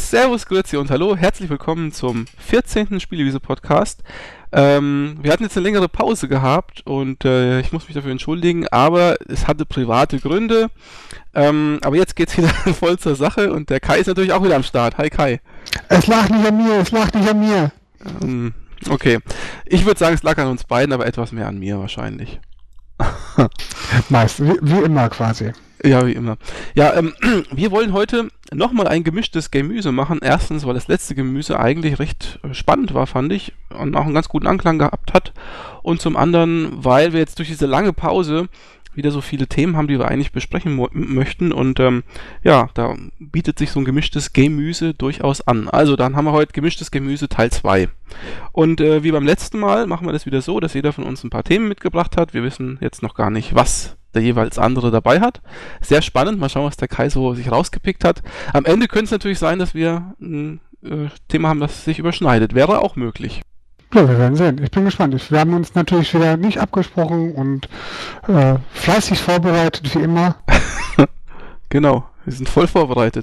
Servus, Grüezi und Hallo, herzlich willkommen zum 14. Spielewiese-Podcast. Wir hatten jetzt eine längere Pause gehabt und ich muss mich dafür entschuldigen, aber es hatte private Gründe. Aber jetzt geht's wieder voll zur Sache und der Kai ist natürlich auch wieder am Start. Hi Kai. Es lag nicht an mir, es lag nicht an mir. Okay, ich würde sagen, es lag an uns beiden, aber etwas mehr an mir wahrscheinlich. Meist, wie immer quasi. Ja, wie immer. Ja, wir wollen heute nochmal ein gemischtes Gemüse machen. Erstens, weil das letzte Gemüse eigentlich recht spannend war, fand ich, und auch einen ganz guten Anklang gehabt hat. Und zum anderen, weil wir jetzt durch diese lange Pause wieder so viele Themen haben, die wir eigentlich besprechen möchten. Und ja, da bietet sich so ein gemischtes Gemüse durchaus an. Also, dann haben wir heute gemischtes Gemüse Teil 2. Und wie beim letzten Mal machen wir das wieder so, dass jeder von uns ein paar Themen mitgebracht hat. Wir wissen jetzt noch gar nicht, was der jeweils andere dabei hat. Sehr spannend. Mal schauen, was der Kai so sich rausgepickt hat. Am Ende könnte es natürlich sein, dass wir ein Thema haben, das sich überschneidet. Wäre auch möglich. Ja, wir werden sehen. Ich bin gespannt. Wir haben uns natürlich wieder nicht abgesprochen und fleißig vorbereitet, wie immer. Genau, wir sind voll vorbereitet.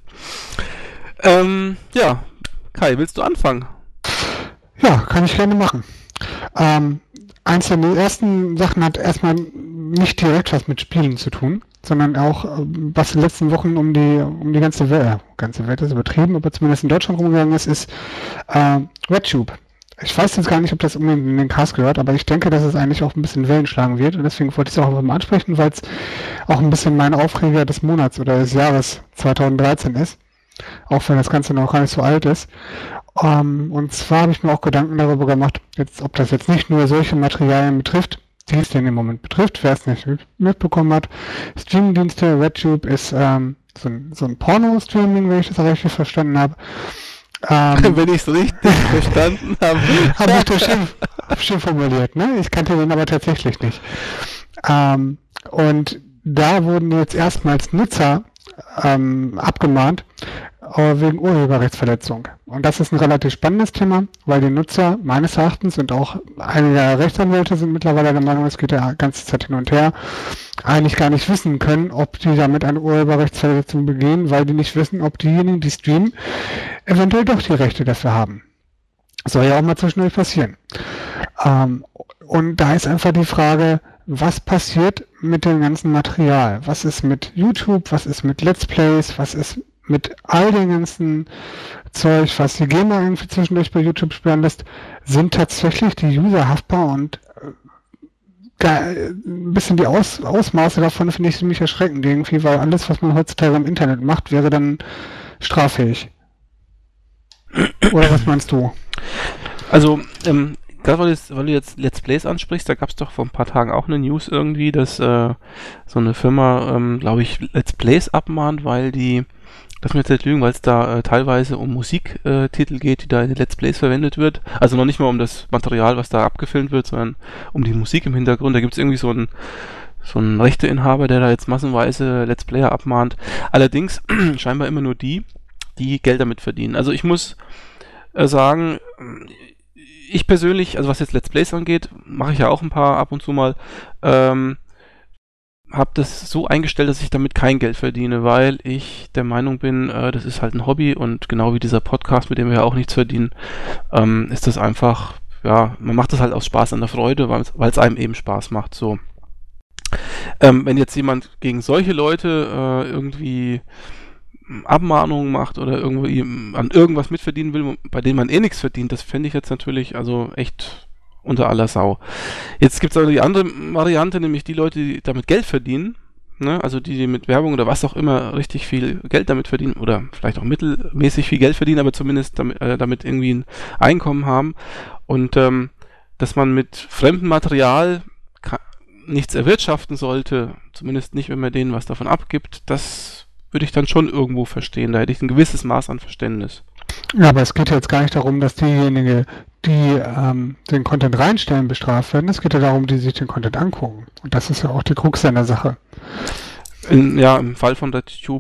Ja, Kai, willst du anfangen? Ja, kann ich gerne machen. Eins der ersten Sachen hat erstmal nicht direkt was mit Spielen zu tun, sondern auch, was in den letzten Wochen um die ganze Welt ist übertrieben, aber zumindest in Deutschland rumgegangen ist RedTube. Ich weiß jetzt gar nicht, ob das unbedingt in den Cast gehört, aber ich denke, dass es eigentlich auch ein bisschen Wellen schlagen wird und deswegen wollte ich es auch einfach mal ansprechen, weil es auch ein bisschen mein Aufreger des Monats oder des Jahres 2013 ist, auch wenn das Ganze noch gar nicht so alt ist. Und zwar habe ich mir auch Gedanken darüber gemacht, ob das jetzt nicht nur solche Materialien betrifft, die es denn im Moment betrifft, wer es nicht mitbekommen hat. Streamingdienste, RedTube ist so ein Porno-Streaming, wenn ich das richtig verstanden habe. Wenn ich es richtig verstanden habe. Habe ich das schön formuliert, ne? Ich kannte den aber tatsächlich nicht. Und da wurden jetzt erstmals Nutzer abgemahnt wegen Urheberrechtsverletzung. Und das ist ein relativ spannendes Thema, weil die Nutzer meines Erachtens und auch einige Rechtsanwälte sind mittlerweile der Meinung, es geht ja die ganze Zeit hin und her, eigentlich gar nicht wissen können, ob die damit eine Urheberrechtsverletzung begehen, weil die nicht wissen, ob diejenigen, die streamen, eventuell doch die Rechte dafür haben. Soll ja auch mal zwischendurch passieren. Und da ist einfach die Frage, was passiert mit dem ganzen Material? Was ist mit YouTube? Was ist mit Let's Plays? Was ist mit all dem ganzen Zeug, was die GEMA irgendwie zwischendurch bei YouTube sperren lässt? Sind tatsächlich die User haftbar? Und ein bisschen die Ausmaße davon finde ich ziemlich erschreckend irgendwie, weil alles, was man heutzutage im Internet macht, wäre dann straffähig. Oder was meinst du? Also, gerade weil du jetzt Let's Plays ansprichst, da gab es doch vor ein paar Tagen auch eine News irgendwie, dass so eine Firma, glaube ich, Let's Plays abmahnt, weil lass mich jetzt nicht lügen, weil es da teilweise um Musiktitel geht, die da in den Let's Plays verwendet wird. Also noch nicht mal um das Material, was da abgefilmt wird, sondern um die Musik im Hintergrund. Da gibt es irgendwie so einen Rechteinhaber, der da jetzt massenweise Let's Player abmahnt. Allerdings scheinbar immer nur die Geld damit verdienen. Also ich muss sagen, ich persönlich, also was jetzt Let's Plays angeht, mache ich ja auch ein paar ab und zu mal, habe das so eingestellt, dass ich damit kein Geld verdiene, weil ich der Meinung bin, das ist halt ein Hobby und genau wie dieser Podcast, mit dem wir ja auch nichts verdienen, ist das einfach, ja, man macht das halt aus Spaß an der Freude, weil es einem eben Spaß macht, so. Wenn jetzt jemand gegen solche Leute irgendwie Abmahnungen macht oder irgendwie an irgendwas mitverdienen will, bei denen man eh nichts verdient, das fände ich jetzt natürlich also echt unter aller Sau. Jetzt gibt es aber die andere Variante, nämlich die Leute, die damit Geld verdienen, ne? Also die mit Werbung oder was auch immer richtig viel Geld damit verdienen oder vielleicht auch mittelmäßig viel Geld verdienen, aber zumindest damit irgendwie ein Einkommen haben und dass man mit fremdem Material nichts erwirtschaften sollte, zumindest nicht, wenn man denen was davon abgibt, das würde ich dann schon irgendwo verstehen. Da hätte ich ein gewisses Maß an Verständnis. Ja, aber es geht ja jetzt gar nicht darum, dass diejenigen, die den Content reinstellen, bestraft werden. Es geht ja darum, die sich den Content angucken. Und das ist ja auch die Krux an der Sache. Im Fall von RedTube.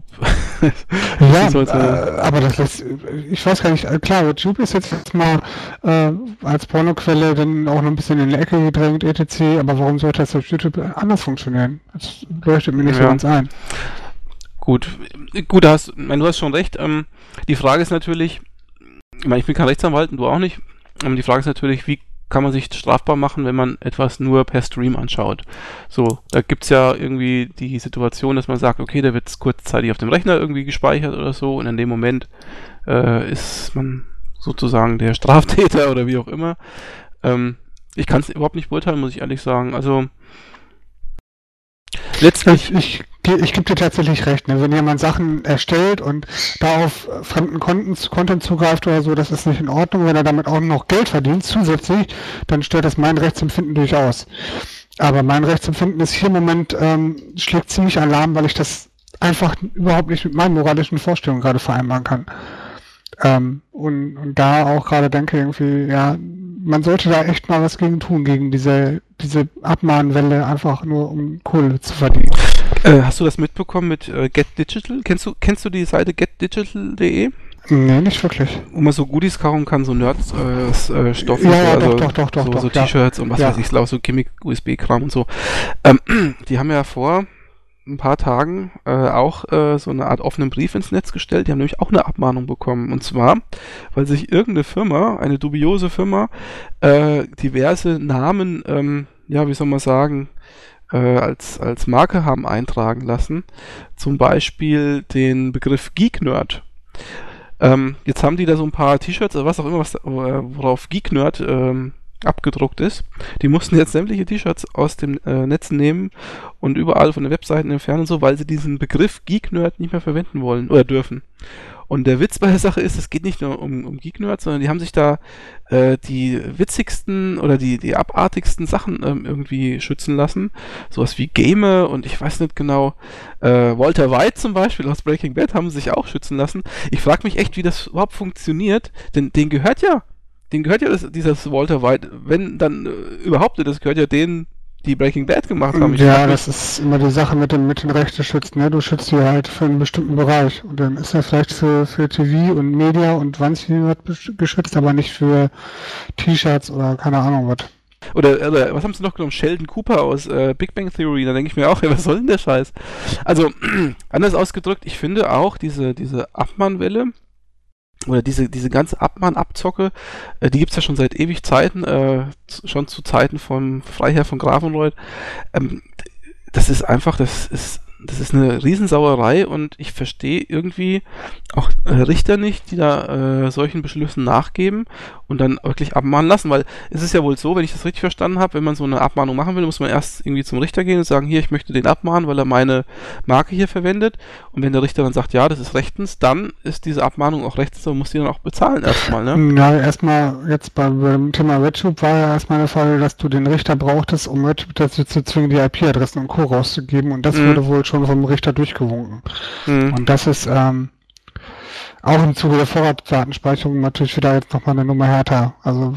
Ja, aber das lässt, ich weiß gar nicht, klar, RedTube ist jetzt mal als Pornoquelle dann auch noch ein bisschen in die Ecke gedrängt, etc., aber warum sollte das auf YouTube anders funktionieren? Das leuchtet mir nicht so ganz ein. Gut, du hast schon recht. Die Frage ist natürlich, ich meine, ich bin kein Rechtsanwalt und du auch nicht. Die Frage ist natürlich, wie kann man sich strafbar machen, wenn man etwas nur per Stream anschaut? So, da gibt's ja irgendwie die Situation, dass man sagt, okay, da wird kurzzeitig auf dem Rechner irgendwie gespeichert oder so und in dem Moment ist man sozusagen der Straftäter oder wie auch immer. Ich kann es überhaupt nicht beurteilen, muss ich ehrlich sagen. Also letztlich... Ich gebe dir tatsächlich recht, ne? Wenn jemand Sachen erstellt und da auf fremden Content zugreift oder so, das ist nicht in Ordnung. Wenn er damit auch noch Geld verdient zusätzlich, dann stört das mein Rechtsempfinden durchaus. Aber mein Rechtsempfinden ist hier im Moment, schlägt ziemlich Alarm, weil ich das einfach überhaupt nicht mit meinen moralischen Vorstellungen gerade vereinbaren kann. Und da auch gerade denke irgendwie, ja, man sollte da echt mal was gegen tun, gegen diese Abmahnwelle, einfach nur um Kohle zu verdienen. Hast du das mitbekommen mit Get Digital? Kennst du die Seite getdigital.de? Nee, nicht wirklich. Wo man so Goodies kaufen kann, so Nerd-Stoffe, Ja, so doch, T-Shirts und was ja. weiß ich, so Gimmick-USB-Kram und so. Die haben ja vor ein paar Tagen auch so eine Art offenen Brief ins Netz gestellt. Die haben nämlich auch eine Abmahnung bekommen. Und zwar, weil sich irgendeine Firma, eine dubiose Firma, diverse Namen, ja, wie soll man sagen, als Marke haben eintragen lassen. Zum Beispiel den Begriff Geek Nerd. Jetzt haben die da so ein paar T-Shirts oder was auch immer, worauf Geek Nerd abgedruckt ist. Die mussten jetzt sämtliche T-Shirts aus dem Netz nehmen und überall von den Webseiten entfernen und so, weil sie diesen Begriff Geek Nerd nicht mehr verwenden wollen oder dürfen. Und der Witz bei der Sache ist, es geht nicht nur um Geek Nerd, sondern die haben sich da die witzigsten oder die abartigsten Sachen irgendwie schützen lassen. Sowas wie Game und ich weiß nicht genau, Walter White zum Beispiel aus Breaking Bad haben sie sich auch schützen lassen. Ich frage mich echt, wie das überhaupt funktioniert, denn denen gehört ja dieses Walter White, wenn dann überhaupt, das gehört ja denen, die Breaking Bad gemacht haben. Ja, das ist immer die Sache mit den Rechteschützen, ne? Du schützt die halt für einen bestimmten Bereich. Und dann ist er vielleicht für TV und Media und sonst was geschützt, aber nicht für T-Shirts oder keine Ahnung was. Oder was haben sie noch genommen? Sheldon Cooper aus Big Bang Theory. Da denke ich mir auch, ja, was soll denn der Scheiß? Also, anders ausgedrückt, ich finde auch diese Abmahnwelle oder diese ganze Abzocke, die gibt's ja schon seit ewig Zeiten, schon zu Zeiten vom Freiherr von Grafenreuth. Das ist einfach, das ist eine Riesensauerei und ich verstehe irgendwie auch Richter nicht, die da solchen Beschlüssen nachgeben und dann wirklich abmahnen lassen, weil es ist ja wohl so, wenn ich das richtig verstanden habe, wenn man so eine Abmahnung machen will, muss man erst irgendwie zum Richter gehen und sagen, hier, ich möchte den abmahnen, weil er meine Marke hier verwendet und wenn der Richter dann sagt, ja, das ist rechtens, dann ist diese Abmahnung auch rechtens und muss die dann auch bezahlen erstmal, ne? Ja, erstmal jetzt beim Thema RedTube war ja erstmal der Fall, dass du den Richter brauchtest, um RedTube dazu zu zwingen, die IP-Adressen und Co. rauszugeben und das wurde wohl schon vom Richter durchgewunken. Und das ist auch im Zuge der Vorratsdatenspeicherung natürlich wieder jetzt nochmal eine Nummer härter. Also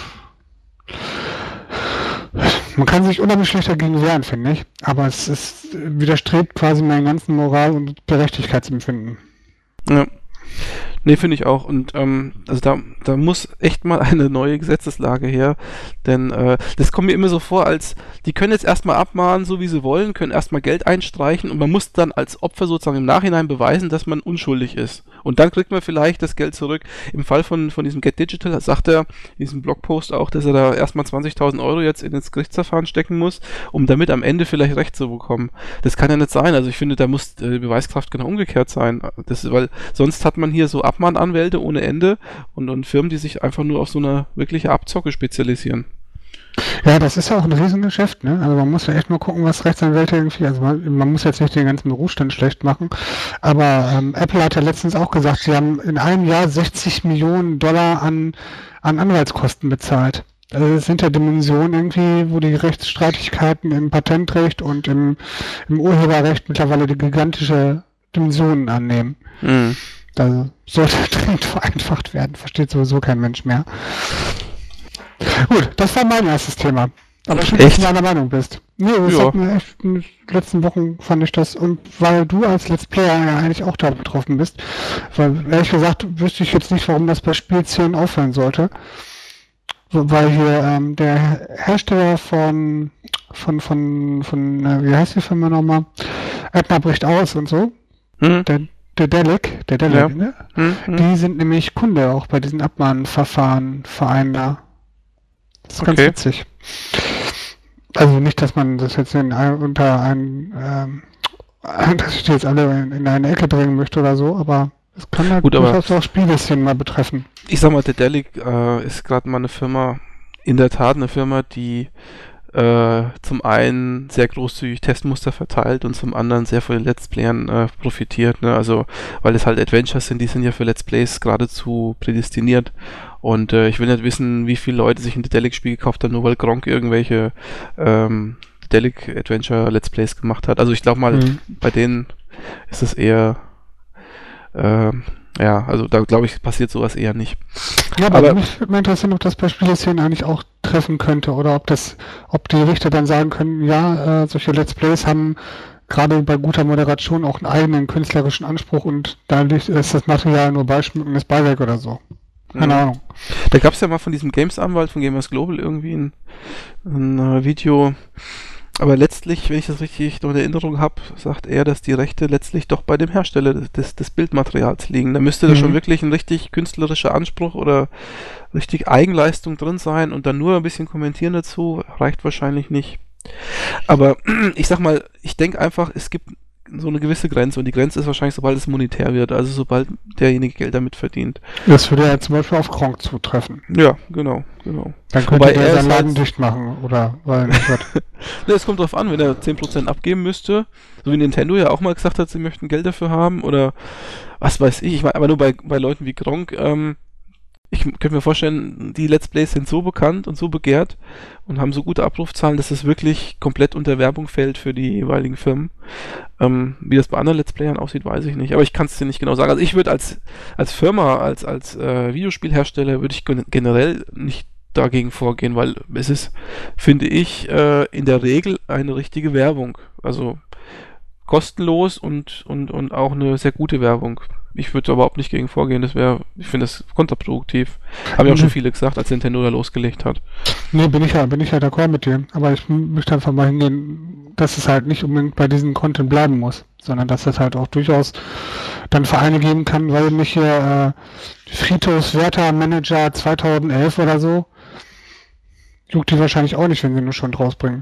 man kann sich unheimlich schlecht dagegen wehren, finde ich. Aber es widerstrebt quasi meinem ganzen Moral- und Gerechtigkeitsempfinden. Ja. Nee, finde ich auch. Und also da muss echt mal eine neue Gesetzeslage her, denn das kommt mir immer so vor, als die können jetzt erstmal abmahnen, so wie sie wollen, können erstmal Geld einstreichen und man muss dann als Opfer sozusagen im Nachhinein beweisen, dass man unschuldig ist. Und dann kriegt man vielleicht das Geld zurück. Im Fall von diesem Get Digital sagt er in diesem Blogpost auch, dass er da erstmal 20.000 Euro jetzt in das Gerichtsverfahren stecken muss, um damit am Ende vielleicht Recht zu bekommen. Das kann ja nicht sein. Also ich finde, da muss die Beweiskraft genau umgekehrt sein. Weil sonst hat man hier so Abmahnanwälte ohne Ende und Firmen, die sich einfach nur auf so eine wirkliche Abzocke spezialisieren. Ja, das ist ja auch ein Riesengeschäft, ne? Also man muss ja echt mal gucken, was Rechtsanwälte irgendwie, also man muss jetzt nicht den ganzen Berufsstand schlecht machen, aber Apple hat ja letztens auch gesagt, sie haben in einem Jahr 60 Millionen Dollar an Anwaltskosten bezahlt. Also das sind ja Dimensionen irgendwie, wo die Rechtsstreitigkeiten im Patentrecht und im Urheberrecht mittlerweile die gigantische Dimensionen annehmen. Also sollte dringend vereinfacht werden, versteht sowieso kein Mensch mehr. Gut, das war mein erstes Thema. Aber schön, dass du einer Meinung bist. Nee, das hat mir echt in den letzten Wochen fand ich das. Und weil du als Let's Player ja eigentlich auch da betroffen bist, weil ehrlich gesagt wüsste ich jetzt nicht, warum das bei Spiel 10 aufhören sollte. Weil hier der Hersteller von wie heißt die Firma nochmal? Edna bricht aus und so. Hm. Der Delic, Ja. ne? Hm. Die sind nämlich Kunde auch bei diesen Abmahnverfahren, Vereinen da. Das ist ganz Okay. witzig. Also nicht, dass man das jetzt unter dass ich die jetzt alle in eine Ecke bringen möchte oder so, aber es kann halt Gut, aber durchaus auch Spieleszenen mal betreffen. ich sag mal, Dedelic ist gerade mal eine Firma, in der Tat eine Firma, die zum einen sehr großzügig Testmuster verteilt und zum anderen sehr von den Let's Playern profitiert. Ne? Also, weil es halt Adventures sind, die sind ja für Let's Plays geradezu prädestiniert. Und ich will nicht wissen, wie viele Leute sich ein Dedelic-Spiel gekauft haben, nur weil Gronkh irgendwelche Dedelic Adventure Let's Plays gemacht hat. Also ich glaube mal, bei denen ist es eher ja, also da glaube ich, passiert sowas eher nicht. Ja, Aber mich würde mal interessieren, ob das bei Spieleszenen eigentlich auch treffen könnte oder ob die Richter dann sagen können, ja, solche Let's Plays haben gerade bei guter Moderation auch einen eigenen künstlerischen Anspruch und dadurch ist das Material nur beischmückendes Beiwerk oder so. Keine Ahnung. Da gab es ja mal von diesem Games-Anwalt von Gamers Global irgendwie ein Video. Aber letztlich, wenn ich das richtig noch in Erinnerung habe, sagt er, dass die Rechte letztlich doch bei dem Hersteller des Bildmaterials liegen. Da müsste da schon wirklich ein richtig künstlerischer Anspruch oder richtig Eigenleistung drin sein und dann nur ein bisschen kommentieren dazu, reicht wahrscheinlich nicht. Aber ich sag mal, ich denke einfach, es gibt so eine gewisse Grenze und die Grenze ist wahrscheinlich, sobald es monetär wird, also sobald derjenige Geld damit verdient. Das würde ja zum Beispiel auf Gronkh zutreffen. Ja, genau. Dann könnte der seinen Laden dicht machen, oder? Weil nicht wird. Ne, es kommt drauf an, wenn er 10% abgeben müsste, so wie Nintendo ja auch mal gesagt hat, sie möchten Geld dafür haben, oder was weiß ich meine, aber nur bei Leuten wie Gronkh, ich könnte mir vorstellen, die Let's Plays sind so bekannt und so begehrt und haben so gute Abrufzahlen, dass es wirklich komplett unter Werbung fällt für die jeweiligen Firmen. Wie das bei anderen Let's Playern aussieht, weiß ich nicht. Aber ich kann es dir nicht genau sagen. Also ich würde als Firma, als Videospielhersteller, würde ich generell nicht dagegen vorgehen, weil es ist, finde ich, in der Regel eine richtige Werbung. Also kostenlos und auch eine sehr gute Werbung. Ich würde überhaupt nicht gegen vorgehen, ich finde das kontraproduktiv. Haben ja auch schon viele gesagt, als Nintendo da losgelegt hat. Nee, bin ich ja d'accord mit dir. Aber ich möchte einfach mal hingehen, dass es halt nicht unbedingt bei diesem Content bleiben muss, sondern dass es halt auch durchaus dann Vereine geben kann, weil nicht hier Friedhofswärter Manager 2011 oder so, juckt die wahrscheinlich auch nicht, wenn sie nur schon rausbringen.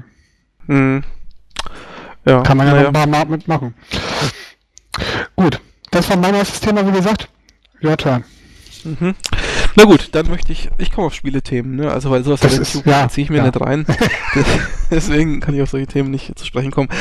Ja, kann man ja noch ein paar Mal mitmachen. Gut, das war mein erstes Thema, wie gesagt. Your turn. Na gut, dann möchte ich komme auf Spielethemen, ne? Also weil sowas ziehe ich mir nicht rein. Deswegen kann ich auf solche Themen nicht zu sprechen kommen.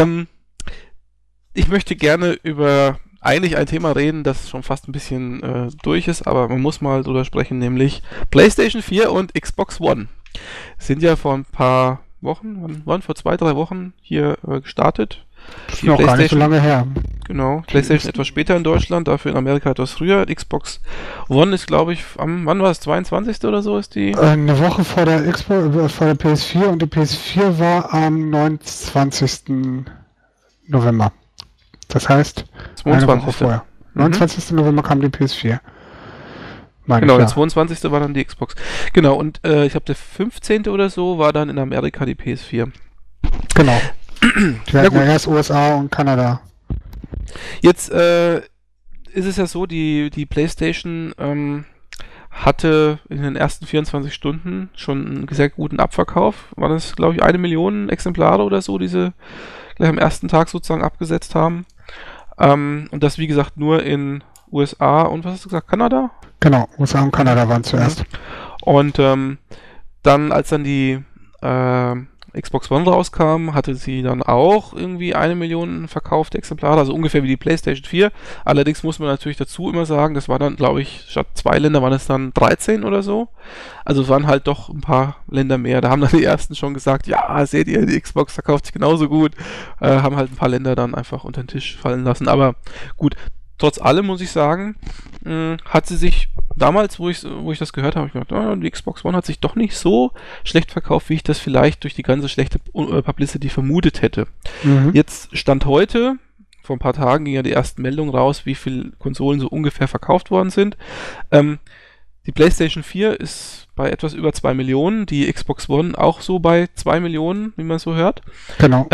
Ich möchte gerne über eigentlich ein Thema reden, das schon fast ein bisschen durch ist, aber man muss mal drüber sprechen, nämlich PlayStation 4 und Xbox One. Sind ja vor ein paar Wochen, vor 2-3 Wochen hier gestartet. Das ist noch gar nicht so lange her. Genau, PlayStation etwas später in Deutschland, dafür in Amerika etwas früher. Xbox One ist, glaube ich, wann war es, 22. oder so ist die? Eine Woche vor der vor der PS4 und die PS4 war am 29. November. Das heißt, 22. eine Woche vorher. 29. November kam die PS4. Genau, der 22. war dann die Xbox. Genau, und ich glaube, der 15. oder so war dann in Amerika die PS4. Genau. Die hatten ja erst USA und Kanada. Jetzt ist es ja so, die PlayStation hatte in den ersten 24 Stunden schon einen sehr guten Abverkauf. War das, glaube ich, 1 Million Exemplare oder so, die sie gleich am ersten Tag sozusagen abgesetzt haben. Und das, wie gesagt, nur in USA und was hast du gesagt, Kanada? Genau, USA und Kanada waren zuerst. Und dann, als dann die Xbox One rauskam, hatte sie dann auch irgendwie 1 Million verkaufte Exemplare, also ungefähr wie die PlayStation 4. Allerdings muss man natürlich dazu immer sagen, das war dann, glaube ich, statt 2 Länder waren es dann 13 oder so. Also es waren halt doch ein paar Länder mehr. Da haben dann die ersten schon gesagt, ja, seht ihr, die Xbox verkauft sich genauso gut. Haben halt ein paar Länder dann einfach unter den Tisch fallen lassen. Aber gut, trotz allem muss ich sagen, hat sie sich damals, wo ich das gehört habe, ich gedacht, die Xbox One hat sich doch nicht so schlecht verkauft, wie ich das vielleicht durch die ganze schlechte Publicity vermutet hätte. Jetzt Stand heute, vor ein paar Tagen ging ja die ersten Meldungen raus, wie viele Konsolen so ungefähr verkauft worden sind. Die PlayStation 4 ist bei etwas über 2 Millionen, die Xbox One auch so bei 2 Millionen, wie man so hört. Genau.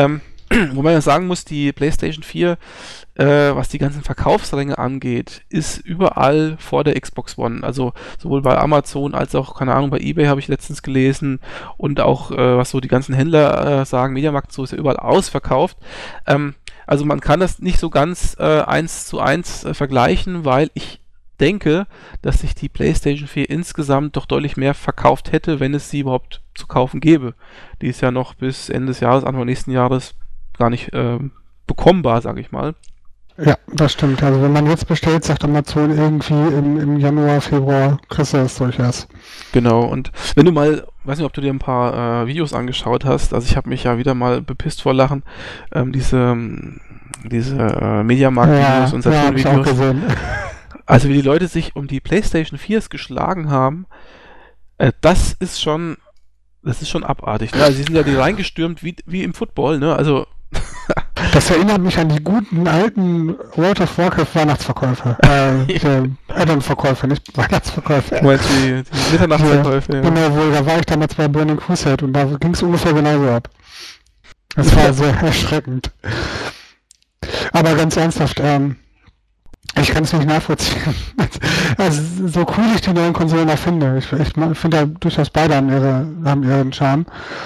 Wobei man sagen muss, die PlayStation 4, was die ganzen Verkaufsränge angeht, ist überall vor der Xbox One. Also sowohl bei Amazon als auch, keine Ahnung, bei eBay habe ich letztens gelesen und auch, was so die ganzen Händler sagen, Mediamarkt so ist ja überall ausverkauft. Also man kann das nicht so ganz 1:1 vergleichen, weil ich denke, dass sich die PlayStation 4 insgesamt doch deutlich mehr verkauft hätte, wenn es sie überhaupt zu kaufen gäbe. Die ist ja noch bis Ende des Jahres, Anfang nächsten Jahres gar nicht bekommbar, sage ich mal. Ja, das stimmt. Also wenn man jetzt bestellt, sagt Amazon irgendwie im Januar, Februar, kriegst du das durchaus. Genau, und wenn du mal, weiß nicht, ob du dir ein paar Videos angeschaut hast, also ich habe mich ja wieder mal bepisst vor Lachen, diese Mediamarkt-Videos und Ja, hab ich auch Saturn-Videos. gesehen. Also wie die Leute sich um die PlayStation 4s geschlagen haben, das ist schon abartig. Ne? Also sie sind ja die reingestürmt wie im Football, ne? Also Das erinnert mich an die guten alten World of Warcraft Weihnachtsverkäufe. Add-on-Verkäufe, nicht Weihnachtsverkäufe. du meinst die Mitternachtsverkäufe, ja. Genau, da war ich damals bei Burning Crusade und da ging es ungefähr genauso ab. Das war sehr erschreckend. Aber ganz ernsthaft, ich kann es nicht nachvollziehen. Also, so cool ich die neuen Konsolen auch finde. Ich finde ja durchaus beide haben ihren Charme.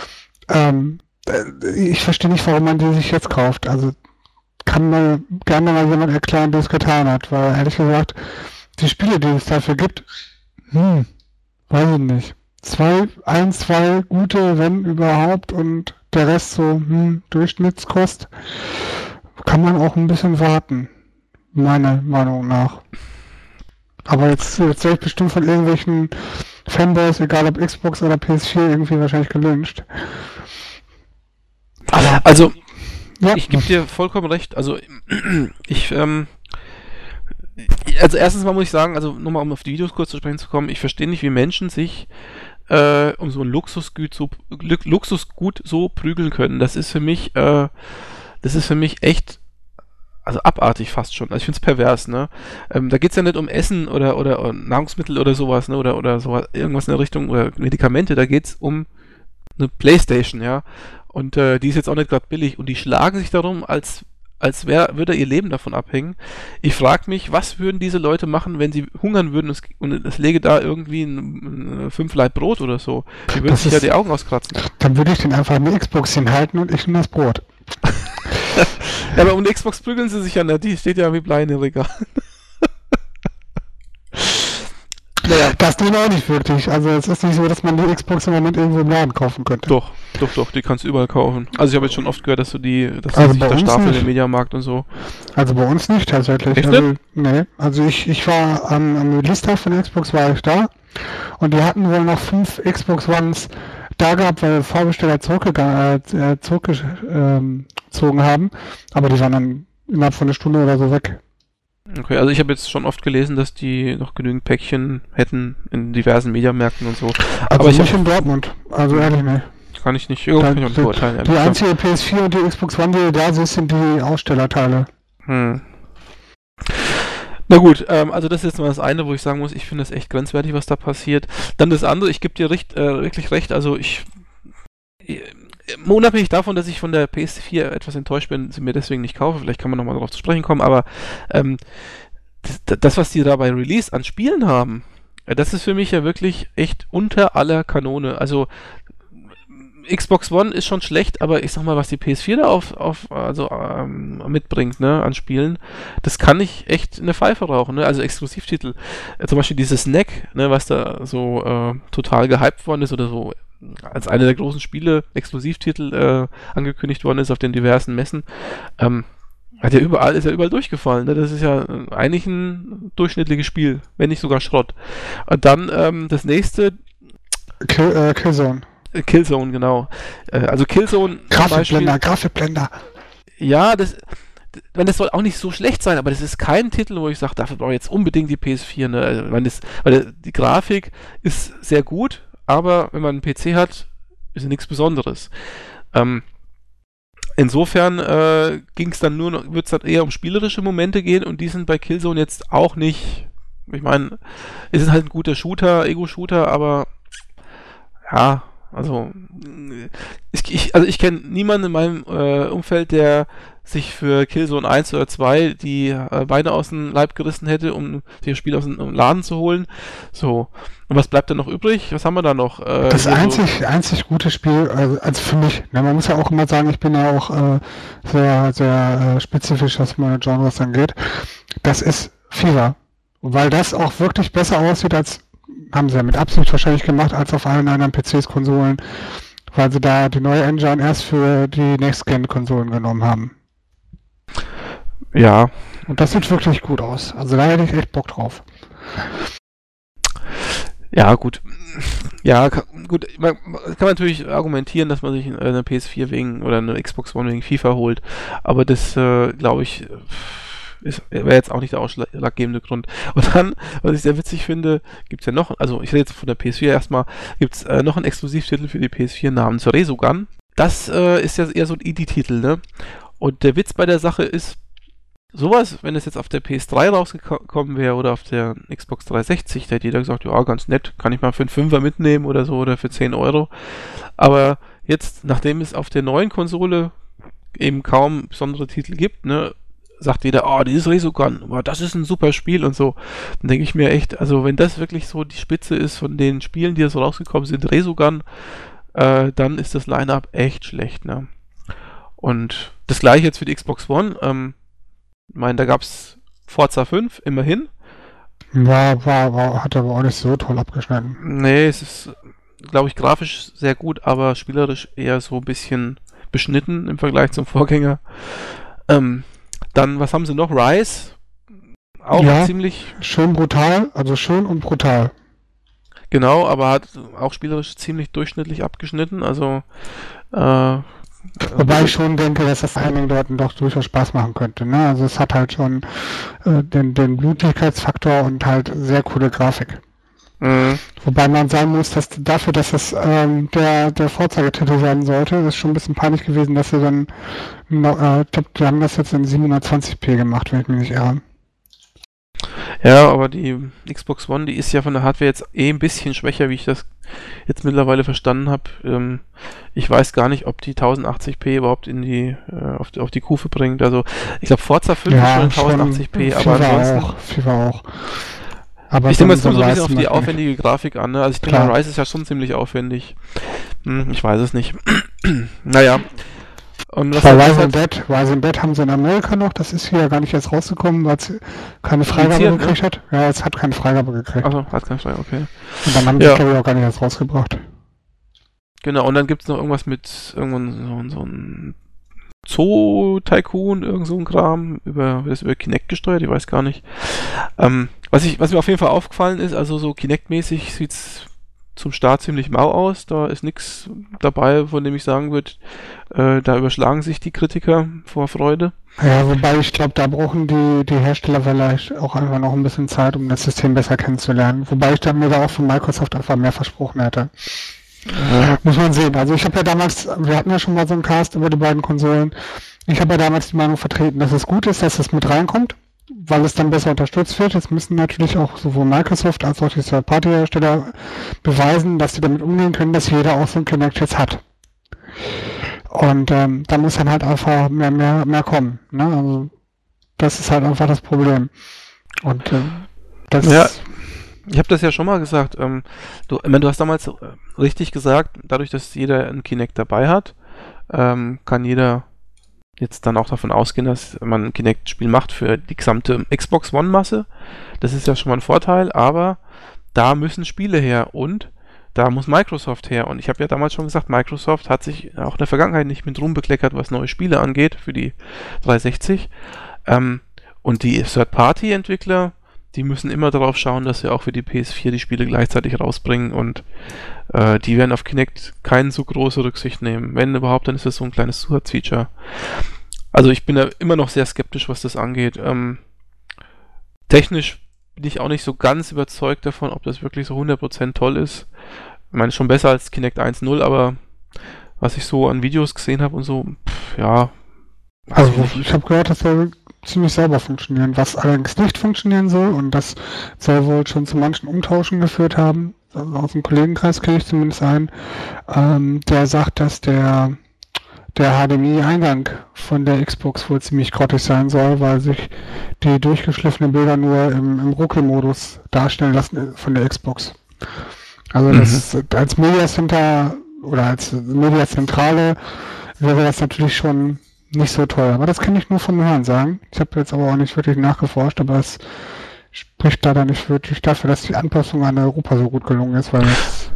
Ich verstehe nicht, warum man die sich jetzt kauft. Also kann mir gerne mal jemand erklären, der es getan hat. Weil ehrlich gesagt, die Spiele, die es dafür gibt, weiß ich nicht. Zwei gute, wenn überhaupt, und der Rest so, Durchschnittskost. Kann man auch ein bisschen warten. Meiner Meinung nach. Aber jetzt werde ich bestimmt von irgendwelchen Fanboys, egal ob Xbox oder PS4, irgendwie wahrscheinlich gelyncht. Also, Ja. ich gebe dir vollkommen recht. Also, also erstens mal muss ich sagen, also nur mal um auf die Videos kurz zu sprechen zu kommen, ich verstehe nicht, wie Menschen sich um so ein Luxusgut so prügeln können. Das ist für mich echt, also abartig fast schon. Also ich finde es pervers, ne? Da geht es ja nicht um Essen oder Nahrungsmittel oder sowas, ne? Oder sowas, irgendwas in der Richtung, oder Medikamente, da geht es um eine Playstation, ja. Und die ist jetzt auch nicht gerade billig und die schlagen sich darum, als würde ihr Leben davon abhängen. Ich frage mich, was würden diese Leute machen, wenn sie hungern würden und es läge da irgendwie ein 5 Laib Brot oder so. Die würden sich ja die Augen auskratzen. Dann würde ich den einfach eine Xbox hinhalten und ich nehme das Brot. Ja, aber um die Xbox prügeln sie sich ja nicht. Die steht ja wie Blei in den Regal. Naja. Das tun wir auch nicht wirklich. Also es ist nicht so, dass man die Xbox im Moment irgendwo im Laden kaufen könnte. Doch, die kannst du überall kaufen. Also ich habe jetzt schon oft gehört, dass sie Also sich bei da uns stapeln nicht. im Mediamarkt und so. Also bei uns nicht tatsächlich. Echt Also, nee. Also ich war am Release-Tag von der Xbox war ich da und die hatten wohl noch 5 Xbox Ones da gehabt, weil Vorbesteller zurückgezogen haben. Aber die waren dann innerhalb von einer Stunde oder so weg. Okay, also ich habe jetzt schon oft gelesen, dass die noch genügend Päckchen hätten in diversen Mediamärkten und so. Also aber ich nicht in Dortmund. Also ehrlich nicht. kann ich nicht beurteilen. Die einzige PS4 und die Xbox One, die da sind die Ausstellerteile. Na gut, also das ist jetzt mal das eine, wo ich sagen muss, ich finde das echt grenzwertig, was da passiert. Dann das andere, ich gebe dir wirklich recht, also unabhängig davon, dass ich von der PS4 etwas enttäuscht bin, sie mir deswegen nicht kaufe, vielleicht kann man nochmal darauf zu sprechen kommen, aber das, was die da bei Release an Spielen haben, das ist für mich ja wirklich echt unter aller Kanone. Also Xbox One ist schon schlecht, aber ich sag mal, was die PS4 da mitbringt, ne, an Spielen, das kann ich echt in eine Pfeife rauchen, ne? Also Exklusivtitel. Zum Beispiel dieses Snack, ne, was da so total gehypt worden ist oder so als einer der großen Spiele Exklusivtitel angekündigt worden ist auf den diversen Messen, ist ja überall durchgefallen, ne? Das ist ja eigentlich ein durchschnittliches Spiel, wenn nicht sogar Schrott. Und dann das nächste Killzone. Killzone, genau. Also Killzone Grafikblender. Ja, das soll auch nicht so schlecht sein, aber das ist kein Titel, wo ich sage, dafür brauche ich jetzt unbedingt die PS4. Ne? Also, weil die Grafik ist sehr gut, aber wenn man einen PC hat, ist ja nichts Besonderes. Insofern wird es dann eher um spielerische Momente gehen und die sind bei Killzone jetzt auch nicht. Ich meine, es ist halt ein guter Shooter, Ego-Shooter, aber ja, Also ich kenne niemanden in meinem Umfeld, der sich für Killzone 1 oder 2 die Beine aus dem Leib gerissen hätte, um sich das Spiel aus dem Laden zu holen. So. Und was bleibt da noch übrig? Was haben wir da noch? Das einzig gute Spiel, also für mich, ne, man muss ja auch immer sagen, ich bin ja auch sehr, sehr spezifisch, was meine Genres angeht. Das ist FIFA. Weil das auch wirklich besser aussieht als, haben sie ja mit Absicht wahrscheinlich gemacht, als auf allen anderen PCs, Konsolen, weil sie da die neue Engine erst für die Next-Gen-Konsolen genommen haben. Ja. Und das sieht wirklich gut aus. Also da hätte ich echt Bock drauf. Ja, gut. Ja, gut. Man kann natürlich argumentieren, dass man sich eine PS4 wegen oder eine Xbox One wegen FIFA holt. Aber das, glaube ich, wäre jetzt auch nicht der ausschlaggebende Grund. Und dann, was ich sehr witzig finde, gibt es ja noch, also ich rede jetzt von der PS4 erstmal, gibt es noch einen Exklusivtitel für die PS4 namens Resogun. Das ist ja eher so ein Indie-Titel, ne? Und der Witz bei der Sache ist, sowas, wenn es jetzt auf der PS3 rausgekommen wäre oder auf der Xbox 360, da hätte jeder gesagt, ja, ganz nett, kann ich mal für einen Fünfer mitnehmen oder so oder für 10 Euro. Aber jetzt, nachdem es auf der neuen Konsole eben kaum besondere Titel gibt, ne, sagt jeder, oh, dieses Resogun, oh, das ist ein super Spiel und so. Dann denke ich mir echt, also wenn das wirklich so die Spitze ist von den Spielen, die jetzt so rausgekommen sind, Resogun, dann ist das Line-Up echt schlecht, ne. Und das gleiche jetzt für die Xbox One, ich meine, da gab es Forza 5, immerhin. Hat aber auch nicht so toll abgeschnitten. Nee, es ist, glaube ich, grafisch sehr gut, aber spielerisch eher so ein bisschen beschnitten im Vergleich zum Vorgänger. Dann, was haben sie noch? Rise? Auch ja, ziemlich... Schön brutal, also schön und brutal. Genau, aber hat auch spielerisch ziemlich durchschnittlich abgeschnitten, also... Wobei ich schon denke, dass das Timing dort doch durchaus Spaß machen könnte. Ne? Also es hat halt schon den Blutigkeitsfaktor und halt sehr coole Grafik. Mhm. Wobei man sagen muss, dass dafür, dass das der Vorzeigetitel sein sollte, ist schon ein bisschen peinlich gewesen, dass sie dann ich glaube, die haben das jetzt in 720p gemacht, wenn ich mich nicht irre. Ja, aber die Xbox One, die ist ja von der Hardware jetzt ein bisschen schwächer, wie ich das jetzt mittlerweile verstanden habe. Ich weiß gar nicht, ob die 1080p überhaupt in die auf die Kufe bringt. Also ich glaube Forza 5 ja, ist schon 1080p, aber ansonsten... FIFA auch. Aber ich denke, es kommt so ein bisschen auf die aufwendige Grafik an. Ne? Also ich denke, Rise ist ja schon ziemlich aufwendig. Ich weiß es nicht. Naja. Und bei Rise in Dead haben sie in Amerika noch, das ist hier ja gar nicht erst rausgekommen, weil es keine Freigabe gekriegt hat. Ja, es hat keine Freigabe gekriegt. Also hat keine Freigabe, okay. Und dann haben sie es, glaube ich, auch gar nicht erst rausgebracht. Genau, und dann gibt es noch irgendwas mit irgendwann so ein Zoo-Tycoon, irgend so ein Kram, das über Kinect gesteuert, ich weiß gar nicht. Was mir auf jeden Fall aufgefallen ist, also so Kinect-mäßig sieht es zum Start ziemlich mau aus, da ist nichts dabei, von dem ich sagen würde, da überschlagen sich die Kritiker vor Freude. Ja, wobei ich glaube, da brauchen die Hersteller vielleicht auch einfach noch ein bisschen Zeit, um das System besser kennenzulernen. Wobei ich mir da auch von Microsoft einfach mehr versprochen hätte. Muss man sehen. Also ich habe ja damals, wir hatten ja schon mal so einen Cast über die beiden Konsolen. Ich habe ja damals die Meinung vertreten, dass es gut ist, dass es mit reinkommt, weil es dann besser unterstützt wird. Jetzt müssen natürlich auch sowohl Microsoft als auch die Third-Party-Hersteller beweisen, dass sie damit umgehen können, dass jeder auch so ein Kinect jetzt hat. Und da muss dann halt einfach mehr kommen. Ne? Also das ist halt einfach das Problem. Und das... Ja. Ich habe das ja schon mal gesagt. Du hast damals richtig gesagt, dadurch, dass jeder ein Kinect dabei hat, kann jeder jetzt dann auch davon ausgehen, dass man ein Kinect-Spiel macht für die gesamte Xbox One-Masse. Das ist ja schon mal ein Vorteil, aber da müssen Spiele her und da muss Microsoft her. Und ich habe ja damals schon gesagt, Microsoft hat sich auch in der Vergangenheit nicht mit Ruhm bekleckert, was neue Spiele angeht für die 360. Und die Third-Party-Entwickler, die müssen immer darauf schauen, dass sie auch für die PS4 die Spiele gleichzeitig rausbringen und die werden auf Kinect keine so große Rücksicht nehmen. Wenn überhaupt, dann ist das so ein kleines Zusatzfeature. Also ich bin da immer noch sehr skeptisch, was das angeht. Technisch bin ich auch nicht so ganz überzeugt davon, ob das wirklich so 100% toll ist. Ich meine, schon besser als Kinect 1.0, aber was ich so an Videos gesehen habe und so, ja. Also ich habe gehört, das soll ziemlich sauber funktionieren, was allerdings nicht funktionieren soll und das soll wohl schon zu manchen Umtauschen geführt haben. aus dem Kollegenkreis kenne ich zumindest einen, der sagt, dass der HDMI-Eingang von der Xbox wohl ziemlich grottig sein soll, weil sich die durchgeschliffenen Bilder nur im Ruckelmodus darstellen lassen von der Xbox. Also das als Media Center oder als Mediazentrale wäre das natürlich schon nicht so toll. Aber das kann ich nur vom Hören sagen. Ich habe jetzt aber auch nicht wirklich nachgeforscht, aber es spricht da dann nicht wirklich dafür, dass die Anpassung an Europa so gut gelungen ist, weil das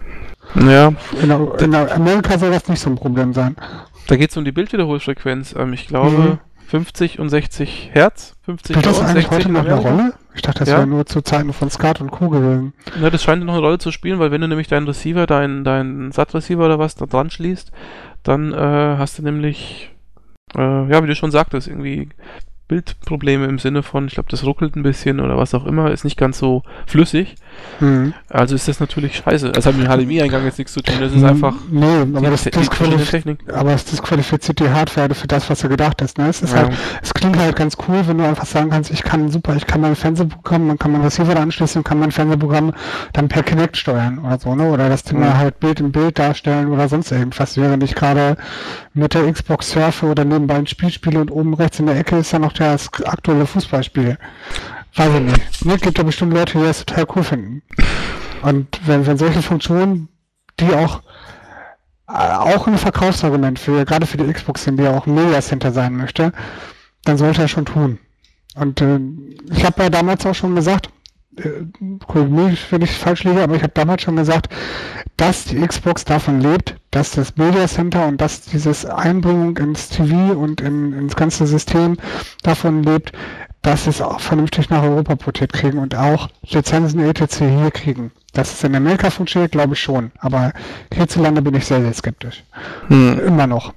in Amerika soll das nicht so ein Problem sein. Da geht es um die Bildwiederholfrequenz. Ich glaube 50 und 60 Hertz. 50 Spielt das und eigentlich 60 heute noch eine Rolle? Ich dachte, das wäre nur zu Zeiten von Skat und Co. gewesen. Ja, das scheint noch eine Rolle zu spielen, weil wenn du nämlich deinen Receiver, deinen SAT-Receiver oder was da dran schließt, dann hast du nämlich, wie du schon sagtest, irgendwie Bildprobleme im Sinne von, ich glaube, das ruckelt ein bisschen oder was auch immer, ist nicht ganz so flüssig. Also ist das natürlich scheiße. Es hat mit dem HDMI-Eingang jetzt nichts zu tun, das ist einfach aber das disqualifiziert die Hardware für das, was du gedacht hast. Ne? Es ist halt, es klingt halt ganz cool, wenn du einfach sagen kannst, ich kann mein Fernsehprogramm, man kann mein Receiver da anschließen und kann mein Fernsehprogramm dann per Kinect steuern oder so, ne? Oder das Thema halt Bild in Bild darstellen oder sonst irgendwas, während ich gerade mit der Xbox surfe oder nebenbei ein Spiel spiele und oben rechts in der Ecke ist dann noch das aktuelle Fußballspiel. Weiß ich nicht. Ne? Gibt ja bestimmt Leute, die das total cool finden. Und wenn solche Funktionen, die auch ein Verkaufsargument gerade für die Xbox sind, die ja auch ein Media Center sein möchte, dann sollte er schon tun. Und ich habe ja damals auch schon gesagt, wenn ich falsch liege, aber ich habe damals schon gesagt, dass die Xbox davon lebt, dass das Media Center und dass dieses Einbringung ins TV und ins ganze System davon lebt, dass sie es auch vernünftig nach Europa portiert kriegen und auch Lizenzen etc. hier kriegen. Dass es in Amerika funktioniert, glaube ich schon. Aber hierzulande bin ich sehr, sehr skeptisch. Immer noch.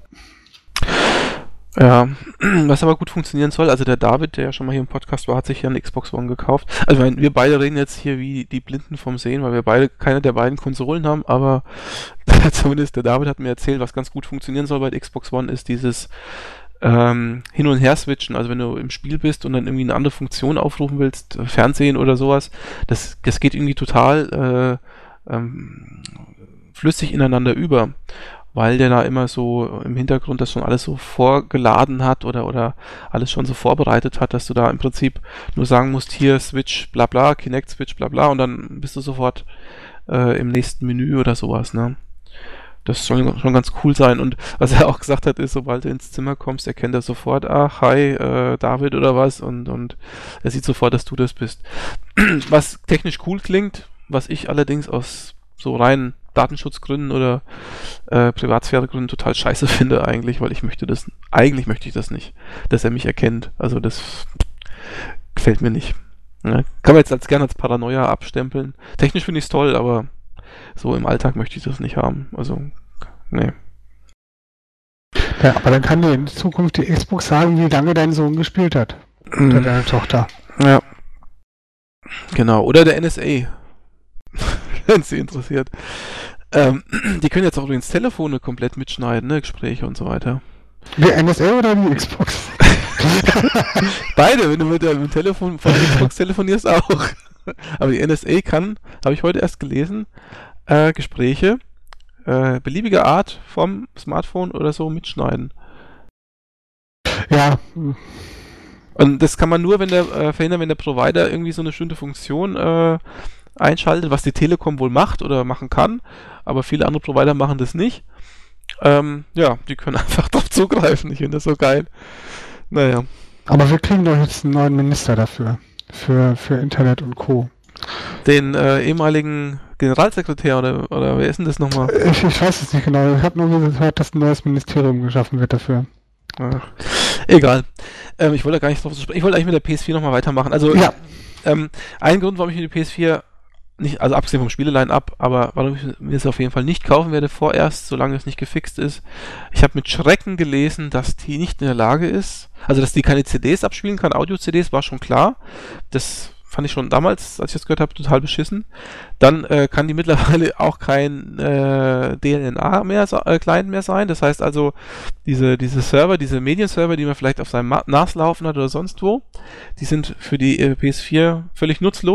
Ja, was aber gut funktionieren soll, also der David, der ja schon mal hier im Podcast war, hat sich ja eine Xbox One gekauft. Also ich meine, wir beide reden jetzt hier wie die Blinden vom Sehen, weil wir beide keine der beiden Konsolen haben, aber zumindest der David hat mir erzählt, was ganz gut funktionieren soll bei der Xbox One, ist dieses Hin- und Her-Switchen. Also wenn du im Spiel bist und dann irgendwie eine andere Funktion aufrufen willst, Fernsehen oder sowas, das geht irgendwie total flüssig ineinander über. Weil der da immer so im Hintergrund das schon alles so vorgeladen hat oder alles schon so vorbereitet hat, dass du da im Prinzip nur sagen musst, hier Switch bla bla, Kinect Switch bla bla und dann bist du sofort im nächsten Menü oder sowas, ne? Das soll schon ganz cool sein. Und was er auch gesagt hat, ist, sobald du ins Zimmer kommst, erkennt er sofort, ach, hi, David oder was und er sieht sofort, dass du das bist. Was technisch cool klingt, was ich allerdings aus so rein Datenschutzgründen oder Privatsphäregründen total scheiße finde eigentlich, weil eigentlich möchte ich das nicht, dass er mich erkennt. Also das gefällt mir nicht. Ja, kann man jetzt gerne als Paranoia abstempeln. Technisch finde ich es toll, aber so im Alltag möchte ich das nicht haben. Also, nee. Ja, aber dann kann dir in Zukunft die Xbox sagen, wie lange dein Sohn gespielt hat. Oder deine Tochter. Ja. Genau. Oder der NSA. Wenn sie interessiert. Die können jetzt auch übrigens Telefone komplett mitschneiden, ne? Gespräche und so weiter. Die NSA oder die Xbox? Beide, wenn du mit dem Telefon von der Xbox telefonierst, auch. Aber die NSA kann, habe ich heute erst gelesen, Gespräche beliebiger Art vom Smartphone oder so mitschneiden. Ja. Und das kann man nur verhindern, wenn der Provider irgendwie so eine bestimmte Funktion einschaltet, was die Telekom wohl macht oder machen kann, aber viele andere Provider machen das nicht. Die können einfach drauf zugreifen. Ich finde das so geil. Naja. Aber wir kriegen doch jetzt einen neuen Minister dafür. Für Internet und Co. Den ehemaligen Generalsekretär oder wer ist denn das nochmal? Ich weiß es nicht genau. Ich habe nur gehört, dass ein neues Ministerium geschaffen wird dafür. Ach, egal. Ich wollte gar nicht drauf sprechen. Ich wollte eigentlich mit der PS4 nochmal weitermachen. Also, ja. Ein Grund, warum ich mir die PS4 nicht, also abgesehen vom Spieleline-Up, aber warum ich mir es auf jeden Fall nicht kaufen werde, vorerst, solange es nicht gefixt ist. Ich habe mit Schrecken gelesen, dass die nicht in der Lage ist, also dass die keine CDs abspielen kann, Audio-CDs, war schon klar. Das fand ich schon damals, als ich das gehört habe, total beschissen. Dann kann die mittlerweile auch kein DLNA-Client mehr sein. Das heißt also, diese Server, diese Medienserver, die man vielleicht auf seinem NAS laufen hat oder sonst wo, die sind für die PS4 völlig nutzlos,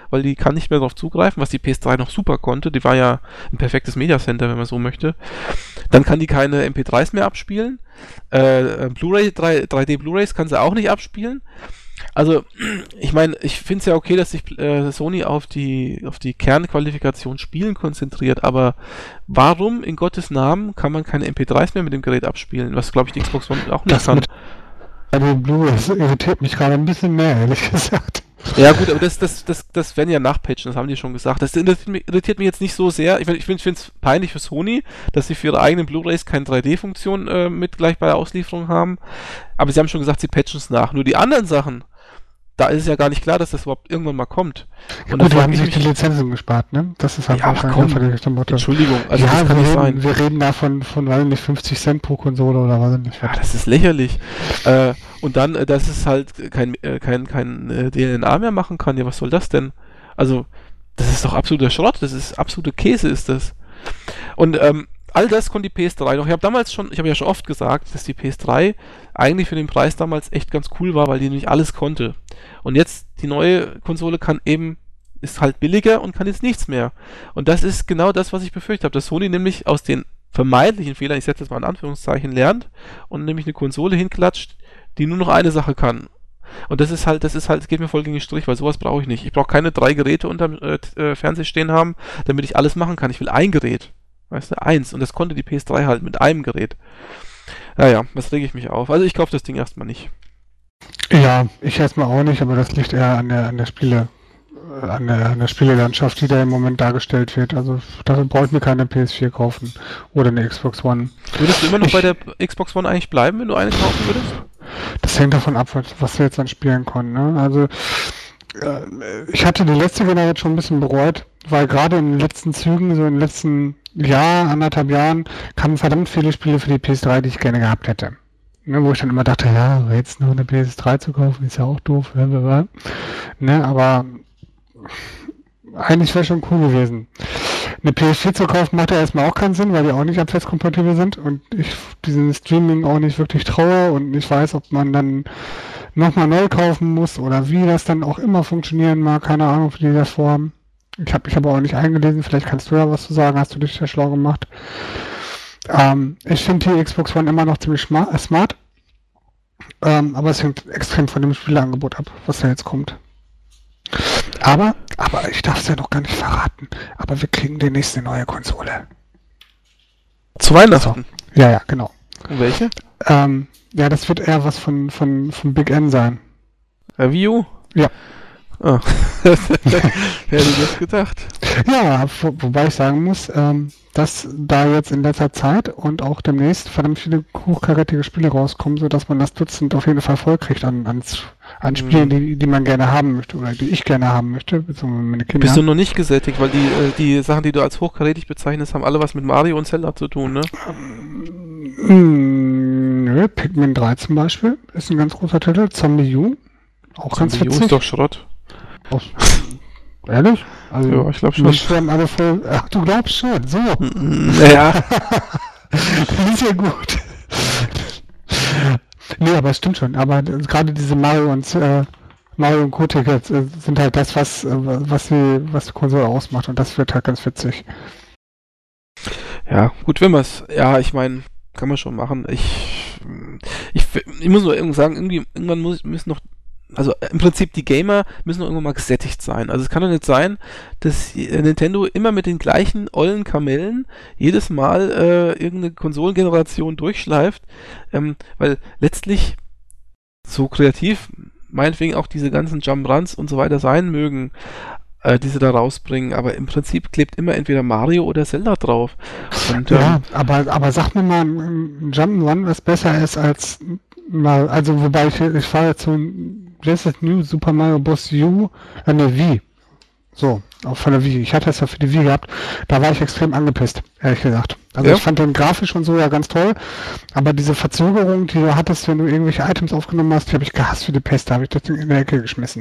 weil die kann nicht mehr darauf zugreifen, was die PS3 noch super konnte. Die war ja ein perfektes Media Center, wenn man so möchte. Dann kann die keine MP3s mehr abspielen. Blu-ray, 3D Blu-rays kann sie auch nicht abspielen. Also, ich meine, ich finde es ja okay, dass sich Sony auf die Kernqualifikation Spielen konzentriert, aber warum in Gottes Namen kann man keine MP3s mehr mit dem Gerät abspielen, was, glaube ich, die Xbox One auch nicht kann? Die Blu-rays irritiert mich gerade ein bisschen mehr, ehrlich gesagt. Ja gut, aber das werden ja nachpatchen, das haben die schon gesagt. Das irritiert mich jetzt nicht so sehr. Ich finde es peinlich für Sony, dass sie für ihre eigenen Blu-rays keine 3D-Funktion mit gleich bei der Auslieferung haben. Aber sie haben schon gesagt, sie patchen es nach. Nur die anderen Sachen, da ist es ja gar nicht klar, dass das überhaupt irgendwann mal kommt. Und gut, die haben sich die Lizenzen gespart, ne? Das ist halt der Motto. Entschuldigung, also ja, das kann nicht sein. Wir reden da von weiß nicht, 50 Cent pro Konsole oder was nicht. Ja, das ist lächerlich. Und dann, dass es halt kein DLNA mehr machen kann. Ja, was soll das denn? Also, das ist doch absoluter Schrott. Das ist absolute Käse, ist das. Und all das konnte die PS3 noch. Ich habe ja schon oft gesagt, dass die PS3 eigentlich für den Preis damals echt ganz cool war, weil die nämlich alles konnte. Und jetzt, die neue Konsole ist halt billiger und kann jetzt nichts mehr. Und das ist genau das, was ich befürchtet habe, dass Sony nämlich aus den vermeintlichen Fehlern, ich setze das mal in Anführungszeichen, lernt und nämlich eine Konsole hinklatscht, die nur noch eine Sache kann. Und das geht mir voll gegen den Strich, weil sowas brauche ich nicht. Ich brauche keine 3 Geräte unterm Fernseher stehen haben, damit ich alles machen kann. Ich will ein Gerät. Weißt du, eins. Und das konnte die PS3 halt mit einem Gerät. Naja, was rege ich mich auf? Also ich kaufe das Ding erstmal nicht. Ja, ich erstmal auch nicht, aber das liegt eher an der Spielelandschaft, die da im Moment dargestellt wird. Also dafür brauche ich mir keine PS4 kaufen oder eine Xbox One. Würdest du immer noch bei der Xbox One eigentlich bleiben, wenn du eine kaufen würdest? Das hängt davon ab, was wir jetzt an Spielen können. Ne? Also ich hatte die letzte Generation schon ein bisschen bereut, weil gerade in den letzten Zügen, so in den letzten Jahr, 1,5 Jahren, kamen verdammt viele Spiele für die PS3, die ich gerne gehabt hätte. Ne, wo ich dann immer dachte, ja, jetzt nur eine PS3 zu kaufen, ist ja auch doof. Ne, aber eigentlich wäre schon cool gewesen. Eine PS4 zu kaufen macht ja erstmal auch keinen Sinn, weil die auch nicht abwärtskompatibel sind und ich diesen Streaming auch nicht wirklich traue und nicht weiß, ob man dann nochmal neu kaufen muss oder wie das dann auch immer funktionieren mag, keine Ahnung, wie die das vorhaben. Ich habe mich aber auch nicht eingelesen, vielleicht kannst du ja was zu sagen, hast du dich ja schlau gemacht. Ich finde die Xbox One immer noch ziemlich smart, aber es hängt extrem von dem Spieleangebot ab, was da jetzt kommt. Aber ich darf es ja noch gar nicht verraten, aber wir kriegen demnächst eine neue Konsole. Zu Weihnachten? So. Ja, genau. Und welche? Ja, das wird eher was von Big N sein. Wii U? Ja. Oh. Hätte ich das gedacht. Ja, wobei ich sagen muss, dass da jetzt in letzter Zeit und auch demnächst verdammt viele hochkarätige Spiele rauskommen, sodass man das Dutzend auf jeden Fall voll kriegt an Spielen, die man gerne haben möchte oder die ich gerne haben möchte, beziehungsweise meine Kinder. Bist du noch nicht gesättigt, weil die Sachen, die du als hochkarätig bezeichnest, haben alle was mit Mario und Zelda zu tun, ne? Nö, Pikmin 3 zum Beispiel ist ein ganz großer Titel, Zombie U, auch Zombie ganz witzig. U ist doch Schrott. Ehrlich? Also, ja, ich glaube schon. Mich schwärmen alle voll. Ach, du glaubst schon, so. Ja. Das ist ja gut. Nee, aber es stimmt schon. Aber gerade diese Mario und Co-Tickets sind halt das, was die Konsole ausmacht. Und das wird halt ganz witzig. Ja, gut, wenn man es. Ja, ich meine, kann man schon machen. Ich muss nur irgendwie sagen, irgendwann müssen noch. Also im Prinzip die Gamer müssen doch irgendwann mal gesättigt sein. Also es kann doch nicht sein, dass Nintendo immer mit den gleichen ollen Kamellen jedes Mal irgendeine Konsolengeneration durchschleift, weil letztlich so kreativ meinetwegen auch diese ganzen Jump'n'Runs und so weiter sein mögen, die sie da rausbringen, aber im Prinzip klebt immer entweder Mario oder Zelda drauf. Und, ja, aber sag mir mal, ein Jump'n'Run, was besser ist als mal, also wobei ich fahre jetzt so das ist New Super Mario Bros. U an der Wii. So, auch von der Wii. Ich hatte das ja für die Wii gehabt. Da war ich extrem angepisst, ehrlich gesagt. Also ich fand den grafisch und so ja ganz toll, aber diese Verzögerung, die du hattest, wenn du irgendwelche Items aufgenommen hast, die habe ich gehasst für die Pest. Da habe ich das Ding in der Ecke geschmissen.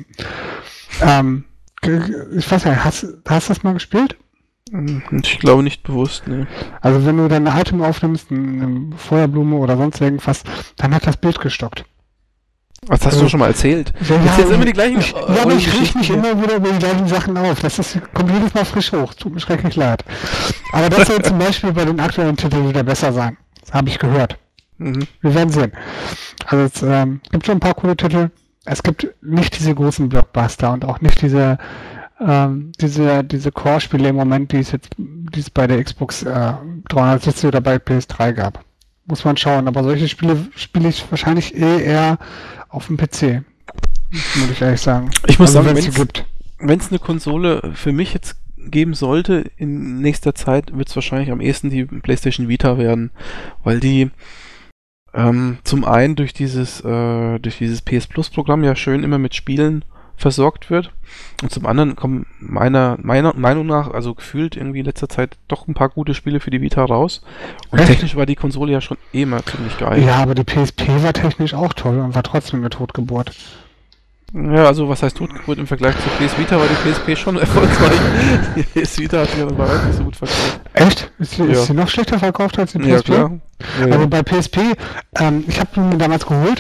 Ich weiß ja, hast du das mal gespielt? Ich glaube nicht bewusst, ne. Also wenn du dann ein Item aufnimmst, eine Feuerblume oder sonst irgendwas, dann hat das Bild gestockt. Was hast du schon mal erzählt? Ja, Das sind jetzt immer die gleichen aber ich riech Geschichten mich hier. immer wieder über die gleichen Sachen auf. Kommt jedes Mal frisch hoch. Tut mir schrecklich leid. Aber das soll zum Beispiel bei den aktuellen Titeln wieder besser sein. Das habe ich gehört. Mhm. Wir werden sehen. Also es gibt schon ein paar coole Titel. Es gibt nicht diese großen Blockbuster und auch nicht diese Core-Spiele im Moment, die es bei der Xbox 360 oder bei PS3 gab. Muss man schauen. Aber solche Spiele spiele ich wahrscheinlich eher auf dem PC. Muss ich ehrlich sagen. Ich muss Also, sagen, wenn es eine Konsole für mich jetzt geben sollte, in nächster Zeit wird es wahrscheinlich am ehesten die PlayStation Vita werden, weil die zum einen durch dieses PS Plus Programm ja schön immer mit Spielen versorgt wird und zum anderen kommen meiner Meinung nach, also gefühlt irgendwie in letzter Zeit doch ein paar gute Spiele für die Vita raus und Echt? technisch war die Konsole ja schon immer ziemlich geil. Ja, aber die PSP war technisch auch toll und war trotzdem eine Totgeburt. Ja, also was heißt Totgeburt im Vergleich zur PS Vita, war die PSP schon erfolgreich. Die PS Vita hat sich aber bei weitem nicht so gut verkauft. Echt? Ist sie noch schlechter verkauft als die PSP? Ja, klar. Ja, Also bei PSP, ich habe mir damals geholt.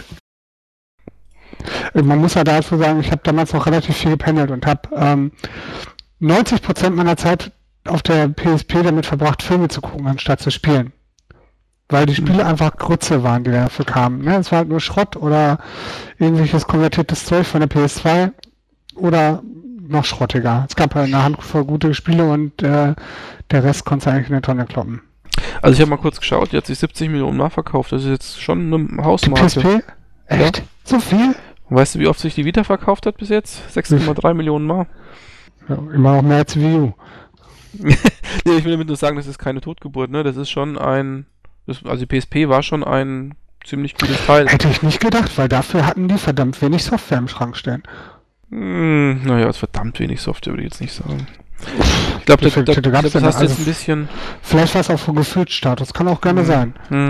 Man muss ja dazu sagen, ich habe damals noch relativ viel gependelt und habe 90% meiner Zeit auf der PSP damit verbracht, Filme zu gucken, anstatt zu spielen. Weil die Spiele einfach Grütze waren, die dafür kamen. Ne? Es war halt nur Schrott oder irgendwelches konvertiertes Zeug von der PS2 oder noch schrottiger. Es gab halt eine Handvoll gute Spiele und der Rest konnte eigentlich in eine Tonne kloppen. Also ich habe mal kurz geschaut, die hat sich 70 Millionen Mal verkauft. Das ist jetzt schon eine Die Hausmarke. PSP? Echt? Ja. So viel? Weißt du, wie oft sich die Vita verkauft hat bis jetzt? 6,3 Millionen Mal. Ja, immer noch mehr als die Wii U. Nee, ich will damit nur sagen, das ist keine Totgeburt, ne? Das ist schon also die PSP war schon ein ziemlich gutes Teil. Hätte ich nicht gedacht, weil dafür hatten die verdammt wenig Software im Schrank stehen. Naja, ist verdammt wenig Software, würde ich jetzt nicht sagen. Ich glaube, das hast du jetzt ein bisschen... Vielleicht war es auch von Gefühlsstatus, kann auch gerne sein.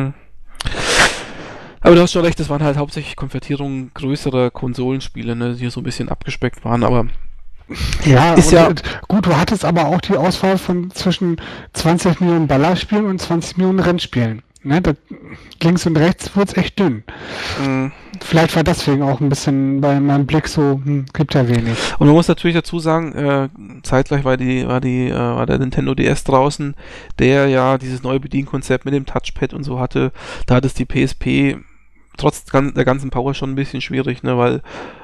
Aber du hast schon recht, das waren halt hauptsächlich Konvertierungen größerer Konsolenspiele, ne, die so ein bisschen abgespeckt waren, aber ja, ist ja gut, du hattest aber auch die Auswahl von zwischen 20 Millionen Ballerspielen und 20 Millionen Rennspielen. Ne, links und rechts wurde es echt dünn. Vielleicht war deswegen auch ein bisschen bei meinem Blick so, gibt ja wenig. Und man muss natürlich dazu sagen, zeitgleich war der Nintendo DS draußen, der ja dieses neue Bedienkonzept mit dem Touchpad und so hatte. Da hat es die PSP trotz der ganzen Power schon ein bisschen schwierig, ne, weil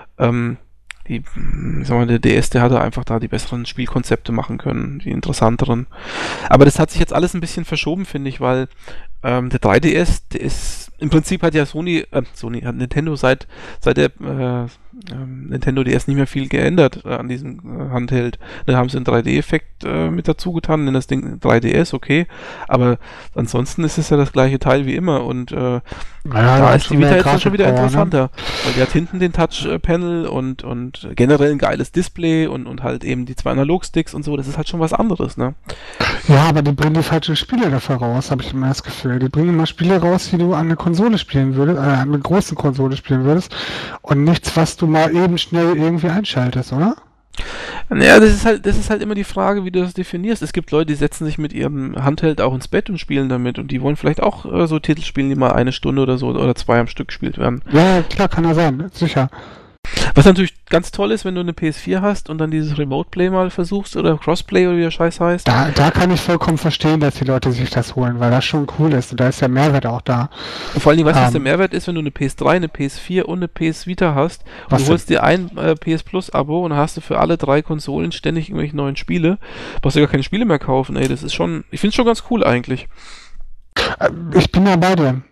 der DS, der hatte einfach da die besseren Spielkonzepte machen können, die interessanteren. Aber das hat sich jetzt alles ein bisschen verschoben, finde ich, weil der 3DS, der ist im Prinzip hat ja hat Nintendo seit der Nintendo DS nicht mehr viel geändert an diesem Handheld. Da haben sie einen 3D-Effekt mit dazu getan, nennen das Ding 3DS, okay. Aber ansonsten ist es ja das gleiche Teil wie immer und da ist die Vita jetzt schon wieder interessanter. Weil die hat hinten den Touch-Panel und generell ein geiles Display und halt eben die 2 Analog-Sticks und so, das ist halt schon was anderes, ne? Ja, aber die bringen die falschen Spiele dafür raus, habe ich immer das Gefühl. Die bringen immer Spiele raus, die du an eine Konsole spielen würdest, an einer großen Konsole spielen würdest und nichts, was du mal eben schnell irgendwie einschaltest, oder? Naja, das ist halt immer die Frage, wie du das definierst. Es gibt Leute, die setzen sich mit ihrem Handheld auch ins Bett und spielen damit und die wollen vielleicht auch so Titel spielen, die mal 1 Stunde oder so oder 2 am Stück gespielt werden. Ja, klar, kann ja sein, sicher. Was natürlich ganz toll ist, wenn du eine PS4 hast und dann dieses Remote Play mal versuchst oder Crossplay oder wie der Scheiß heißt. Da kann ich vollkommen verstehen, dass die Leute sich das holen, weil das schon cool ist und da ist der Mehrwert auch da. Und vor allen Dingen, weißt du, was der Mehrwert ist, wenn du eine PS3, eine PS4 und eine PS Vita hast und du holst dir ein PS Plus Abo und dann hast du für alle 3 Konsolen ständig irgendwelche neuen Spiele, brauchst du gar keine Spiele mehr kaufen, ey, das ist schon, ich find's schon ganz cool eigentlich. Ich bin ja bei dir.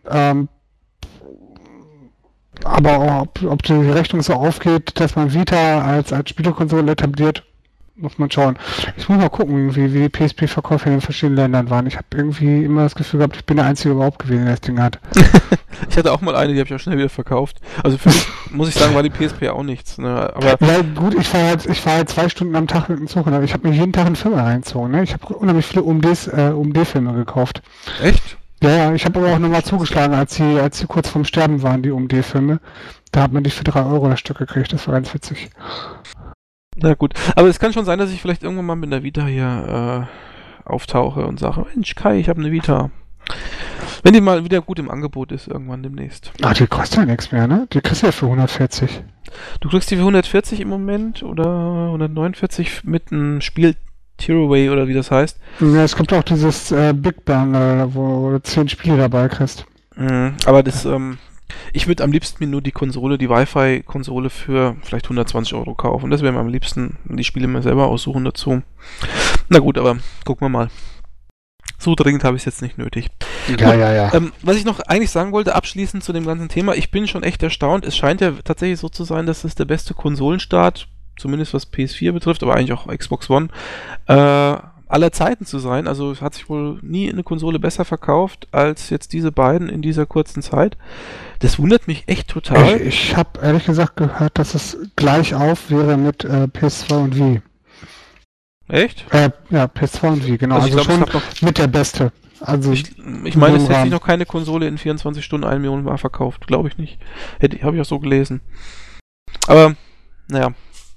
Aber ob die Rechnung so aufgeht, dass man Vita als Spielekonsole etabliert, muss man schauen. Ich muss mal gucken, wie die PSP-Verkäufe in den verschiedenen Ländern waren. Ich habe irgendwie immer das Gefühl gehabt, ich bin der Einzige überhaupt gewesen, der das Ding hat. Ich hatte auch mal eine, die habe ich auch schnell wieder verkauft. Also für mich, muss ich sagen, war die PSP auch nichts. Ne? Aber ja gut, ich war halt 2 Stunden am Tag mit dem Zug und ich habe mir jeden Tag einen Film reingezogen. Ne? Ich habe unheimlich viele UMD-Filme gekauft. Echt? Ja, ich habe aber auch nochmal zugeschlagen, als sie kurz vorm Sterben waren, die UMD-Filme. Da hat man die für 3 Euro das Stück gekriegt, das war ganz witzig. Na gut, aber es kann schon sein, dass ich vielleicht irgendwann mal mit der Vita hier auftauche und sage, Mensch Kai, ich habe eine Vita. Wenn die mal wieder gut im Angebot ist, irgendwann demnächst. Ah, die kostet ja nichts mehr, ne? Die kriegst du ja für 140. Du kriegst die für 140 im Moment oder 149 mit einem Spiel Tearaway oder wie das heißt. Ja, es gibt auch dieses Big Bang, wo du 10 Spiele dabei kriegst. Aber das, ich würde am liebsten mir nur die Konsole, die Wi-Fi-Konsole für vielleicht 120 Euro kaufen. Das wäre mir am liebsten, die Spiele mir selber aussuchen dazu. Na gut, aber gucken wir mal. So dringend habe ich es jetzt nicht nötig. Ja. Was ich noch eigentlich sagen wollte, abschließend zu dem ganzen Thema, ich bin schon echt erstaunt. Es scheint ja tatsächlich so zu sein, dass es der beste Konsolenstart, zumindest was PS4 betrifft, aber eigentlich auch Xbox One, aller Zeiten zu sein. Also es hat sich wohl nie eine Konsole besser verkauft als jetzt diese beiden in dieser kurzen Zeit. Das wundert mich echt total. Ich habe ehrlich gesagt gehört, dass es gleich auf wäre mit PS2 und Wii. Echt? Ja, PS2 und Wii, genau. Also, Also ich glaub, schon mit der Beste. Also ich meine, es hätte Rahmen. sich noch keine Konsole in 24 Stunden 1 Million Mal verkauft. Glaube ich nicht. Habe ich auch so gelesen. Aber, naja.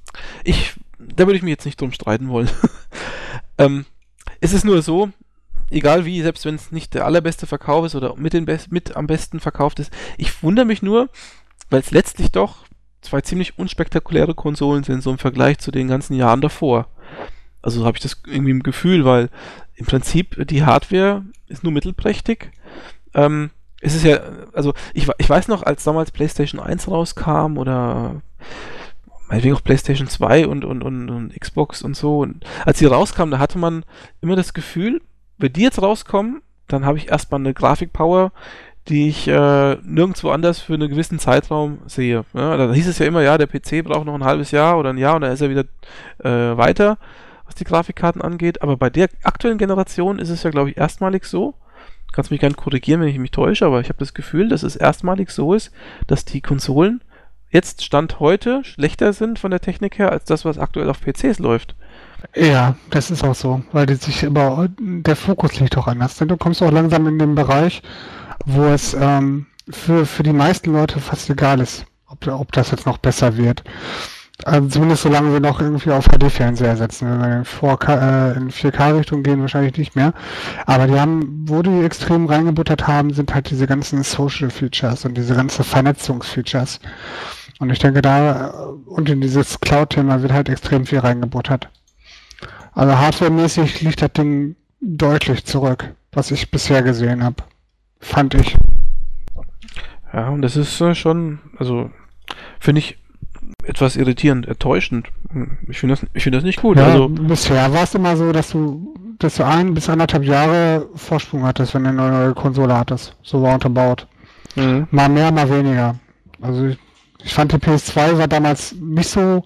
Da würde ich mich jetzt nicht drum streiten wollen. Es ist nur so, egal wie, selbst wenn es nicht der allerbeste Verkauf ist oder mit am besten verkauft ist, ich wundere mich nur, weil es letztlich doch zwei ziemlich unspektakuläre Konsolen sind, so im Vergleich zu den ganzen Jahren davor. Also habe ich das irgendwie im Gefühl, weil im Prinzip die Hardware ist nur mittelprächtig. Es ist ja, also ich weiß noch, als damals PlayStation 1 rauskam oder meinetwegen auch PlayStation 2 und Xbox und so. Und als die rauskamen, da hatte man immer das Gefühl, wenn die jetzt rauskommen, dann habe ich erstmal eine Grafikpower, die ich nirgendwo anders für einen gewissen Zeitraum sehe. Ja, da hieß es ja immer, ja, der PC braucht noch ein halbes Jahr oder ein Jahr und dann ist er wieder weiter, was die Grafikkarten angeht. Aber bei der aktuellen Generation ist es ja, glaube ich, erstmalig so. Kannst mich gerne korrigieren, wenn ich mich täusche, aber ich habe das Gefühl, dass es erstmalig so ist, dass die Konsolen jetzt Stand heute schlechter sind von der Technik her, als das, was aktuell auf PCs läuft. Ja, das ist auch so, weil der Fokus liegt auch anders. Denn du kommst auch langsam in den Bereich, wo es für die meisten Leute fast egal ist, ob das jetzt noch besser wird. Also zumindest solange wir noch irgendwie auf HD-Fernseher setzen. Wenn wir in 4K-Richtung gehen, wahrscheinlich nicht mehr. Aber wo die extrem reingebuttert haben, sind halt diese ganzen Social Features und diese ganzen Vernetzungsfeatures. Und ich denke und in dieses Cloud-Thema wird halt extrem viel reingebuttert. Also hardwaremäßig liegt das Ding deutlich zurück, was ich bisher gesehen habe. Fand ich. Ja, und das ist schon, also finde ich etwas irritierend, enttäuschend. Ich finde das nicht gut. Ja, also bisher war es immer so, dass du 1 bis 1,5 Jahre Vorsprung hattest, wenn du eine neue Konsole hattest. So war unterbaut. Mal mehr, mal weniger. Also ich fand die PS2 war damals nicht so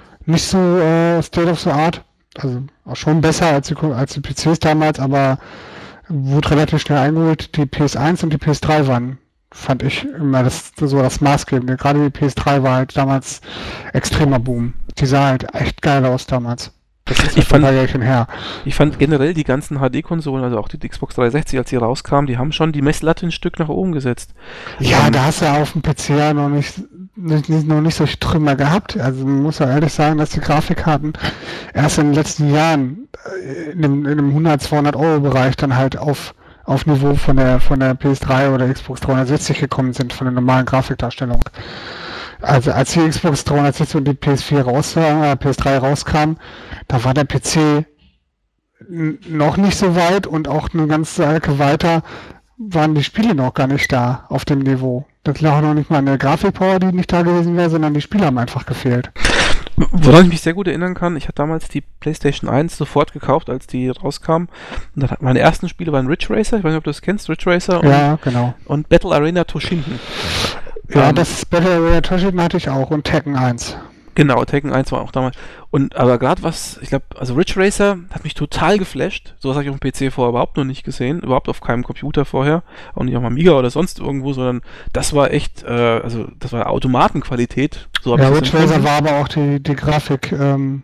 State of the Art. Also auch schon besser als die PCs damals, aber wurde relativ schnell eingeholt. Die PS1 und die PS3 waren, fand ich immer das Maßgebende. Gerade die PS3 war halt damals extremer Boom. Die sah halt echt geil aus damals. Das ist ein paar Jährchen her. Ich fand generell die ganzen HD-Konsolen, also auch die Xbox 360, als sie rauskam, die haben schon die Messlatte ein Stück nach oben gesetzt. Ja, da hast du ja auf dem PC ja noch nicht solche Trümmer gehabt. Also man muss ja ehrlich sagen, dass die Grafikkarten erst in den letzten Jahren in einem 100, 200 Euro Bereich dann halt auf Niveau von der PS3 oder Xbox 360 gekommen sind, von der normalen Grafikdarstellung. Also als die Xbox 360 und die PS3 rauskam, da war der PC noch nicht so weit und auch eine ganze Ecke weiter waren die Spiele noch gar nicht da auf dem Niveau. Das lag noch nicht mal an der Grafikpower, die nicht da gewesen wäre, sondern die Spiele haben einfach gefehlt. Woran ich mich sehr gut erinnern kann, ich hatte damals die PlayStation 1 sofort gekauft, als die rauskam. Und dann meine ersten Spiele waren Ridge Racer, ich weiß nicht, ob du das kennst, Ridge Racer ja, genau. Und Battle Arena Toshinden. Ja, das Battle Arena Toshinden hatte ich auch und Tekken 1. Genau, Tekken 1 war auch damals. Aber gerade ich glaube, also Ridge Racer hat mich total geflasht. Sowas habe ich auf dem PC vorher überhaupt noch nicht gesehen. Überhaupt auf keinem Computer vorher. Auch nicht auf dem Amiga oder sonst irgendwo, sondern das war echt, das war Automatenqualität. So ja, Ridge Racer war aber auch die Grafik,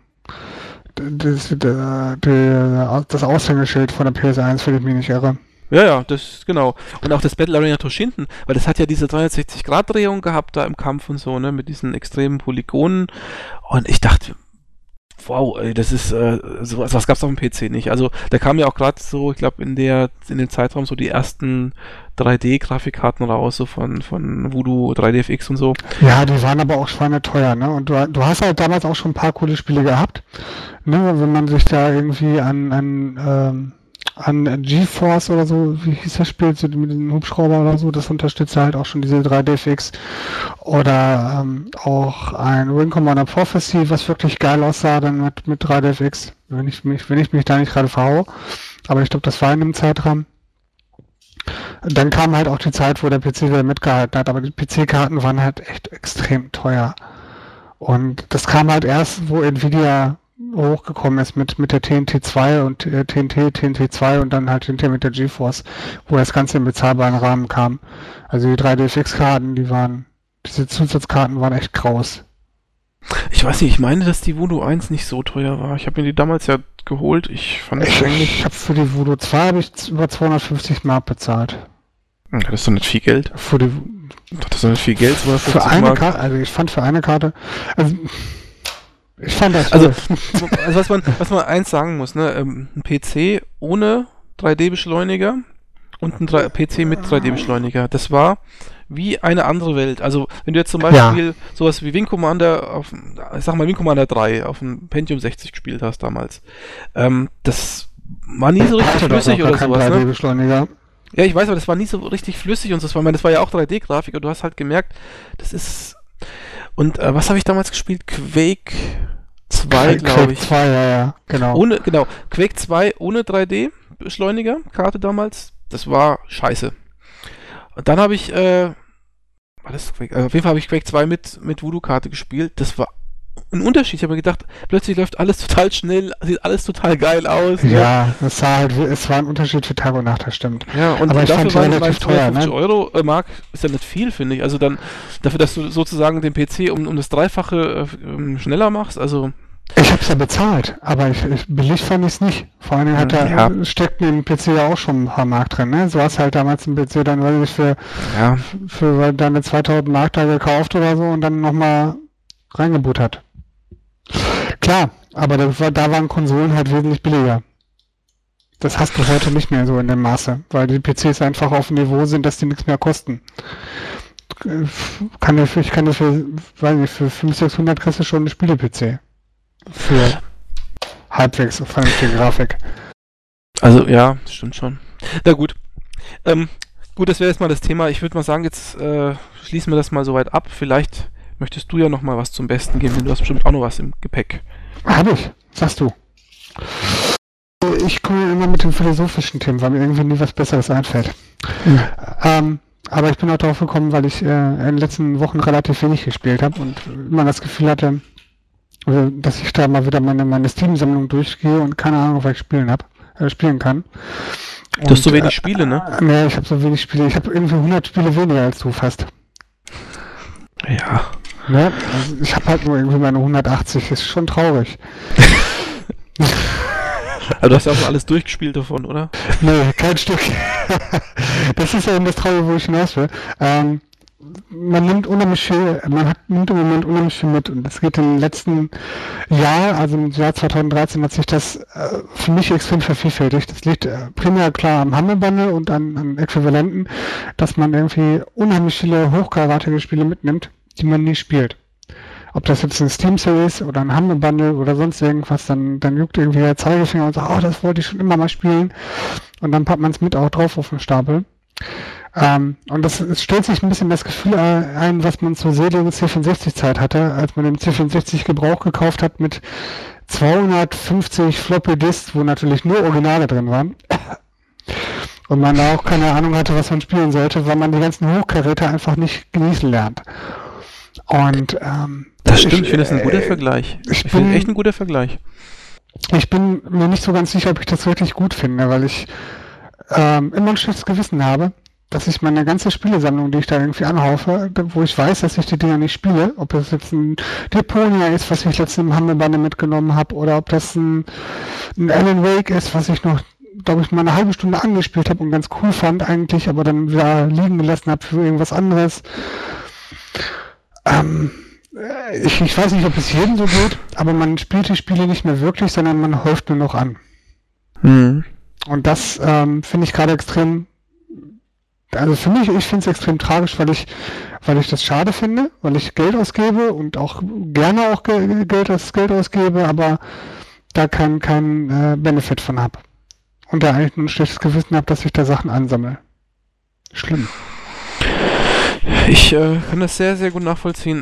das Aushängeschild von der PS1, wenn ich mich nicht irre. Ja, das, genau. Und auch das Battle Arena Toshinden, weil das hat ja diese 360-Grad-Drehung gehabt da im Kampf und so, ne, mit diesen extremen Polygonen. Und ich dachte, wow, ey, das ist, was gab's auf dem PC nicht. Also, da kam ja auch gerade so, ich glaube, in dem Zeitraum so die ersten 3D-Grafikkarten raus, so von Voodoo 3DFX und so. Ja, die waren aber auch schweineteuer, ne? Und du hast halt damals auch schon ein paar coole Spiele gehabt, ne? Wenn man sich da irgendwie an GeForce oder so, wie hieß das Spiel, so mit dem Hubschrauber oder so, das unterstützt halt auch schon diese 3DFX. Oder auch ein Wing Commander Prophecy, was wirklich geil aussah, dann mit 3DFX, wenn ich mich da nicht gerade verhaue. Aber ich glaube, das war in einem Zeitraum. Dann kam halt auch die Zeit, wo der PC wieder mitgehalten hat, aber die PC-Karten waren halt echt extrem teuer. Und das kam halt erst, wo Nvidia hochgekommen ist mit der TNT 2 und TNT 2 und dann halt hinterher mit der GeForce, wo das Ganze im bezahlbaren Rahmen kam. Also die 3DFX-Karten, diese Zusatzkarten waren echt graus. Ich weiß nicht, ich meine, dass die Voodoo 1 nicht so teuer war. Ich habe mir die damals ja geholt. Ich fand es eigentlich... Ich habe für die Voodoo 2 über 250 Mark bezahlt. Das ist doch nicht viel Geld. Das ist doch nicht viel Geld, 250 für eine Mark. Karte, also ich fand für eine Karte, also ich fand das also was man eins sagen muss, ne, ein PC ohne 3D-Beschleuniger und ein PC mit 3D-Beschleuniger, das war wie eine andere Welt. Also wenn du jetzt zum Beispiel sowas wie Wing Commander Wing Commander 3 auf dem Pentium 60 gespielt hast damals, das war nie so richtig flüssig oder sowas, 3D-Beschleuniger. Ja, ich weiß, aber das war nie so richtig flüssig und so. Das war ja auch 3D-Grafik und du hast halt gemerkt, das ist... Und was habe ich damals gespielt? Quake 2, glaube ich. Quake 2, ja, genau. Quake 2 ohne 3D-Beschleuniger, Karte damals, das war scheiße. Und dann habe ich, auf jeden Fall habe ich Quake 2 mit Voodoo-Karte gespielt, das war ein Unterschied. Ich habe mir gedacht, plötzlich läuft alles total schnell, sieht alles total geil aus. Ja, es war ein Unterschied für Tag und Nacht, das stimmt. Ja, und aber ich dafür fand waren relativ teuer, 50 ne? Euro Mark ist ja nicht viel, finde ich. Also dann, dafür, dass du sozusagen den PC um das Dreifache schneller machst, also... Ich hab's ja bezahlt, aber billig fand ich's nicht. Vor allem steckt in dem PC ja auch schon ein paar Mark drin, ne? So hast halt damals einen PC dann, weiß ich, für deine 2000 Mark da gekauft oder so und dann nochmal reingebuttert. Klar, aber da waren Konsolen halt wesentlich billiger. Das hast du heute nicht mehr so in dem Maße, weil die PCs einfach auf dem Niveau sind, dass die nichts mehr kosten. Ich kann dir für 500, 600 kriegst du schon eine Spiele-PC. Für halbwegs vernünftige Grafik. Also, ja, das stimmt schon. Na gut. Gut, das wäre jetzt mal das Thema. Ich würde mal sagen, jetzt schließen wir das mal soweit ab. Vielleicht möchtest du ja noch mal was zum Besten geben, denn du hast bestimmt auch noch was im Gepäck. Hab ich, sagst du. Ich komme immer mit den philosophischen Themen, weil mir irgendwie nie was Besseres einfällt. Aber ich bin auch darauf gekommen, weil ich in den letzten Wochen relativ wenig gespielt habe und immer das Gefühl hatte, dass ich da mal wieder meine Steam-Sammlung durchgehe und keine Ahnung, was ich spielen kann. Du hast so wenig Spiele, ne? Ne, ich habe so wenig Spiele. Ich habe irgendwie 100 Spiele weniger als du fast. Ja. Ne? Also ich habe halt nur irgendwie meine 180. Ist schon traurig. Aber du hast ja auch schon alles durchgespielt davon, oder? Nee, kein Stück. Das ist ja eben das Traurige, wo ich hinaus will. Man nimmt im Moment unheimlich viel mit und es geht im letzten Jahr, also im Jahr 2013, hat sich das für mich extrem vervielfältigt. Das liegt primär klar am Humble Bundle und an Äquivalenten, dass man irgendwie unheimlich viele hochkarätige Spiele mitnimmt, die man nie spielt. Ob das jetzt ein Steam Sale ist oder ein Humble Bundle oder sonst irgendwas, dann juckt irgendwie der Zeigefinger und sagt, das wollte ich schon immer mal spielen. Und dann packt man es mit auch drauf auf den Stapel. Und es stellt sich ein bisschen das Gefühl ein, was man zur seligen C64-Zeit hatte, als man den C64 Gebrauch gekauft hat mit 250 Floppy Disks, wo natürlich nur Originale drin waren. Und man da auch keine Ahnung hatte, was man spielen sollte, weil man die ganzen Hochkaräte einfach nicht genießen lernt. Und das stimmt, ich finde das ein guter Vergleich. Ich finde echt ein guter Vergleich. Ich bin mir nicht so ganz sicher, ob ich das wirklich gut finde, weil ich immer ein schlechtes Gewissen habe, dass ich meine ganze Spielesammlung, die ich da irgendwie anhaufe, wo ich weiß, dass ich die Dinger nicht spiele, ob das jetzt ein Deponia ist, was ich letztens im Humble Bundle mitgenommen habe, oder ob das ein Alan Wake ist, was ich noch, glaube ich, mal eine halbe Stunde angespielt habe und ganz cool fand eigentlich, aber dann wieder liegen gelassen habe für irgendwas anderes. Ich weiß nicht, ob es jedem so geht, aber man spielt die Spiele nicht mehr wirklich, sondern man häuft nur noch an. Mhm. Und das finde ich gerade extrem, also für mich, ich finde es extrem tragisch, weil ich das schade finde, weil ich Geld ausgebe und auch gerne auch Geld ausgebe, aber da kein Benefit von habe. Und da eigentlich nur ein schlechtes Gewissen habe, dass ich da Sachen ansammle. Schlimm. Ich kann das sehr, sehr gut nachvollziehen.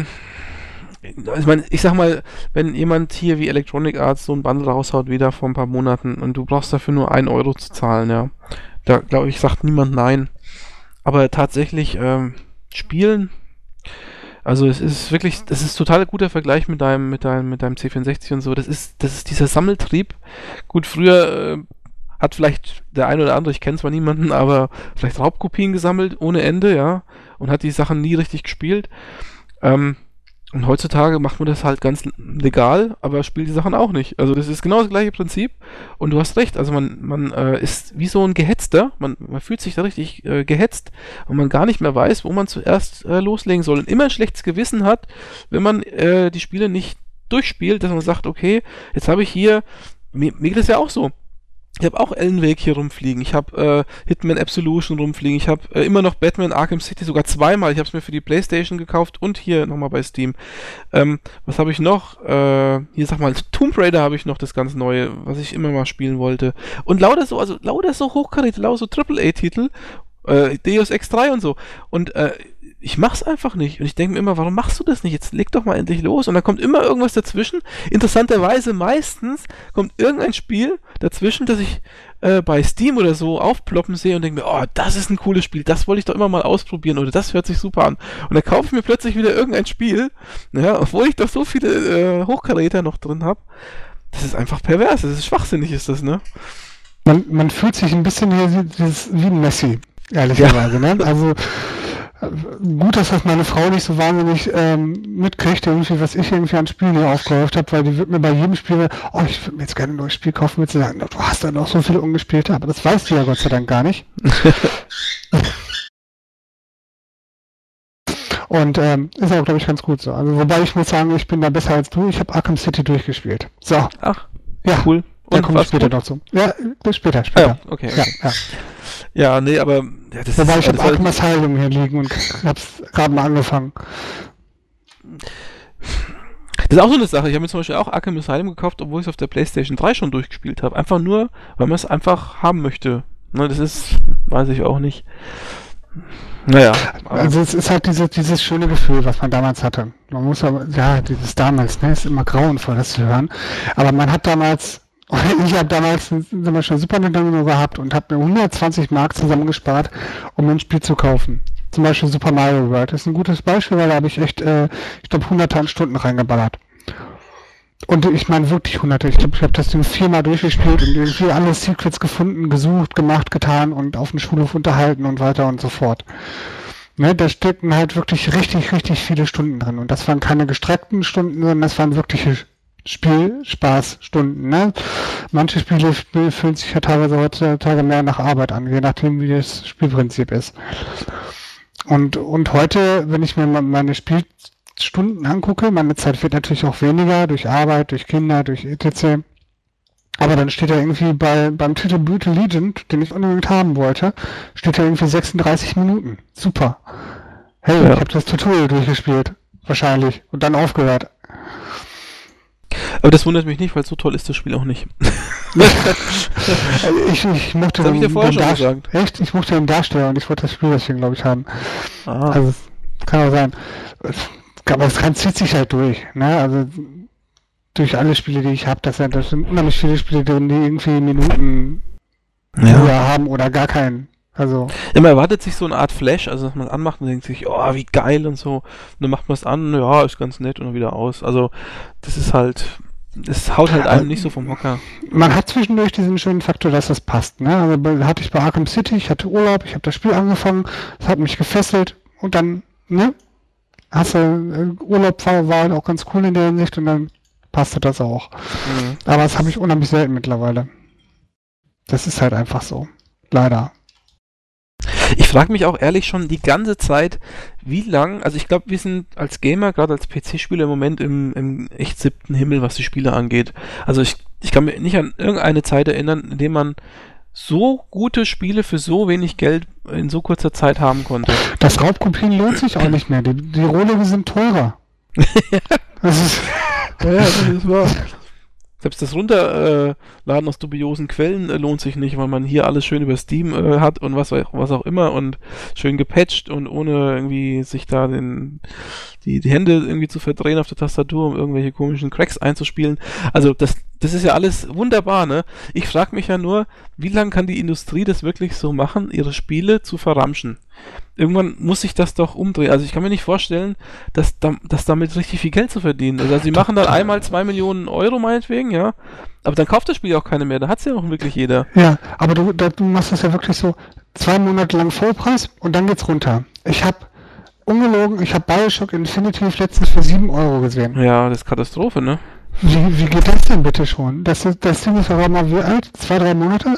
Ich sag mal, wenn jemand hier wie Electronic Arts so ein Bundle raushaut, wieder vor ein paar Monaten, und du brauchst dafür nur 1 Euro zu zahlen, ja, da glaube ich, sagt niemand nein. Aber tatsächlich, Spielen, also es ist wirklich, das ist total guter Vergleich mit deinem C64 und so. Das ist dieser Sammeltrieb. Gut, früher hat vielleicht der ein oder andere, ich kenne zwar niemanden, aber vielleicht Raubkopien gesammelt ohne Ende, ja, und hat die Sachen nie richtig gespielt. Ähm, und heutzutage macht man das halt ganz legal, aber spielt die Sachen auch nicht. Also das ist genau das gleiche Prinzip. Und du hast recht, also man ist wie so ein Gehetzter, man fühlt sich da richtig gehetzt und man gar nicht mehr weiß, wo man zuerst loslegen soll. Und immer ein schlechtes Gewissen hat, wenn man die Spiele nicht durchspielt, dass man sagt, okay, jetzt habe ich hier, mir geht das ja auch so. Ich habe auch Alan Wake hier rumfliegen. Ich habe Hitman Absolution rumfliegen. Ich habe immer noch Batman Arkham City sogar zweimal. Ich habe es mir für die PlayStation gekauft und hier nochmal bei Steam. Was habe ich noch? Hier sag mal, Tomb Raider habe ich noch, das ganz neue, was ich immer mal spielen wollte. Und lauter so hochkarätig, lauter so AAA-Titel. Deus Ex 3 und so. Und ich mach's einfach nicht. Und ich denke mir immer, warum machst du das nicht? Jetzt leg doch mal endlich los. Und dann kommt immer irgendwas dazwischen. Interessanterweise meistens kommt irgendein Spiel dazwischen, das ich bei Steam oder so aufploppen sehe und denke mir, oh, das ist ein cooles Spiel, das wollte ich doch immer mal ausprobieren oder das hört sich super an. Und dann kaufe ich mir plötzlich wieder irgendein Spiel, ja, obwohl ich doch so viele Hochkaräter noch drin habe. Das ist einfach pervers, das ist schwachsinnig, ist das, ne? Man fühlt sich ein bisschen wie ein Messi, ehrlicherweise, ne? Also gut, dass das meine Frau nicht so wahnsinnig mitkriegt, irgendwie, was ich irgendwie an Spielen hier aufgehäuft habe, weil die wird mir bei jedem Spiel, oh, ich würde mir jetzt gerne ein neues Spiel kaufen, mit zu sagen, du hast da noch so viele ungespielte, aber das weißt du ja Gott sei Dank gar nicht. Und ist auch, glaube ich, ganz gut so. Also wobei ich muss sagen, ich bin da besser als du, ich habe Arkham City durchgespielt. So. Ach, ja, cool. Da komme ich später noch zu. Ja, später. Ah, ja, okay. Ja. Ja, nee, aber ja, das wobei ist ich habe Arkham Asylum hier liegen und hab's gerade mal angefangen. Das ist auch so eine Sache. Ich habe mir zum Beispiel auch Arkham Asylum gekauft, obwohl ich es auf der PlayStation 3 schon durchgespielt habe. Einfach nur, weil man es einfach haben möchte. Ne, das ist, weiß ich auch nicht. Naja. Also es ist halt dieses schöne Gefühl, was man damals hatte. Man muss aber, ja, dieses damals, ne, ist immer grauenvoll, das zu hören. Aber man hat damals, ich habe damals zum Beispiel Super Nintendo gehabt und habe mir 120 Mark zusammengespart, um ein Spiel zu kaufen. Zum Beispiel Super Mario World. Das ist ein gutes Beispiel, weil da habe ich echt, ich glaube, 100.000 Stunden reingeballert. Und ich meine wirklich hunderte. Ich glaube, ich habe das Ding 4-mal durchgespielt und irgendwie alle Secrets gefunden, gesucht, gemacht, getan und auf dem Schulhof unterhalten und weiter und so fort. Ne, da stecken halt wirklich richtig, richtig viele Stunden drin. Und das waren keine gestreckten Stunden, sondern das waren wirkliche Spielspaßstunden. Ne? Manche Spiele fühlen sich ja teilweise heutzutage mehr nach Arbeit an, je nachdem, wie das Spielprinzip ist. Und heute, wenn ich mir meine Spielstunden angucke, meine Zeit wird natürlich auch weniger durch Arbeit, durch Kinder, durch etc. Aber dann steht da irgendwie beim Titel Brutal Legend, den ich unbedingt haben wollte, steht da irgendwie 36 Minuten. Super. Hey, ja. Ich habe das Tutorial durchgespielt. Wahrscheinlich. Und dann aufgehört. Aber das wundert mich nicht, weil so toll ist das Spiel auch nicht. ich mochte das habe ich dir vorher schon gesagt. Echt? Ich mochte den Darsteller und ich wollte das Spiel deswegen, glaube ich, haben. Ah. Also, kann auch sein. Aber es zieht sich halt durch. Ne? Also, durch alle Spiele, die ich habe, das sind unheimlich viele Spiele drin, die irgendwie Minuten höher haben oder gar keinen. Also. Ja, man erwartet sich so eine Art Flash, also dass man anmacht und denkt sich, oh, wie geil und so. Und dann macht man es an, ja, ist ganz nett und dann wieder aus. Also, das ist halt, das haut halt einem nicht so vom Hocker. Man hat zwischendurch diesen schönen Faktor, dass das passt. Ne? Also hatte ich bei Arkham City, ich hatte Urlaub, ich habe das Spiel angefangen, es hat mich gefesselt und dann, ne? Hast du Urlaub war auch ganz cool in der Hinsicht und dann passte das auch. Mhm. Aber das habe ich unheimlich selten mittlerweile. Das ist halt einfach so. Leider. Ich frage mich auch ehrlich schon die ganze Zeit, wie lang, also ich glaube, wir sind als Gamer, gerade als PC-Spieler im Moment im echt 7. Himmel, was die Spiele angeht. Also ich kann mich nicht an irgendeine Zeit erinnern, in der man so gute Spiele für so wenig Geld in so kurzer Zeit haben konnte. Das Raubkopieren lohnt sich auch nicht mehr. Die Rohlinge sind teurer. Das ist Ja, das ist wahr. Selbst das Runterladen aus dubiosen Quellen lohnt sich nicht, weil man hier alles schön über Steam hat und was auch immer und schön gepatcht und ohne irgendwie sich da die Hände irgendwie zu verdrehen auf der Tastatur, um irgendwelche komischen Cracks einzuspielen. Also das ist ja alles wunderbar, ne? Ich frage mich ja nur, wie lange kann die Industrie das wirklich so machen, ihre Spiele zu verramschen? Irgendwann muss sich das doch umdrehen. Also ich kann mir nicht vorstellen, dass damit richtig viel Geld zu verdienen ist. Also sie machen dann einmal 2 Millionen Euro meinetwegen, ja, aber dann kauft das Spiel auch keine mehr. Da hat es ja auch wirklich jeder. ja, aber du machst das ja wirklich so 2 Monate lang Vollpreis und dann geht's runter. Ich habe ungelogen, ich habe Bioshock Infinity letztens für 7 Euro gesehen. Ja, das ist Katastrophe, ne? Wie geht das denn bitte schon? Das Ding ist aber mal wie alt? 2, 3 Monate?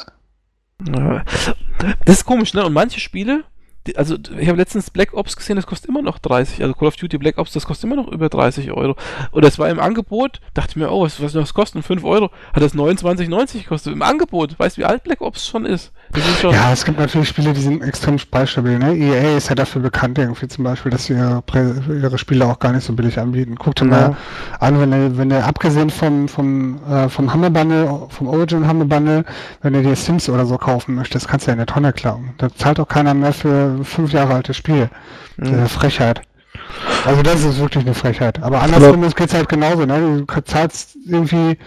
Ja. Das ist komisch, ne? Und manche Spiele, also ich habe letztens Black Ops gesehen, das kostet immer noch 30, also Call of Duty Black Ops, das kostet immer noch über 30 Euro. Oder es war im Angebot, dachte ich mir, oh, was soll das kosten? 5 Euro. Hat das 29,90 gekostet. Im Angebot. Weißt du, wie alt Black Ops schon ist? Das ist schon Ja, es gibt natürlich Spiele, die sind extrem preisstabil. Ne? EA ist ja dafür bekannt, irgendwie zum Beispiel, dass sie ihre Spiele auch gar nicht so billig anbieten. Guck dir mal an, wenn du abgesehen vom Humble Bundle, vom Origin Humble Bundle, wenn du dir Sims oder so kaufen möchtest, kannst du ja eine Tonne klauen. Da zahlt auch keiner mehr für 5 Jahre altes Spiel. Das ist eine Frechheit. Also das ist wirklich eine Frechheit. Aber andersrum geht's halt genauso. Ne? Du zahlst irgendwie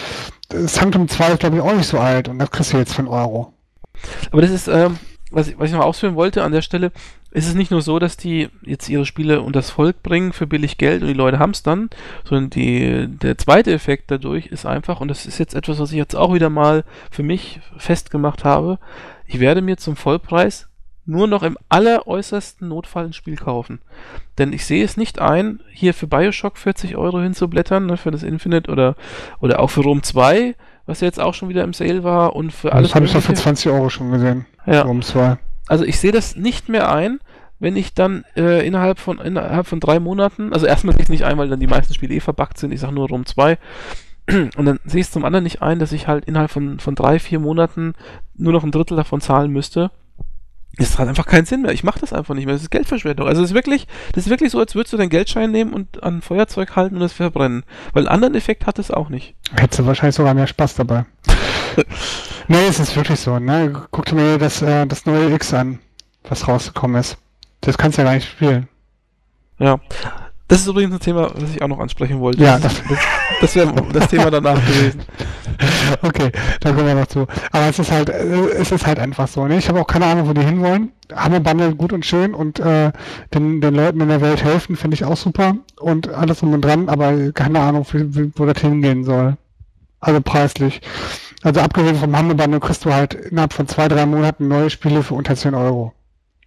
Sanctum 2 ist glaube ich auch nicht so alt und das kriegst du jetzt für 1 Euro. Aber das ist, was ich noch ausführen wollte an der Stelle, ist es nicht nur so, dass die jetzt ihre Spiele unters Volk bringen für billig Geld und die Leute haben es dann, sondern der zweite Effekt dadurch ist einfach, und das ist jetzt etwas, was ich jetzt auch wieder mal für mich festgemacht habe, ich werde mir zum Vollpreis nur noch im alleräußersten Notfall ein Spiel kaufen. Denn ich sehe es nicht ein, hier für Bioshock 40 Euro hinzublättern, ne, für das Infinite oder auch für Rome 2, was ja jetzt auch schon wieder im Sale war und für alles. Das habe ich doch für 20 Euro schon gesehen. Ja. Rome 2. Also ich sehe das nicht mehr ein, wenn ich dann innerhalb von 3 Monaten, also erstmal sehe ich es nicht ein, weil dann die meisten Spiele verbuggt sind, ich sage nur Rome 2, und dann sehe ich es zum anderen nicht ein, dass ich halt innerhalb von 3, 4 Monaten nur noch ein Drittel davon zahlen müsste. Das hat einfach keinen Sinn mehr. Ich mache das einfach nicht mehr. Das ist Geldverschwendung. Also das ist wirklich so, als würdest du deinen Geldschein nehmen und an Feuerzeug halten und es verbrennen. Weil einen anderen Effekt hat es auch nicht. Hättest du wahrscheinlich sogar mehr Spaß dabei. Nee, es ist wirklich so. Ne? Guck dir mal das neue X an, was rausgekommen ist. Das kannst du ja gar nicht spielen. Ja. Das ist übrigens ein Thema, was ich auch noch ansprechen wollte. Ja, das wäre das Thema danach gewesen. Okay, da kommen wir noch zu. Aber es ist halt einfach so. Ne? Ich habe auch keine Ahnung, wo die hinwollen. Hammer Bundle gut und schön und den Leuten in der Welt helfen, finde ich auch super. Und alles drum und dran, aber keine Ahnung, wo das hingehen soll. Also preislich. Also abgesehen vom Hammer Bundle kriegst du halt innerhalb von 2, 3 Monaten neue Spiele für unter 10 Euro.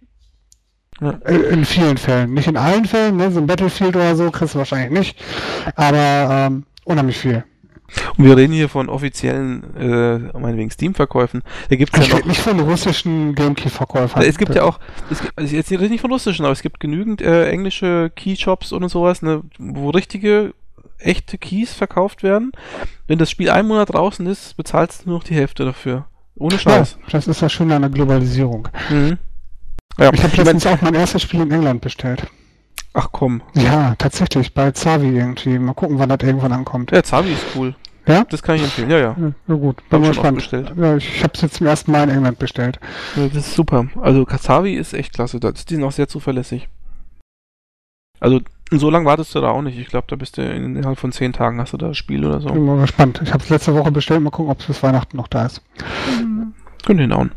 Ja. In vielen Fällen. Nicht in allen Fällen, ne? So ein Battlefield oder so kriegst du wahrscheinlich nicht. Aber unheimlich viel. Und wir reden hier von offiziellen, meinetwegen Steam-Verkäufen. Da gibt's ja noch nicht von russischen GameKey-Verkäufern. Es gibt ja auch, also jetzt nicht von russischen, aber es gibt genügend englische Keyshops und sowas, ne, wo richtige, echte Keys verkauft werden. Wenn das Spiel 1 Monat draußen ist, bezahlst du nur noch die Hälfte dafür. Ohne Scheiß. Ja, das ist das Schöne an der Globalisierung. Mhm. Ja, ich habe letztens auch mein erstes Spiel in England bestellt. Ach komm. Ja, tatsächlich, bei Zavi irgendwie. Mal gucken, wann das irgendwann ankommt. Ja, Zavi ist cool. Ja? Das kann ich empfehlen, ja. Ja gut, bin mal gespannt. Ja, ich habe es jetzt zum ersten Mal in England bestellt. Ja, das ist super. Also Zavi ist echt klasse. Die sind auch sehr zuverlässig. Also so lange wartest du da auch nicht. Ich glaube, da bist du innerhalb von 10 Tagen hast du da das Spiel oder so. Bin mal gespannt. Ich habe es letzte Woche bestellt. Mal gucken, ob es bis Weihnachten noch da ist. Könnte hinhauen.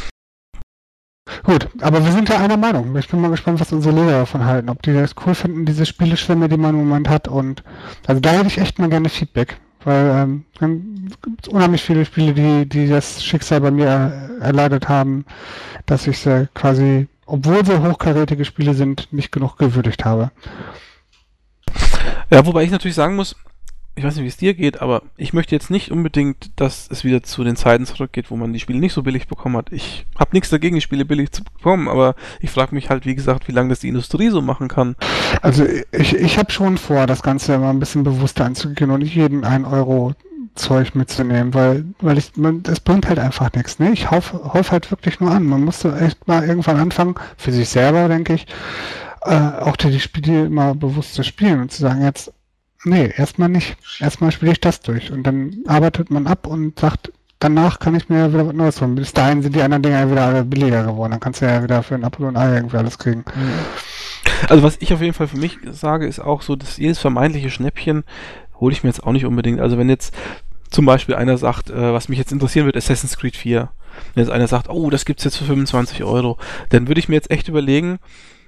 Gut, aber wir sind ja einer Meinung. Ich bin mal gespannt, was unsere Leser davon halten. Ob die das cool finden, diese Spieleschwemme, die man im Moment hat. Und also da hätte ich echt mal gerne Feedback. Weil es gibt unheimlich viele Spiele, die das Schicksal bei mir erleidet haben, dass ich sie quasi, obwohl sie hochkarätige Spiele sind, nicht genug gewürdigt habe. Ja, wobei ich natürlich sagen muss, ich weiß nicht, wie es dir geht, aber ich möchte jetzt nicht unbedingt, dass es wieder zu den Zeiten zurückgeht, wo man die Spiele nicht so billig bekommen hat. Ich habe nichts dagegen, die Spiele billig zu bekommen, aber ich frage mich halt, wie gesagt, wie lange das die Industrie so machen kann. Also ich habe schon vor, das Ganze mal ein bisschen bewusster anzugehen und nicht jeden 1 Euro Zeug mitzunehmen, weil es bringt halt einfach nichts. Ne? Ich hauf halt wirklich nur an. Man musste echt mal irgendwann anfangen, für sich selber, denke ich, auch die Spiele mal bewusst zu spielen und zu sagen, jetzt, nee, erstmal nicht. Erstmal spiele ich das durch. Und dann arbeitet man ab und sagt, danach kann ich mir wieder was Neues holen. Bis dahin sind die anderen Dinger ja wieder alle billiger geworden. Dann kannst du ja wieder für ein Apfel und Ei irgendwie alles kriegen. Also was ich auf jeden Fall für mich sage, ist auch so, dass jedes vermeintliche Schnäppchen hole ich mir jetzt auch nicht unbedingt. Also wenn jetzt zum Beispiel einer sagt, was mich jetzt interessieren wird, Assassin's Creed 4. Wenn jetzt einer sagt, oh, das gibt's jetzt für 25 Euro, dann würde ich mir jetzt echt überlegen,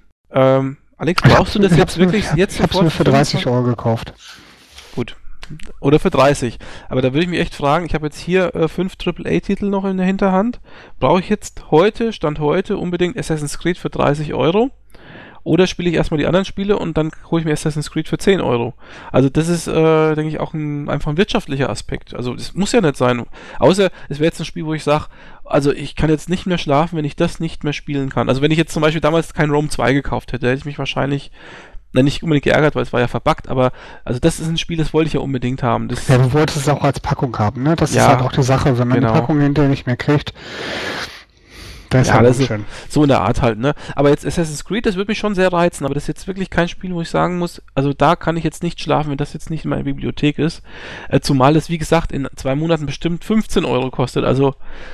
Alex, brauchst du das jetzt wirklich jetzt sofort? Ich hab's mir für 30 Euro gekauft. Gut. Oder für 30. Aber da würde ich mich echt fragen, ich habe jetzt hier 5 AAA-Titel noch in der Hinterhand. Brauche ich jetzt Stand heute unbedingt Assassin's Creed für 30 Euro? Oder spiele ich erstmal die anderen Spiele und dann hole ich mir Assassin's Creed für 10 Euro. Also das ist, denke ich, auch einfach ein wirtschaftlicher Aspekt. Also das muss ja nicht sein. Außer es wäre jetzt ein Spiel, wo ich sage, also ich kann jetzt nicht mehr schlafen, wenn ich das nicht mehr spielen kann. Also wenn ich jetzt zum Beispiel damals kein Rome 2 gekauft hätte, hätte ich mich wahrscheinlich nicht unbedingt geärgert, weil es war ja verbuggt, aber also das ist ein Spiel, das wollte ich ja unbedingt haben. Ja, du wolltest es auch als Packung haben, ne? Das ist halt auch die Sache, wenn man die Packung hinterher nicht mehr kriegt. Das ist halt schön. So in der Art halt, ne? Aber jetzt Assassin's Creed, das würde mich schon sehr reizen, aber das ist jetzt wirklich kein Spiel, wo ich sagen muss, also da kann ich jetzt nicht schlafen, wenn das jetzt nicht in meiner Bibliothek ist. Zumal es, wie gesagt, in 2 Monaten bestimmt 15 Euro kostet. Also,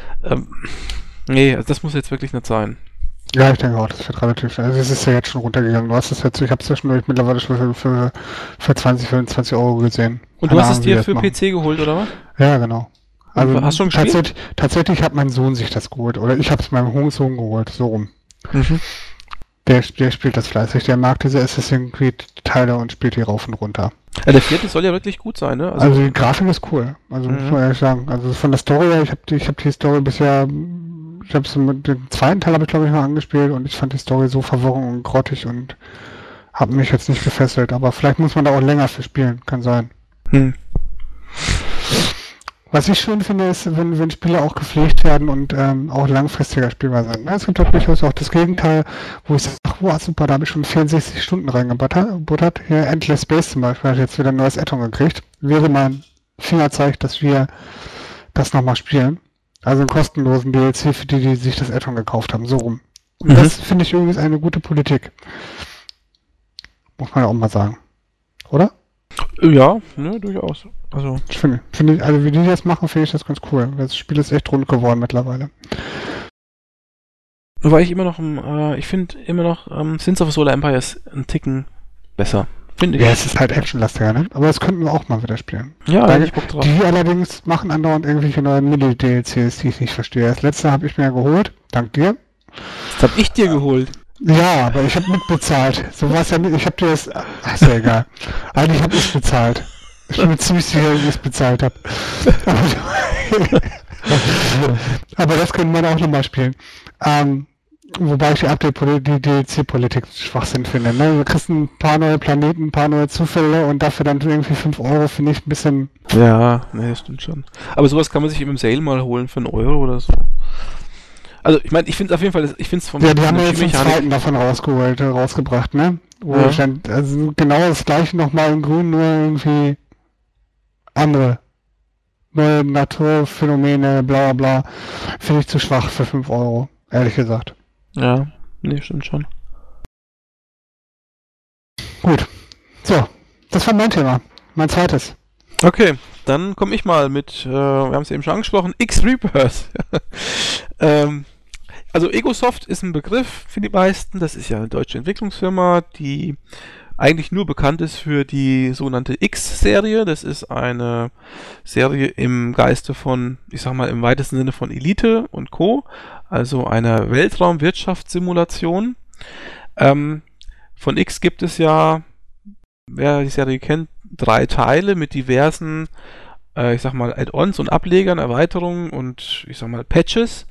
nee, also das muss jetzt wirklich nicht sein. Ja, ich denke auch, das wird relativ, also es ist ja jetzt schon runtergegangen. Du hast es jetzt, ich habe es zwischendurch mittlerweile schon für 20, 25 Euro gesehen. Und du hast es dir für PC geholt, oder was? Ja, genau. Also hast du schon gespielt? Tatsächlich hat mein Sohn sich das geholt. Oder ich habe es meinem Sohn geholt, so rum. Mhm. Der spielt das fleißig. Der mag diese Assassin's Creed Teile und spielt die rauf und runter. Ja, der 4. soll ja wirklich gut sein, ne? Also die Grafik ist cool. Also muss man ehrlich sagen. Also von der Story her, ich hab die Story bisher, ich habe den 2. Teil habe ich glaube ich noch angespielt und ich fand die Story so verworren und grottig und habe mich jetzt nicht gefesselt. Aber vielleicht muss man da auch länger für spielen. Kann sein. Was ich schön finde, ist, wenn Spiele auch gepflegt werden und auch langfristiger spielbar sind. Es gibt durchaus auch das Gegenteil, wo ich sage, wow, super, da habe ich schon 64 Stunden reingebuttert. Hier Endless Space zum Beispiel hat jetzt wieder ein neues Add-on gekriegt. Wäre mein Fingerzeig, dass wir das nochmal spielen. Also einen kostenlosen DLC für die sich das Add-on gekauft haben, so rum. Und das finde ich übrigens eine gute Politik. Muss man ja auch mal sagen. Oder? Ja, ne, durchaus. Also ich finde, also wie die das machen, finde ich das ganz cool. Das Spiel ist echt rund geworden mittlerweile. Wobei ich immer noch, ich finde immer noch Sins of Solar Empire ist ein Ticken besser. Finde ich. Ja, es ist halt actionlastiger, ne? Aber das könnten wir auch mal wieder spielen. Ja, da ich Bock drauf. Die allerdings machen andauernd irgendwelche neuen Mini-DLCs, die ich nicht verstehe. Das letzte habe ich mir geholt. Dank dir. Das habe ich dir geholt. Ja, aber ich habe mitbezahlt. So war es ja nicht. Ich habe dir das... Ach, ist ja egal. Eigentlich habe ich bezahlt. Ich bin mir ziemlich sicher, dass ich es bezahlt habe. Aber das können wir auch nochmal spielen. Wobei ich die DLC-Politik Schwachsinn finde. Ne? Du kriegst ein paar neue Planeten, ein paar neue Zufälle und dafür dann irgendwie 5 Euro, finde ich ein bisschen... Ja, ne, das stimmt schon. Aber sowas kann man sich im Sale mal holen für 1 Euro oder so. Also, ich meine, ich finde es auf jeden Fall, ich finde es vom... Ja, die haben ja jetzt den 2. davon rausgebracht, ne? Wo ja. Stand, also genau das gleiche nochmal in grün, nur irgendwie andere neue Naturphänomene, bla bla, finde ich zu schwach für 5 Euro, ehrlich gesagt. Ja, nee, stimmt schon. Gut. So, das war mein Thema. Mein zweites. Okay, dann komme ich mal mit, wir haben es eben schon angesprochen, X-Rebirth. Also Egosoft ist ein Begriff für die meisten. Das ist ja eine deutsche Entwicklungsfirma, die eigentlich nur bekannt ist für die sogenannte X-Serie. Das ist eine Serie im Geiste von, ich sag mal im weitesten Sinne von Elite und Co., also einer Weltraumwirtschaftssimulation. Von X gibt es ja, wer die Serie kennt, 3 Teile mit diversen, ich sag mal, Add-ons und Ablegern, Erweiterungen und, ich sag mal, Patches.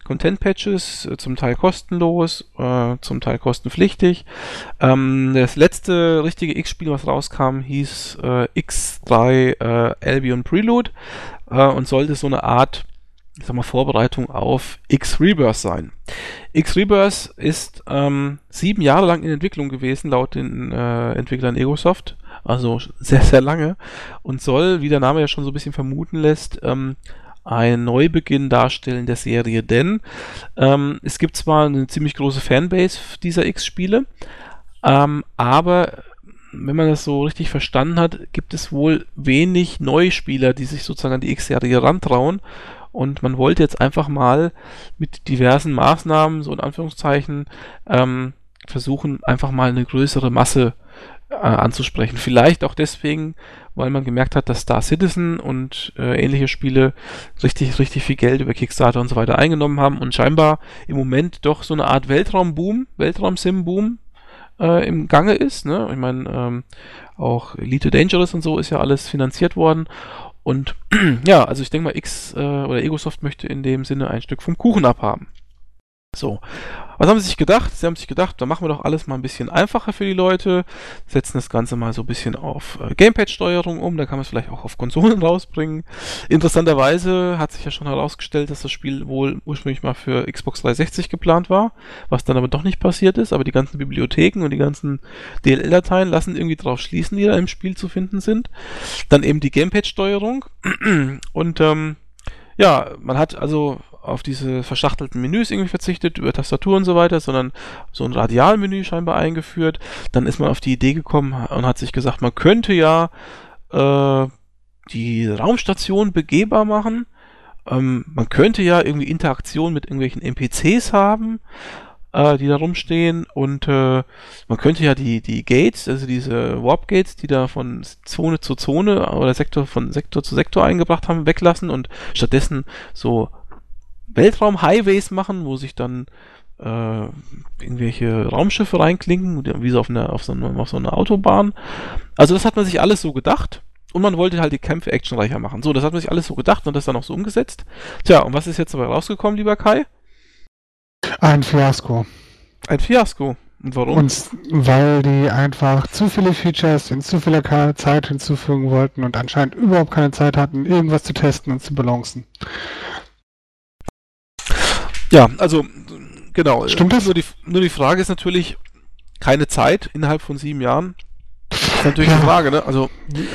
Content-Patches, zum Teil kostenlos, zum Teil kostenpflichtig. Das letzte richtige X-Spiel, was rauskam, hieß X3 Albion Prelude und sollte so eine Art, ich sag mal, Vorbereitung auf X-Rebirth sein. X-Rebirth ist 7 Jahre lang in Entwicklung gewesen, laut den Entwicklern Egosoft. Also sehr, sehr lange. Und soll, wie der Name ja schon so ein bisschen vermuten lässt, einen Neubeginn darstellen der Serie. Denn es gibt zwar eine ziemlich große Fanbase dieser X-Spiele, aber wenn man das so richtig verstanden hat, gibt es wohl wenig Neuspieler, die sich sozusagen an die X-Serie rantrauen. Und man wollte jetzt einfach mal mit diversen Maßnahmen, so in Anführungszeichen, versuchen, einfach mal eine größere Masse anzusprechen. Vielleicht auch deswegen, weil man gemerkt hat, dass Star Citizen und ähnliche Spiele richtig viel Geld über Kickstarter und so weiter eingenommen haben und scheinbar im Moment doch so eine Art Weltraum-Sim-Boom im Gange ist. Ne? Ich meine, auch Elite Dangerous und so ist ja alles finanziert worden. Und ja, also ich denke mal, oder Egosoft möchte in dem Sinne ein Stück vom Kuchen abhaben. So, was haben sie sich gedacht? Sie haben sich gedacht, da machen wir doch alles mal ein bisschen einfacher für die Leute, setzen das Ganze mal so ein bisschen auf Gamepad-Steuerung um, dann kann man es vielleicht auch auf Konsolen rausbringen. Interessanterweise hat sich ja schon herausgestellt, dass das Spiel wohl ursprünglich mal für Xbox 360 geplant war, was dann aber doch nicht passiert ist, aber die ganzen Bibliotheken und die ganzen DLL-Dateien lassen irgendwie drauf schließen, die da im Spiel zu finden sind. Dann eben die Gamepad-Steuerung und ja, man hat also auf diese verschachtelten Menüs irgendwie verzichtet, über Tastatur und so weiter, sondern so ein Radialmenü scheinbar eingeführt. Dann ist man auf die Idee gekommen und hat sich gesagt, man könnte ja die Raumstation begehbar machen. Man könnte ja irgendwie Interaktion mit irgendwelchen NPCs haben, die da rumstehen und man könnte ja die Gates, also diese Warp-Gates, die da von Zone zu Zone oder von Sektor zu Sektor eingebracht haben, weglassen und stattdessen so Weltraum-Highways machen, wo sich dann irgendwelche Raumschiffe reinklinken, wie so auf so einer Autobahn. Also das hat man sich alles so gedacht und man wollte halt die Kämpfe actionreicher machen. So, das hat man sich alles so gedacht und das dann auch so umgesetzt. Tja, und was ist jetzt dabei rausgekommen, lieber Kai? Ein Fiasko. Ein Fiasko. Und warum? Und weil die einfach zu viele Features in zu viel Zeit hinzufügen wollten und anscheinend überhaupt keine Zeit hatten, irgendwas zu testen und zu balancen. Ja, also genau. Stimmt das? Nur die Frage ist natürlich, keine Zeit innerhalb von 7 Jahren. Das ist natürlich die Frage, ne? Also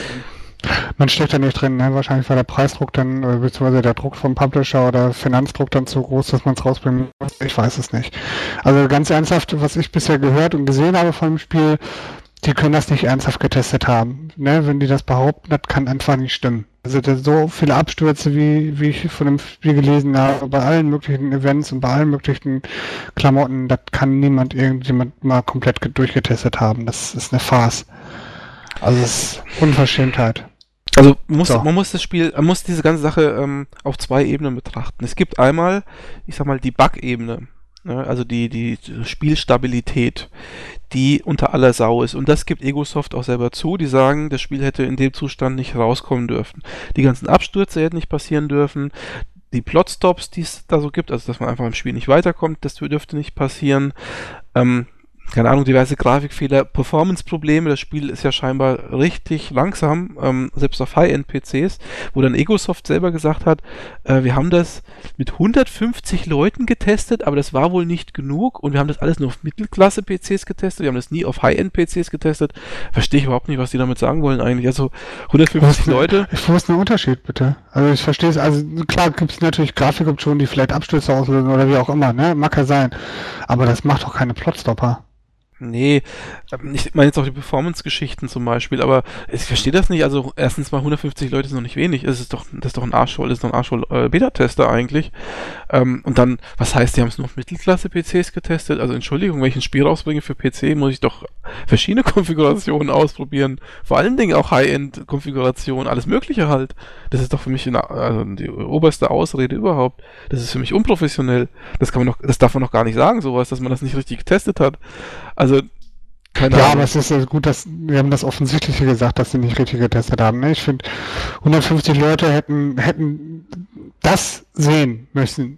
man steckt da nicht drin, ne? Wahrscheinlich war der Preisdruck dann, beziehungsweise der Druck vom Publisher oder Finanzdruck dann zu groß, dass man es rausbringen muss. Ich weiß es nicht. Also ganz ernsthaft, was ich bisher gehört und gesehen habe von dem Spiel, die können das nicht ernsthaft getestet haben. Ne? Wenn die das behaupten, das kann einfach nicht stimmen. Also so viele Abstürze, wie ich von dem Spiel gelesen habe, bei allen möglichen Events und bei allen möglichen Klamotten, das kann irgendjemand mal komplett durchgetestet haben. Das ist eine Farce. Also es ist Unverschämtheit. Also man muss diese ganze Sache auf 2 Ebenen betrachten. Es gibt einmal, ich sag mal, die Bug-Ebene, ne? Also die Spielstabilität, die unter aller Sau ist. Und das gibt Egosoft auch selber zu. Die sagen, das Spiel hätte in dem Zustand nicht rauskommen dürfen. Die ganzen Abstürze hätten nicht passieren dürfen. Die Plotstops, die es da so gibt, also dass man einfach im Spiel nicht weiterkommt, das dürfte nicht passieren. Keine Ahnung, diverse Grafikfehler, Performance-Probleme, das Spiel ist ja scheinbar richtig langsam, selbst auf High-End-PCs, wo dann Egosoft selber gesagt hat, wir haben das mit 150 Leuten getestet, aber das war wohl nicht genug und wir haben das alles nur auf Mittelklasse-PCs getestet, wir haben das nie auf High-End-PCs getestet. Verstehe ich überhaupt nicht, was die damit sagen wollen eigentlich. Also 150 Leute. Wo ist der Unterschied, bitte? Also ich verstehe es, also klar gibt es natürlich Grafikoptionen, die vielleicht Abstürze auslösen oder wie auch immer, ne? Mag ja sein. Aber das macht doch keine Plotstopper. Nee, ich meine jetzt auch die Performance-Geschichten zum Beispiel, aber ich verstehe das nicht. Also erstens mal 150 Leute ist noch nicht wenig. Das ist doch ein Arschvoll, das ist doch ein Arschvoll Beta-Tester eigentlich. Und dann, was heißt, die haben es nur auf Mittelklasse-PCs getestet? Also Entschuldigung, wenn ich ein Spiel rausbringe für PC, muss ich doch verschiedene Konfigurationen ausprobieren. Vor allen Dingen auch High-End-Konfigurationen, alles Mögliche halt. Das ist doch für mich also die oberste Ausrede überhaupt. Das ist für mich unprofessionell. Das darf man noch gar nicht sagen, sowas, dass man das nicht richtig getestet hat. Also, keine Ahnung. Ja, aber es ist gut, dass wir haben das Offensichtliche gesagt, dass sie nicht richtig getestet haben. Ne? Ich finde, 150 Leute hätten das sehen müssen.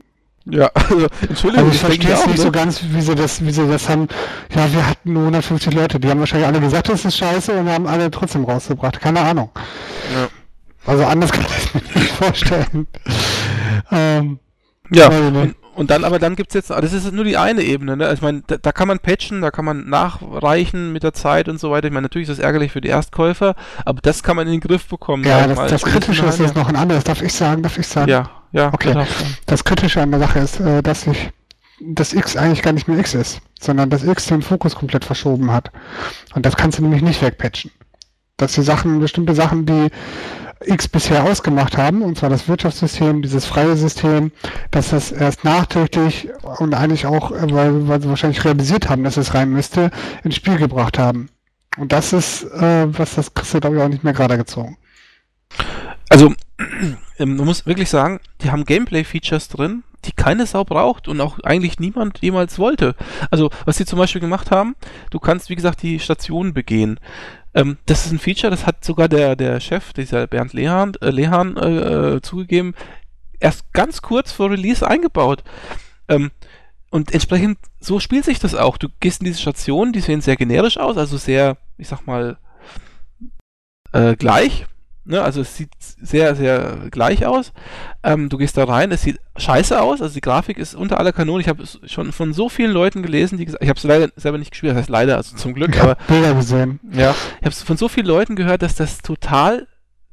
Ja, also, Entschuldigung, Also ich das denke verstehe ich es auch, nicht so ne? ganz, wie sie das haben. Ja, wir hatten nur 150 Leute, die haben wahrscheinlich alle gesagt, das ist scheiße und haben alle trotzdem rausgebracht. Keine Ahnung. Ja. Also anders kann ich es mir nicht vorstellen. Ähm, Ja, weiß ich nicht. und dann, aber dann gibt's jetzt, das ist nur die eine Ebene, ne? Also ich meine, da kann man patchen, da kann man nachreichen mit der Zeit und so weiter. Ich meine, natürlich ist das ärgerlich für die Erstkäufer, aber das kann man in den Griff bekommen, sag Ja, ich mal. das Kritische ist jetzt noch ein anderes. Darf ich sagen? Ja, ja, Okay. genau. Das Kritische an der Sache ist, dass das X eigentlich gar nicht mehr X ist, sondern das X den Fokus komplett verschoben hat. Und das kannst du nämlich nicht wegpatchen. Dass die bestimmte Sachen, die X bisher ausgemacht haben, und zwar das Wirtschaftssystem, dieses freie System, dass das erst nachträglich und eigentlich auch, weil sie wahrscheinlich realisiert haben, dass es rein müsste, ins Spiel gebracht haben. Und das ist, das kriegst du, glaube ich, auch nicht mehr gerade gezogen. Also, man muss wirklich sagen, die haben Gameplay-Features drin, die keine Sau braucht und auch eigentlich niemand jemals wollte. Also, was sie zum Beispiel gemacht haben, du kannst, wie gesagt, die Stationen begehen. Das ist ein Feature, das hat sogar der Chef, dieser Bernd Lehahn, zugegeben, erst ganz kurz vor Release eingebaut. Und entsprechend, so spielt sich das auch. Du gehst in diese Stationen, die sehen sehr generisch aus, also sehr, ich sag mal, gleich. Ne, also es sieht sehr, sehr gleich aus. Du gehst da rein, es sieht scheiße aus, also die Grafik ist unter aller Kanone. Ich habe es schon von so vielen Leuten gelesen, die gesagt, ich habe es leider selber nicht gespielt, das heißt leider, also zum Glück, Ich aber habe Bilder gesehen. ja, ich habe es von so vielen Leuten gehört, dass das total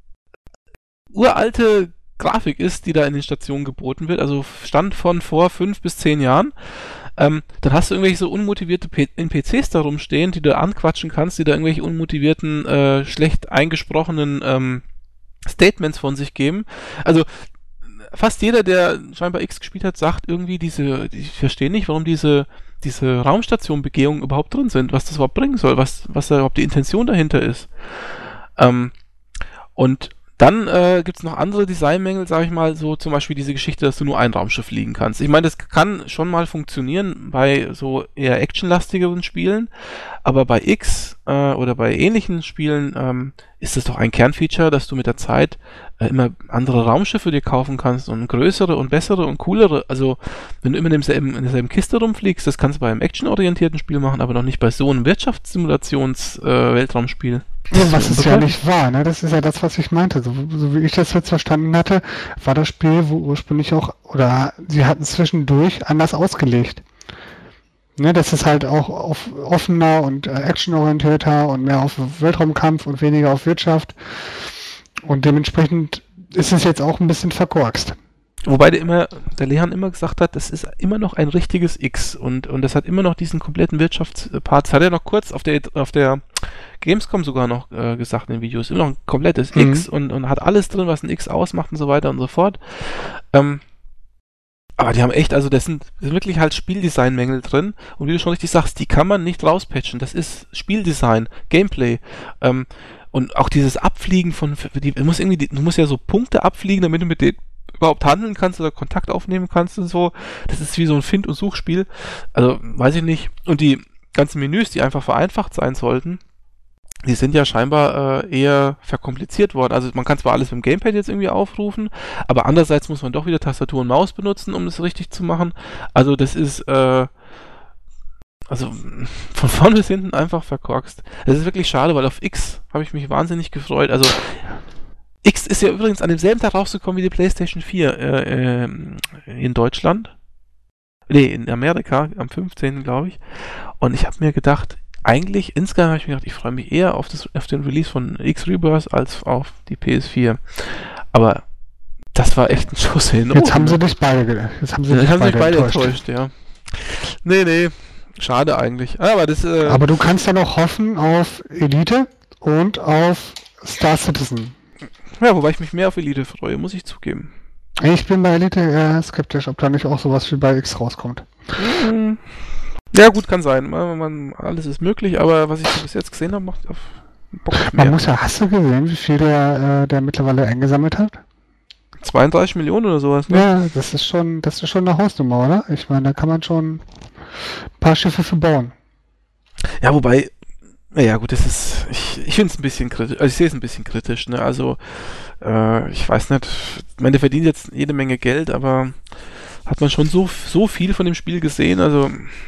uralte Grafik ist, die da in den Stationen geboten wird, also Stand von vor 5 bis 10 Jahren. Dann hast du irgendwelche so unmotivierte NPCs da rumstehen, die du anquatschen kannst, die da irgendwelche unmotivierten, schlecht eingesprochenen Statements von sich geben. Also fast jeder, der scheinbar X gespielt hat, sagt irgendwie ich verstehe nicht, warum diese Raumstation-Begehungen überhaupt drin sind, was das überhaupt bringen soll, was da überhaupt die Intention dahinter ist. Und dann gibt es noch andere Designmängel, sage ich mal, so zum Beispiel diese Geschichte, dass du nur ein Raumschiff fliegen kannst. Ich meine, das kann schon mal funktionieren bei so eher actionlastigeren Spielen, aber bei X oder bei ähnlichen Spielen ist es doch ein Kernfeature, dass du mit der Zeit immer andere Raumschiffe dir kaufen kannst und größere und bessere und coolere. Also wenn du immer in derselben Kiste rumfliegst, das kannst du bei einem actionorientierten Spiel machen, aber noch nicht bei so einem Wirtschaftssimulations-Weltraumspiel. Ja, was es ja nicht war, ne? Das ist ja das, was ich meinte. So wie ich das jetzt verstanden hatte, war das Spiel, wo ursprünglich auch, oder sie hatten es zwischendurch anders ausgelegt. Ne, das ist halt auch offener und actionorientierter und mehr auf Weltraumkampf und weniger auf Wirtschaft. Und dementsprechend ist es jetzt auch ein bisschen verkorkst. Wobei der Lehan immer gesagt hat, das ist immer noch ein richtiges X und das hat immer noch diesen kompletten Wirtschaftspart. Das hat er noch kurz auf der Gamescom sogar noch gesagt in den Videos. Immer noch ein komplettes X und hat alles drin, was ein X ausmacht und so weiter und so fort. Aber die haben echt, also das sind wirklich halt Spieldesign-Mängel drin und wie du schon richtig sagst, die kann man nicht rauspatchen. Das ist Spieldesign, Gameplay. Und auch dieses Abfliegen du musst ja so Punkte abfliegen, damit du mit denen überhaupt handeln kannst oder Kontakt aufnehmen kannst und so. Das ist wie so ein Find- und Suchspiel. Also, weiß ich nicht. Und die ganzen Menüs, die einfach vereinfacht sein sollten, die sind ja scheinbar eher verkompliziert worden. Also man kann zwar alles mit dem Gamepad jetzt irgendwie aufrufen, aber andererseits muss man doch wieder Tastatur und Maus benutzen, um das richtig zu machen. Also das ist von vorn bis hinten einfach verkorkst. Das ist wirklich schade, weil auf X habe ich mich wahnsinnig gefreut. Also X ist ja übrigens an demselben Tag rausgekommen wie die PlayStation 4 in Deutschland. Nee, in Amerika, am 15. glaube ich. Und ich habe mir gedacht, eigentlich, insgesamt habe ich mir gedacht, ich freue mich eher auf den Release von X-Rebirth als auf die PS4. Aber das war echt ein Schuss hin. Jetzt haben sie dich beide enttäuscht, ja. Nee, schade eigentlich. Aber aber du kannst ja noch hoffen auf Elite und auf Star Citizen. Ja, wobei ich mich mehr auf Elite freue, muss ich zugeben. Ich bin bei Elite eher skeptisch, ob da nicht auch sowas wie bei X rauskommt. Ja, gut, kann sein. Alles ist möglich, aber was ich bis jetzt gesehen habe, macht auf Bock auf mehr. Hast du gesehen, wie viel der mittlerweile eingesammelt hat? 32 Millionen oder sowas, ne? Ja, das ist schon eine Hausnummer, oder? Ich meine, da kann man schon ein paar Schiffe für bauen. Ja, wobei, naja, gut, ich finde es ein bisschen kritisch, also ich sehe es ein bisschen kritisch, ne? Also, ich weiß nicht, ich meine, der verdient jetzt jede Menge Geld, aber hat man schon so viel von dem Spiel gesehen, also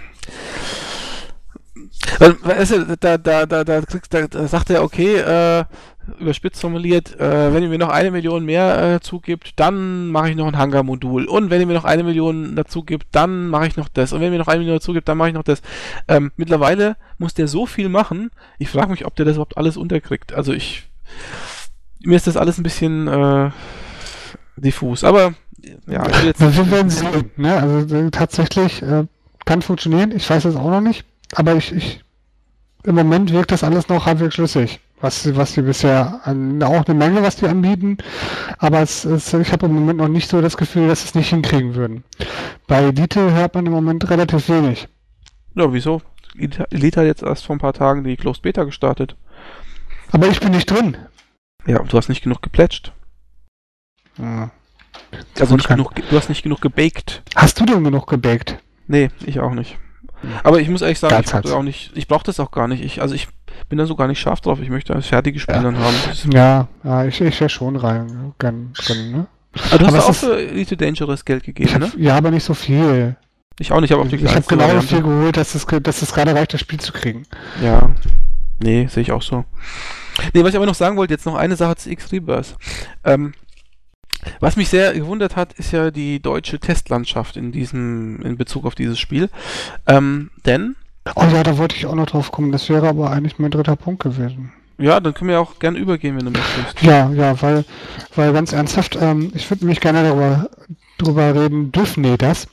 da sagt er, okay, überspitzt formuliert, wenn ihr mir noch 1 Million mehr zugibt, dann mache ich noch ein Hangar-Modul. Und wenn ihr mir noch 1 Million dazu gibt, dann mache ich noch das. Und wenn ihr mir noch 1 Million dazu gibt, dann mache ich noch das. Mittlerweile muss der so viel machen, ich frage mich, ob der das überhaupt alles unterkriegt. Also mir ist das alles ein bisschen diffus. Aber ja, ich will jetzt wir werden sehen. Ne? Also tatsächlich kann funktionieren. Ich weiß es auch noch nicht. Aber im Moment wirkt das alles noch halbwegs schlüssig. Was die bisher, auch eine Menge, was die anbieten, aber ich habe im Moment noch nicht so das Gefühl, dass sie es nicht hinkriegen würden. Bei Elite hört man im Moment relativ wenig. Ja, wieso? Elite hat jetzt erst vor ein paar Tagen die Closed Beta gestartet. Aber ich bin nicht drin. Ja, du hast nicht genug geplätscht. Ja. Also du hast nicht genug gebaked. Hast du denn genug gebaked? Nee, ich auch nicht. Aber ich muss ehrlich sagen, ich brauche das auch gar nicht. Ich bin da so gar nicht scharf drauf. Ich möchte das fertige Spiel dann haben. Ja, ich wäre schon drin, ne? Aber du hast auch für Elite Dangerous Geld gegeben, ne? Ja, aber nicht so viel. Ich auch nicht, aber ich habe genau so viel geholt, dass es gerade reicht, das Spiel zu kriegen. Ja. Nee, sehe ich auch so. Nee, was ich aber noch sagen wollte, jetzt noch eine Sache zu X-Rebirth. Was mich sehr gewundert hat, ist ja die deutsche Testlandschaft in Bezug auf dieses Spiel. Denn... Oh ja, da wollte ich auch noch drauf kommen. Das wäre aber eigentlich mein 3. Punkt gewesen. Ja, dann können wir auch gerne übergehen, wenn du möchtest. Ja, weil ganz ernsthaft, ich würde mich gerne darüber reden, dürfen die das?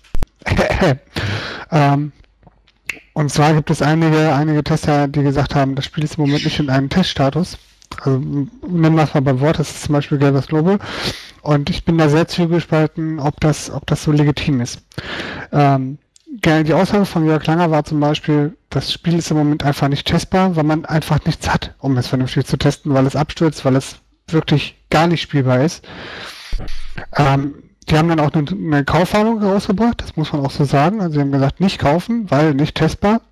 Und zwar gibt es einige Tester, die gesagt haben, das Spiel ist im Moment nicht in einem Teststatus. Also nennen wir es mal beim Wort, das ist zum Beispiel Gamers Global. Und ich bin da sehr zwiegespalten, ob das so legitim ist. Die Aussage von Jörg Langer war zum Beispiel, das Spiel ist im Moment einfach nicht testbar, weil man einfach nichts hat, um es vernünftig zu testen, weil es abstürzt, weil es wirklich gar nicht spielbar ist. Die haben dann auch eine Kaufwarnung rausgebracht, das muss man auch so sagen. Also sie haben gesagt, nicht kaufen, weil nicht testbar.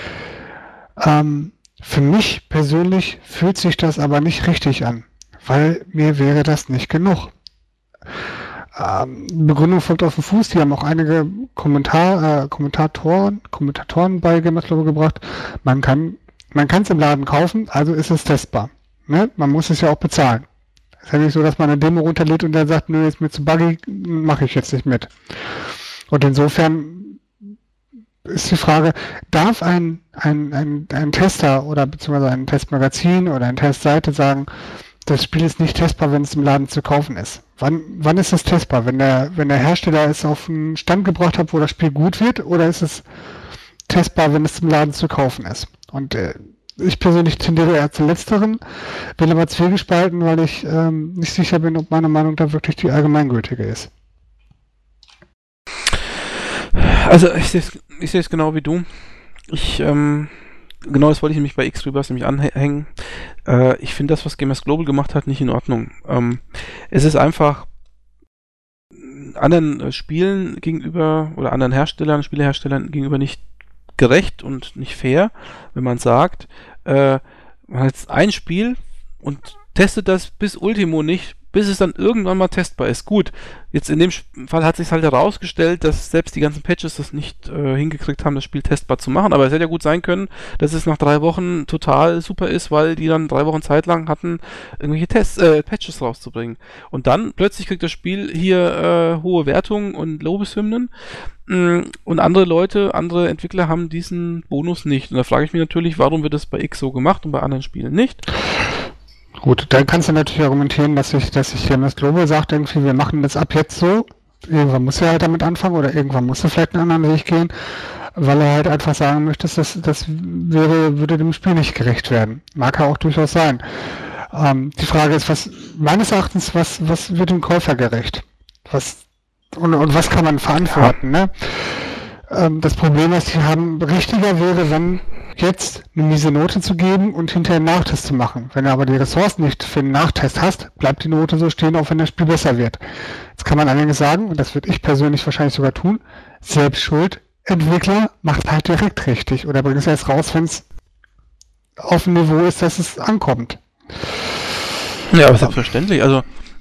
Für mich persönlich fühlt sich das aber nicht richtig an, weil mir wäre das nicht genug. Begründung folgt auf den Fuß, die haben auch einige Kommentatoren bei Gamers Global gebracht. Man kann es im Laden kaufen, also ist es testbar. Ne? Man muss es ja auch bezahlen. Es ist ja nicht so, dass man eine Demo runterlädt und dann sagt, nö, ist mir zu buggy, mache ich jetzt nicht mit. Und insofern ist die Frage, darf ein Tester oder beziehungsweise ein Testmagazin oder eine Testseite sagen, das Spiel ist nicht testbar, wenn es im Laden zu kaufen ist? Wann ist es testbar? Wenn der Hersteller es auf einen Stand gebracht hat, wo das Spiel gut wird, oder ist es testbar, wenn es im Laden zu kaufen ist? Und ich persönlich tendiere eher zu Letzteren, bin aber zwiegespalten, weil ich nicht sicher bin, ob meine Meinung da wirklich die allgemeingültige ist. Also ich sehe es genau wie du. Genau das wollte ich nämlich bei X-Rebirth nämlich anhängen. Ich finde das, was Gamers Global gemacht hat, nicht in Ordnung. Es ist einfach anderen Spielen gegenüber oder anderen Spieleherstellern gegenüber nicht gerecht und nicht fair, wenn man sagt, man hat jetzt ein Spiel und testet das bis Ultimo nicht, bis es dann irgendwann mal testbar ist. Gut, jetzt in dem Fall hat sich halt herausgestellt, dass selbst die ganzen Patches das nicht hingekriegt haben, das Spiel testbar zu machen, aber es hätte ja gut sein können, dass es nach 3 Wochen total super ist, weil die dann 3 Wochen Zeit lang hatten, irgendwelche Patches rauszubringen. Und dann plötzlich kriegt das Spiel hier hohe Wertungen und Lobeshymnen und andere Entwickler haben diesen Bonus nicht. Und da frage ich mich natürlich, warum wird das bei X so gemacht und bei anderen Spielen nicht? Gut, dann kannst du natürlich argumentieren, dass sich Gamers Global sagt, irgendwie, wir machen das ab jetzt so. Irgendwann muss er halt damit anfangen oder irgendwann muss er vielleicht einen anderen Weg gehen, weil er halt einfach sagen möchte, das würde dem Spiel nicht gerecht werden. Mag ja auch durchaus sein. Die Frage ist, meines Erachtens, was wird dem Käufer gerecht? Und was kann man verantworten, ja. Ne? Das Problem ist, richtiger wäre, wenn jetzt eine miese Note zu geben und hinterher einen Nachtest zu machen. Wenn du aber die Ressourcen nicht für einen Nachtest hast, bleibt die Note so stehen, auch wenn das Spiel besser wird. Jetzt kann man allerdings sagen, und das würde ich persönlich wahrscheinlich sogar tun, selbst schuld, Entwickler macht halt direkt richtig oder bringt es erst raus, wenn es auf dem Niveau ist, dass es ankommt. Ja, aber selbstverständlich. Also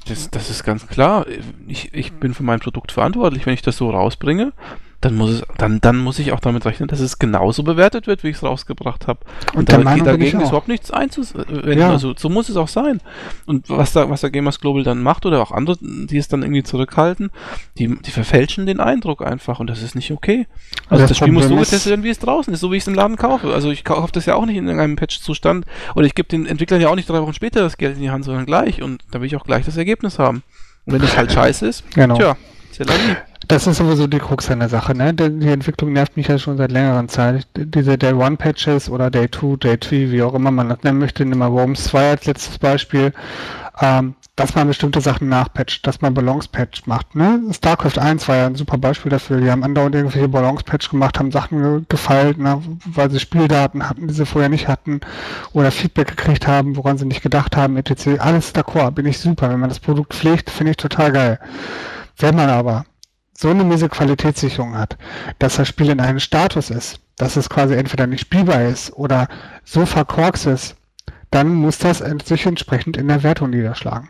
Das ist ganz klar. Ich bin für mein Produkt verantwortlich. Wenn ich das so rausbringe, dann muss ich auch damit rechnen, dass es genauso bewertet wird, wie ich es rausgebracht habe. Und dagegen ist überhaupt nichts einzuwenden. Ja. Also so muss es auch sein. Und was der Gamers Global dann macht, oder auch andere, die es dann irgendwie zurückhalten, die verfälschen den Eindruck einfach, und das ist nicht okay. Also das Spiel muss so getestet werden, wie es draußen ist, so wie ich es im Laden kaufe. Also ich kaufe das ja auch nicht in einem Patch-Zustand, oder ich gebe den Entwicklern ja auch nicht 3 Wochen später das Geld in die Hand, sondern gleich, und da will ich auch gleich das Ergebnis haben. Und wenn es halt scheiße ist, tja, c'est la vie. Das ist sowieso die Krux an der Sache, ne? Die Entwicklung nervt mich ja schon seit längerer Zeit. Diese Day-1-Patches oder Day-2, Day-3, wie auch immer man das nennen möchte, nehmen wir Worms 2 als letztes Beispiel, dass man bestimmte Sachen nachpatcht, dass man Balance-Patch macht, ne? StarCraft 1 war ja ein super Beispiel dafür. Die haben andauernd irgendwelche Balance-Patch gemacht, haben Sachen gefeilt, ne? Weil sie Spieldaten hatten, die sie vorher nicht hatten, oder Feedback gekriegt haben, woran sie nicht gedacht haben, etc. Alles d'accord, bin ich super. Wenn man das Produkt pflegt, finde ich total geil. Wenn man aber so eine miese Qualitätssicherung hat, dass das Spiel in einem Status ist, dass es quasi entweder nicht spielbar ist oder so verkorkst ist, dann muss das sich entsprechend in der Wertung niederschlagen.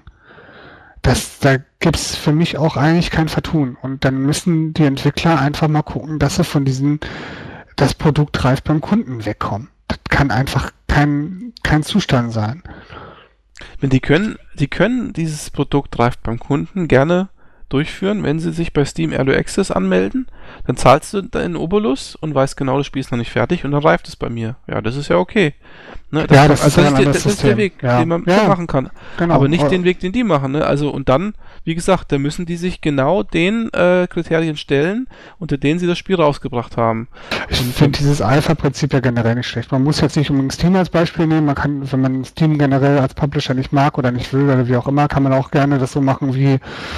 Da gibt's für mich auch eigentlich kein Vertun. Und dann müssen die Entwickler einfach mal gucken, dass sie von das Produkt reif beim Kunden wegkommen. Das kann einfach kein Zustand sein. Die können dieses Produkt reif beim Kunden gerne durchführen, wenn sie sich bei Steam Early Access anmelden, dann zahlst du deinen Obolus und weißt genau, das Spiel ist noch nicht fertig, und dann reift es bei mir. Ja, das ist ja okay. Ne, das ist der Weg, den man machen kann. Genau. Aber nicht den Weg, den die machen. Ne? Also, und dann, wie gesagt, da müssen die sich genau den Kriterien stellen, unter denen sie das Spiel rausgebracht haben. Ich finde dieses Alpha-Prinzip ja generell nicht schlecht. Man muss jetzt nicht unbedingt Steam als Beispiel nehmen. Man kann, wenn man Steam generell als Publisher nicht mag oder nicht will oder wie auch immer, kann man auch gerne das so machen, wie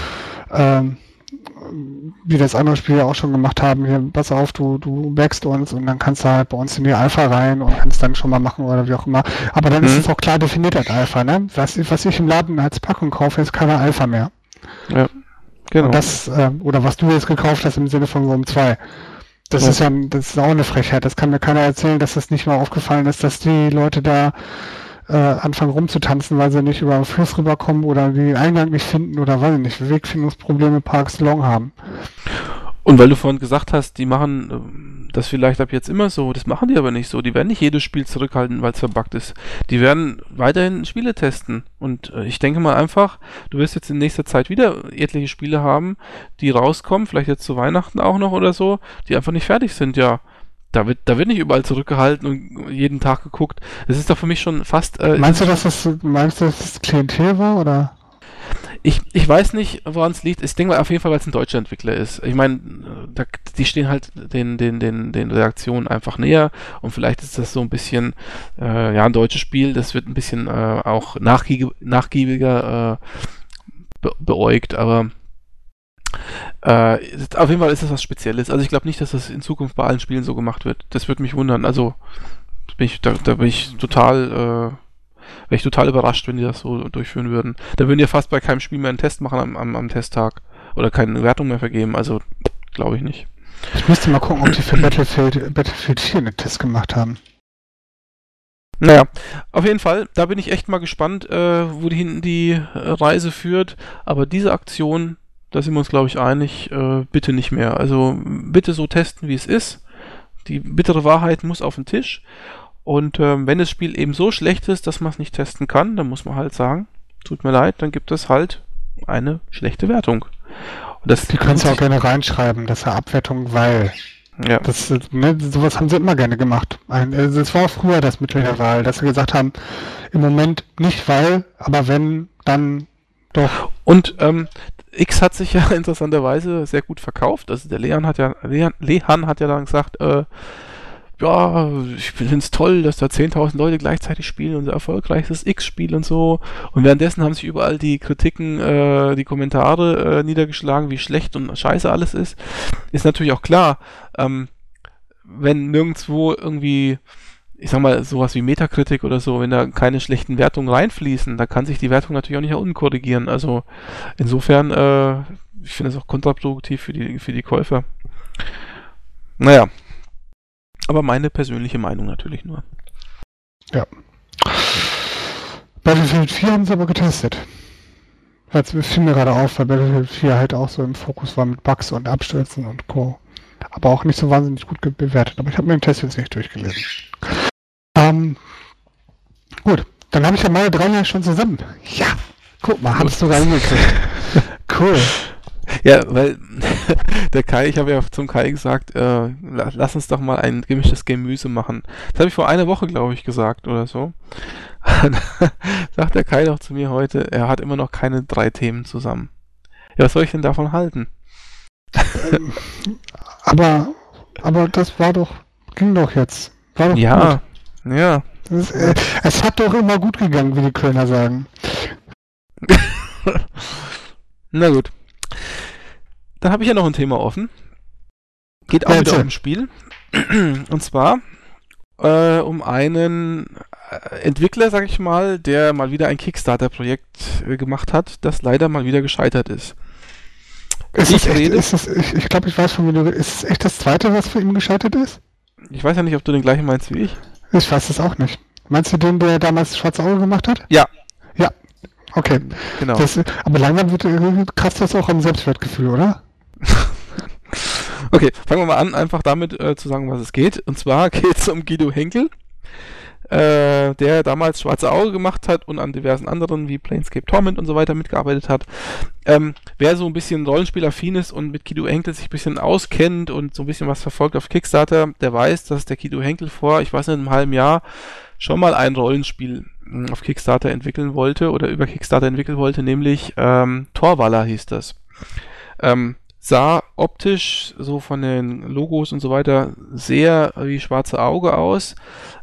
das andere Spiel ja auch schon gemacht haben, hier, pass auf, du backst uns, und dann kannst du halt bei uns in die Alpha rein und kannst dann schon mal machen oder wie auch immer. Aber dann ist es auch klar definiert als Alpha, ne? Was ich im Laden als Packung kaufe, ist keine Alpha mehr. Ja, genau. Und das, oder was du jetzt gekauft hast im Sinne von Worm 2. Das ist auch eine Frechheit. Das kann mir keiner erzählen, dass das nicht mal aufgefallen ist, dass die Leute da anfangen rumzutanzen, weil sie nicht über den Fluss rüberkommen oder den Eingang nicht finden oder weiß ich nicht, Wegfindungsprobleme par excellence haben. Und weil du vorhin gesagt hast, die machen das vielleicht ab jetzt immer so, das machen die aber nicht so. Die werden nicht jedes Spiel zurückhalten, weil es verbuggt ist. Die werden weiterhin Spiele testen. Und ich denke mal einfach, du wirst jetzt in nächster Zeit wieder etliche Spiele haben, die rauskommen, vielleicht jetzt zu Weihnachten auch noch oder so, die einfach nicht fertig sind, ja. Da wird nicht überall zurückgehalten und jeden Tag geguckt. Das ist doch für mich schon fast... Meinst du, dass das Klientel war, oder? Ich weiß nicht, woran es liegt. Ich denke mal auf jeden Fall, weil es ein deutscher Entwickler ist. Ich meine, die stehen halt den Reaktionen einfach näher, und vielleicht ist das so ein bisschen ein deutsches Spiel, das wird ein bisschen auch nachgiebiger beäugt, aber auf jeden Fall ist das was Spezielles. Also ich glaube nicht, dass das in Zukunft bei allen Spielen so gemacht wird. Das würde mich wundern. Also da bin ich total wäre ich total überrascht, wenn die das so durchführen würden. Da würden die ja fast bei keinem Spiel mehr einen Test machen am Testtag oder keine Wertung mehr vergeben. Also glaube ich nicht. Ich müsste mal gucken, ob die für Battlefield 4 einen Test gemacht haben. Naja, auf jeden Fall, da bin ich echt mal gespannt, wo die Reise führt. Aber diese Aktion, da sind wir uns, glaube ich, einig, bitte nicht mehr. Also bitte so testen, wie es ist. Die bittere Wahrheit muss auf den Tisch. Und wenn das Spiel eben so schlecht ist, dass man es nicht testen kann, dann muss man halt sagen, tut mir leid, dann gibt es halt eine schlechte Wertung. Und die können es auch gerne reinschreiben, das ist eine Abwertung, weil... Ja. Sowas haben sie immer gerne gemacht. Es war auch früher das Mittel der Wahl, dass sie gesagt haben, im Moment nicht weil, aber wenn, dann doch. Und X hat sich ja interessanterweise sehr gut verkauft. Also der Lehan hat ja dann gesagt, ja, ich finde es toll, dass da 10.000 Leute gleichzeitig spielen, unser erfolgreichstes X-Spiel und so. Und währenddessen haben sich überall die Kritiken, die Kommentare niedergeschlagen, wie schlecht und scheiße alles ist. Ist natürlich auch klar, wenn nirgendwo irgendwie, ich sag mal, sowas wie Metakritik oder so, wenn da keine schlechten Wertungen reinfließen, dann kann sich die Wertung natürlich auch nicht nach unten korrigieren. Also insofern, ich finde es auch kontraproduktiv für die Käufer. Naja. Aber meine persönliche Meinung natürlich nur. Ja. Battlefield 4 haben sie aber getestet. weil es fiel mir gerade auf, weil Battlefield 4 halt auch so im Fokus war mit Bugs und Abstürzen und Co. Aber auch nicht so wahnsinnig gut bewertet. Aber ich habe mir den Test jetzt nicht durchgelesen. Gut, dann habe ich ja meine 3 Jahre schon zusammen. Ja, guck mal, habe ich sogar hingekriegt. Cool. Ja, weil der Kai, ich habe ja zum Kai gesagt, lass uns doch mal ein gemischtes Gemüse machen. Das habe ich vor einer Woche, glaube ich, gesagt oder so. Sagt der Kai doch zu mir heute, er hat immer noch keine 3 Themen zusammen. Ja, was soll ich denn davon halten? Aber das ging doch jetzt. War doch Ja, gut. ja. Es hat doch immer gut gegangen, wie die Kölner sagen. Na gut. Dann habe ich ja noch ein Thema offen. Geht auch wieder um Spiel. Und zwar um einen Entwickler, sag ich mal, der mal wieder ein Kickstarter-Projekt gemacht hat, das leider mal wieder gescheitert ist. Ich glaube, ich weiß von wem du redest. Ist es echt das zweite, was für ihn gescheitert ist? Ich weiß ja nicht, ob du den gleichen meinst wie ich. Ich weiß es auch nicht. Meinst du den, der damals Schwarze Auge gemacht hat? Ja. Ja. Okay. Genau. Aber langsam kratzt das auch am Selbstwertgefühl, oder? Okay, fangen wir mal an, einfach damit zu sagen, was es geht. Und zwar geht es um Guido Henkel, der damals Schwarze Auge gemacht hat und an diversen anderen wie Planescape Torment und so weiter mitgearbeitet hat. Wer so ein bisschen rollenspielaffin ist und mit Guido Henkel sich ein bisschen auskennt und so ein bisschen was verfolgt auf Kickstarter, der weiß, dass der Guido Henkel vor, ich weiß nicht, einem halben Jahr schon mal ein Rollenspiel auf Kickstarter entwickeln wollte oder über Kickstarter entwickeln wollte, nämlich Torvaller hieß das. Sah optisch so von den Logos und so weiter sehr wie Schwarze Auge aus.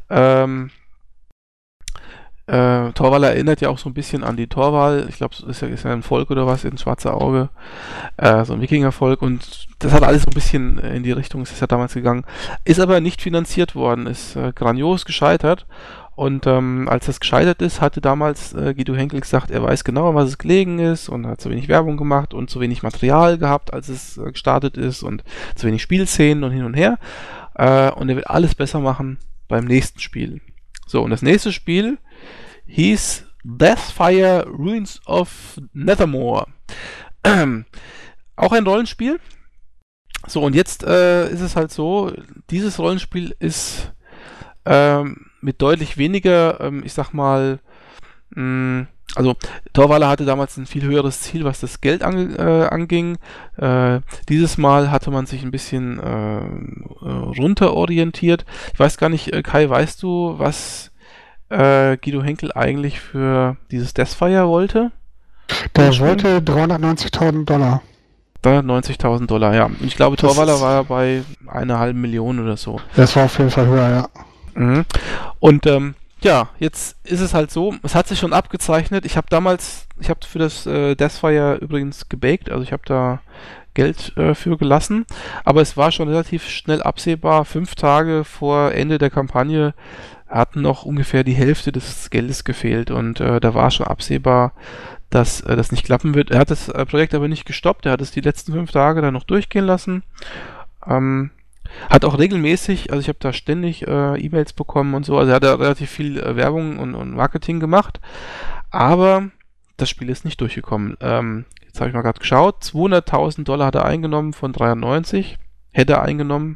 Torwall erinnert ja auch so ein bisschen an die Torwall. Ich glaube, ist ja ein Volk oder was in Schwarze Auge. So ein Wikingervolk. Und das hat alles so ein bisschen in die Richtung, ist ja damals gegangen. Ist aber nicht finanziert worden. Ist grandios gescheitert. Und als das gescheitert ist, hatte damals Guido Henkel gesagt, er weiß genau, was es gelegen ist und hat zu wenig Werbung gemacht und zu wenig Material gehabt, als es gestartet ist und zu wenig Spielszenen und hin und her. Und er wird alles besser machen beim nächsten Spiel. So, und das nächste Spiel hieß Deathfire Ruins of Nethermore. Auch ein Rollenspiel. So, und jetzt ist es halt so, dieses Rollenspiel ist mit deutlich weniger, ich sag mal, also Torvaller hatte damals ein viel höheres Ziel, was das Geld anging. Dieses Mal hatte man sich ein bisschen runterorientiert. Ich weiß gar nicht, Kai, weißt du, was Guido Henkel eigentlich für dieses Deathfire wollte? Der wollte $390.000. $390.000, ja. Und ich glaube, Torvaller war bei 1,5 Millionen oder so. Das war auf jeden Fall höher, ja. Mhm. Und ja, jetzt ist es halt so, es hat sich schon abgezeichnet. Ich habe für das Deathfire übrigens gebaked, also ich habe da Geld für gelassen, aber es war schon relativ schnell absehbar, 5 Tage vor Ende der Kampagne hatten noch ungefähr die Hälfte des Geldes gefehlt und da war schon absehbar, dass das nicht klappen wird. Er hat das Projekt aber nicht gestoppt, er hat es die letzten 5 Tage dann noch durchgehen lassen. Hat auch regelmäßig, also ich habe da ständig E-Mails bekommen und so, also er hat da relativ viel Werbung und Marketing gemacht, aber das Spiel ist nicht durchgekommen. Jetzt habe ich mal gerade geschaut, $200.000 hat er eingenommen von 93, hätte er eingenommen.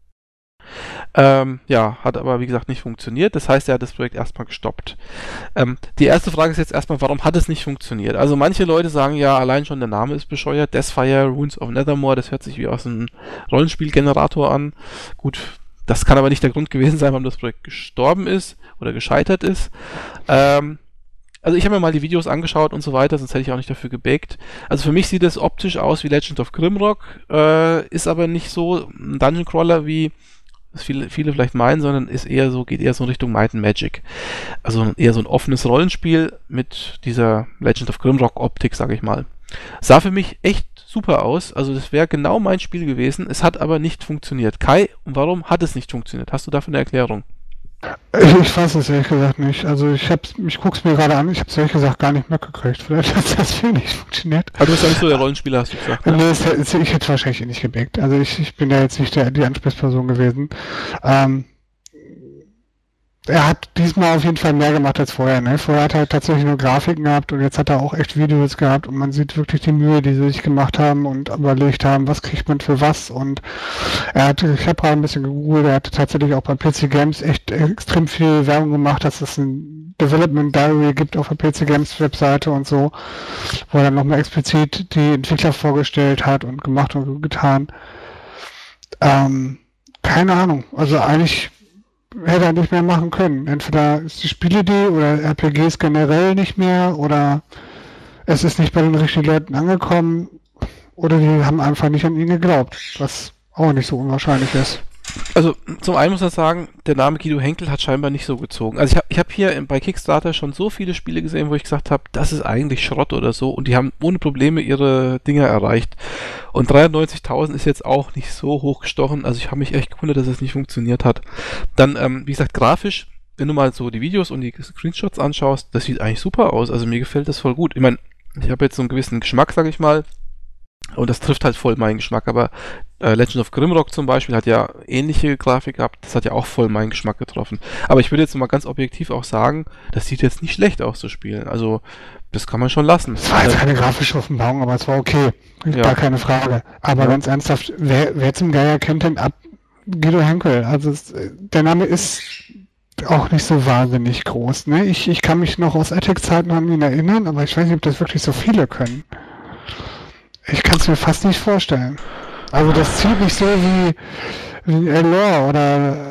Ja, hat aber wie gesagt nicht funktioniert. Das heißt, er hat das Projekt erstmal gestoppt. Die erste Frage ist jetzt erstmal, warum hat es nicht funktioniert? Also manche Leute sagen ja, allein schon der Name ist bescheuert. Deathfire, Ruins of Nethermore, das hört sich wie aus einem Rollenspielgenerator an. Gut, das kann aber nicht der Grund gewesen sein, warum das Projekt gestorben ist oder gescheitert ist. Also ich habe mir mal die Videos angeschaut und so weiter, sonst hätte ich auch nicht dafür gebackt. Also für mich sieht es optisch aus wie Legend of Grimrock, ist aber nicht so ein Dungeon Crawler wie was viele vielleicht meinen, sondern geht eher so in Richtung Might and Magic. Also eher so ein offenes Rollenspiel mit dieser Legend of Grimrock Optik, sage ich mal. Sah für mich echt super aus, also das wäre genau mein Spiel gewesen, es hat aber nicht funktioniert. Kai, warum hat es nicht funktioniert? Hast du dafür eine Erklärung? Ich weiß es ehrlich gesagt nicht. Also ich guck's mir gerade an, ich habe es ehrlich gesagt gar nicht mitgekriegt. Vielleicht hat das Spiel nicht funktioniert. Aber du bist ja nicht so der Rollenspieler, hast du gesagt. Ne? Nee, ich hätte wahrscheinlich nicht gebackt. Also ich bin ja jetzt nicht die Ansprechperson gewesen. Er hat diesmal auf jeden Fall mehr gemacht als vorher. Ne? Vorher hat er tatsächlich nur Grafiken gehabt und jetzt hat er auch echt Videos gehabt und man sieht wirklich die Mühe, die sie sich gemacht haben und überlegt haben, was kriegt man für was. Und ich habe gerade ein bisschen gegoogelt, er hatte tatsächlich auch bei PC Games echt extrem viel Werbung gemacht, dass es ein Development Diary gibt auf der PC Games Webseite und so, wo er dann nochmal explizit die Entwickler vorgestellt hat und gemacht und getan. Keine Ahnung. Also eigentlich hätte er nicht mehr machen können. Entweder ist die Spielidee oder RPGs generell nicht mehr oder es ist nicht bei den richtigen Leuten angekommen oder die haben einfach nicht an ihn geglaubt, was auch nicht so unwahrscheinlich ist. Also zum einen muss man sagen, der Name Guido Henkel hat scheinbar nicht so gezogen. Also ich hab hier bei Kickstarter schon so viele Spiele gesehen, wo ich gesagt habe, das ist eigentlich Schrott oder so und die haben ohne Probleme ihre Dinger erreicht. Und 93.000 ist jetzt auch nicht so hochgestochen, also ich habe mich echt gewundert, dass es nicht funktioniert hat. Dann, wie gesagt, grafisch, wenn du mal so die Videos und die Screenshots anschaust, das sieht eigentlich super aus, also mir gefällt das voll gut. Ich meine, ich habe jetzt so einen gewissen Geschmack, sag ich mal, und das trifft halt voll meinen Geschmack, aber Legend of Grimrock zum Beispiel hat ja ähnliche Grafik gehabt, das hat ja auch voll meinen Geschmack getroffen. Aber ich würde jetzt mal ganz objektiv auch sagen, das sieht jetzt nicht schlecht aus zu spielen, also das kann man schon lassen. Es war jetzt keine grafische Offenbarung, aber es war okay, gar keine Frage. Aber ganz ernsthaft, wer zum Geier kennt denn Guido Henkel? Also der Name ist auch nicht so wahnsinnig groß, ne? Ich kann mich noch aus Attic-Zeiten an ihn erinnern, aber ich weiß nicht, ob das wirklich so viele können. Ich kann es mir fast nicht vorstellen. Also das zieht nicht so wie Elor oder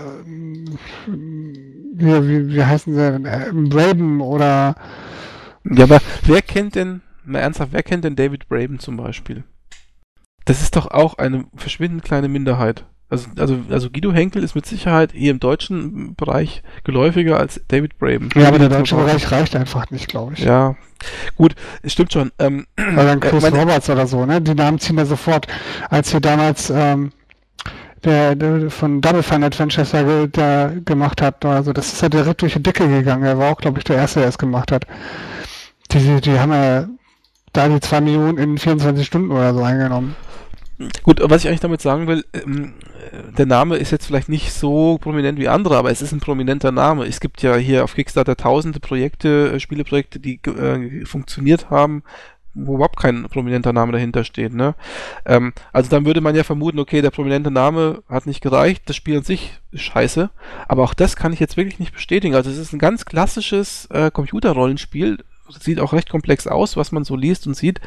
wie heißen sie denn? Braben oder... Ja, aber wer kennt denn David Braben zum Beispiel? Das ist doch auch eine verschwindend kleine Minderheit. Also Guido Henkel ist mit Sicherheit hier im deutschen Bereich geläufiger als David Braben. Ja, aber der deutsche Bereich reicht einfach nicht, glaube ich. Ja, gut, es stimmt schon. Weil dann Chris Roberts oder so, ne? Die Namen ziehen da sofort. Als wir damals der von Double Fine Adventures der gemacht hat, also das ist ja direkt durch die Decke gegangen. Er war auch, glaube ich, der Erste, der es gemacht hat. Die haben ja da die 2 Millionen in 24 Stunden oder so eingenommen. Gut, was ich eigentlich damit sagen will, der Name ist jetzt vielleicht nicht so prominent wie andere, aber es ist ein prominenter Name. Es gibt ja hier auf Kickstarter tausende Projekte, Spieleprojekte, die funktioniert haben, wo überhaupt kein prominenter Name dahinter steht, ne? Also dann würde man ja vermuten, okay, der prominente Name hat nicht gereicht, das Spiel an sich ist scheiße, aber auch das kann ich jetzt wirklich nicht bestätigen. Also es ist ein ganz klassisches Computerrollenspiel, sieht auch recht komplex aus, was man so liest und sieht.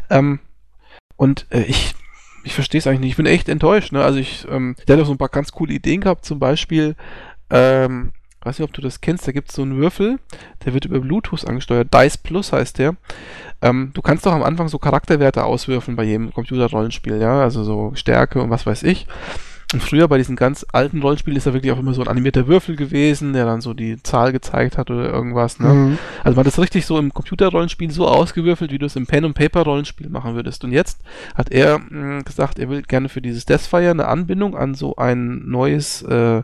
Ich verstehe es eigentlich nicht. Ich bin echt enttäuscht. Ne? Also der hat auch so ein paar ganz coole Ideen gehabt. Zum Beispiel, weiß nicht, ob du das kennst, da gibt es so einen Würfel, der wird über Bluetooth angesteuert. Dice Plus heißt der. Du kannst doch am Anfang so Charakterwerte auswürfeln bei jedem Computerrollenspiel, ja, also so Stärke und was weiß ich. Und früher bei diesen ganz alten Rollenspielen ist da wirklich auch immer so ein animierter Würfel gewesen, der dann so die Zahl gezeigt hat oder irgendwas, ne? Mhm. Also man hat das richtig so im Computerrollenspiel so ausgewürfelt, wie du es im Pen-and-Paper-Rollenspiel machen würdest. Und jetzt hat er gesagt, er will gerne für dieses Deathfire eine Anbindung an so ein neues,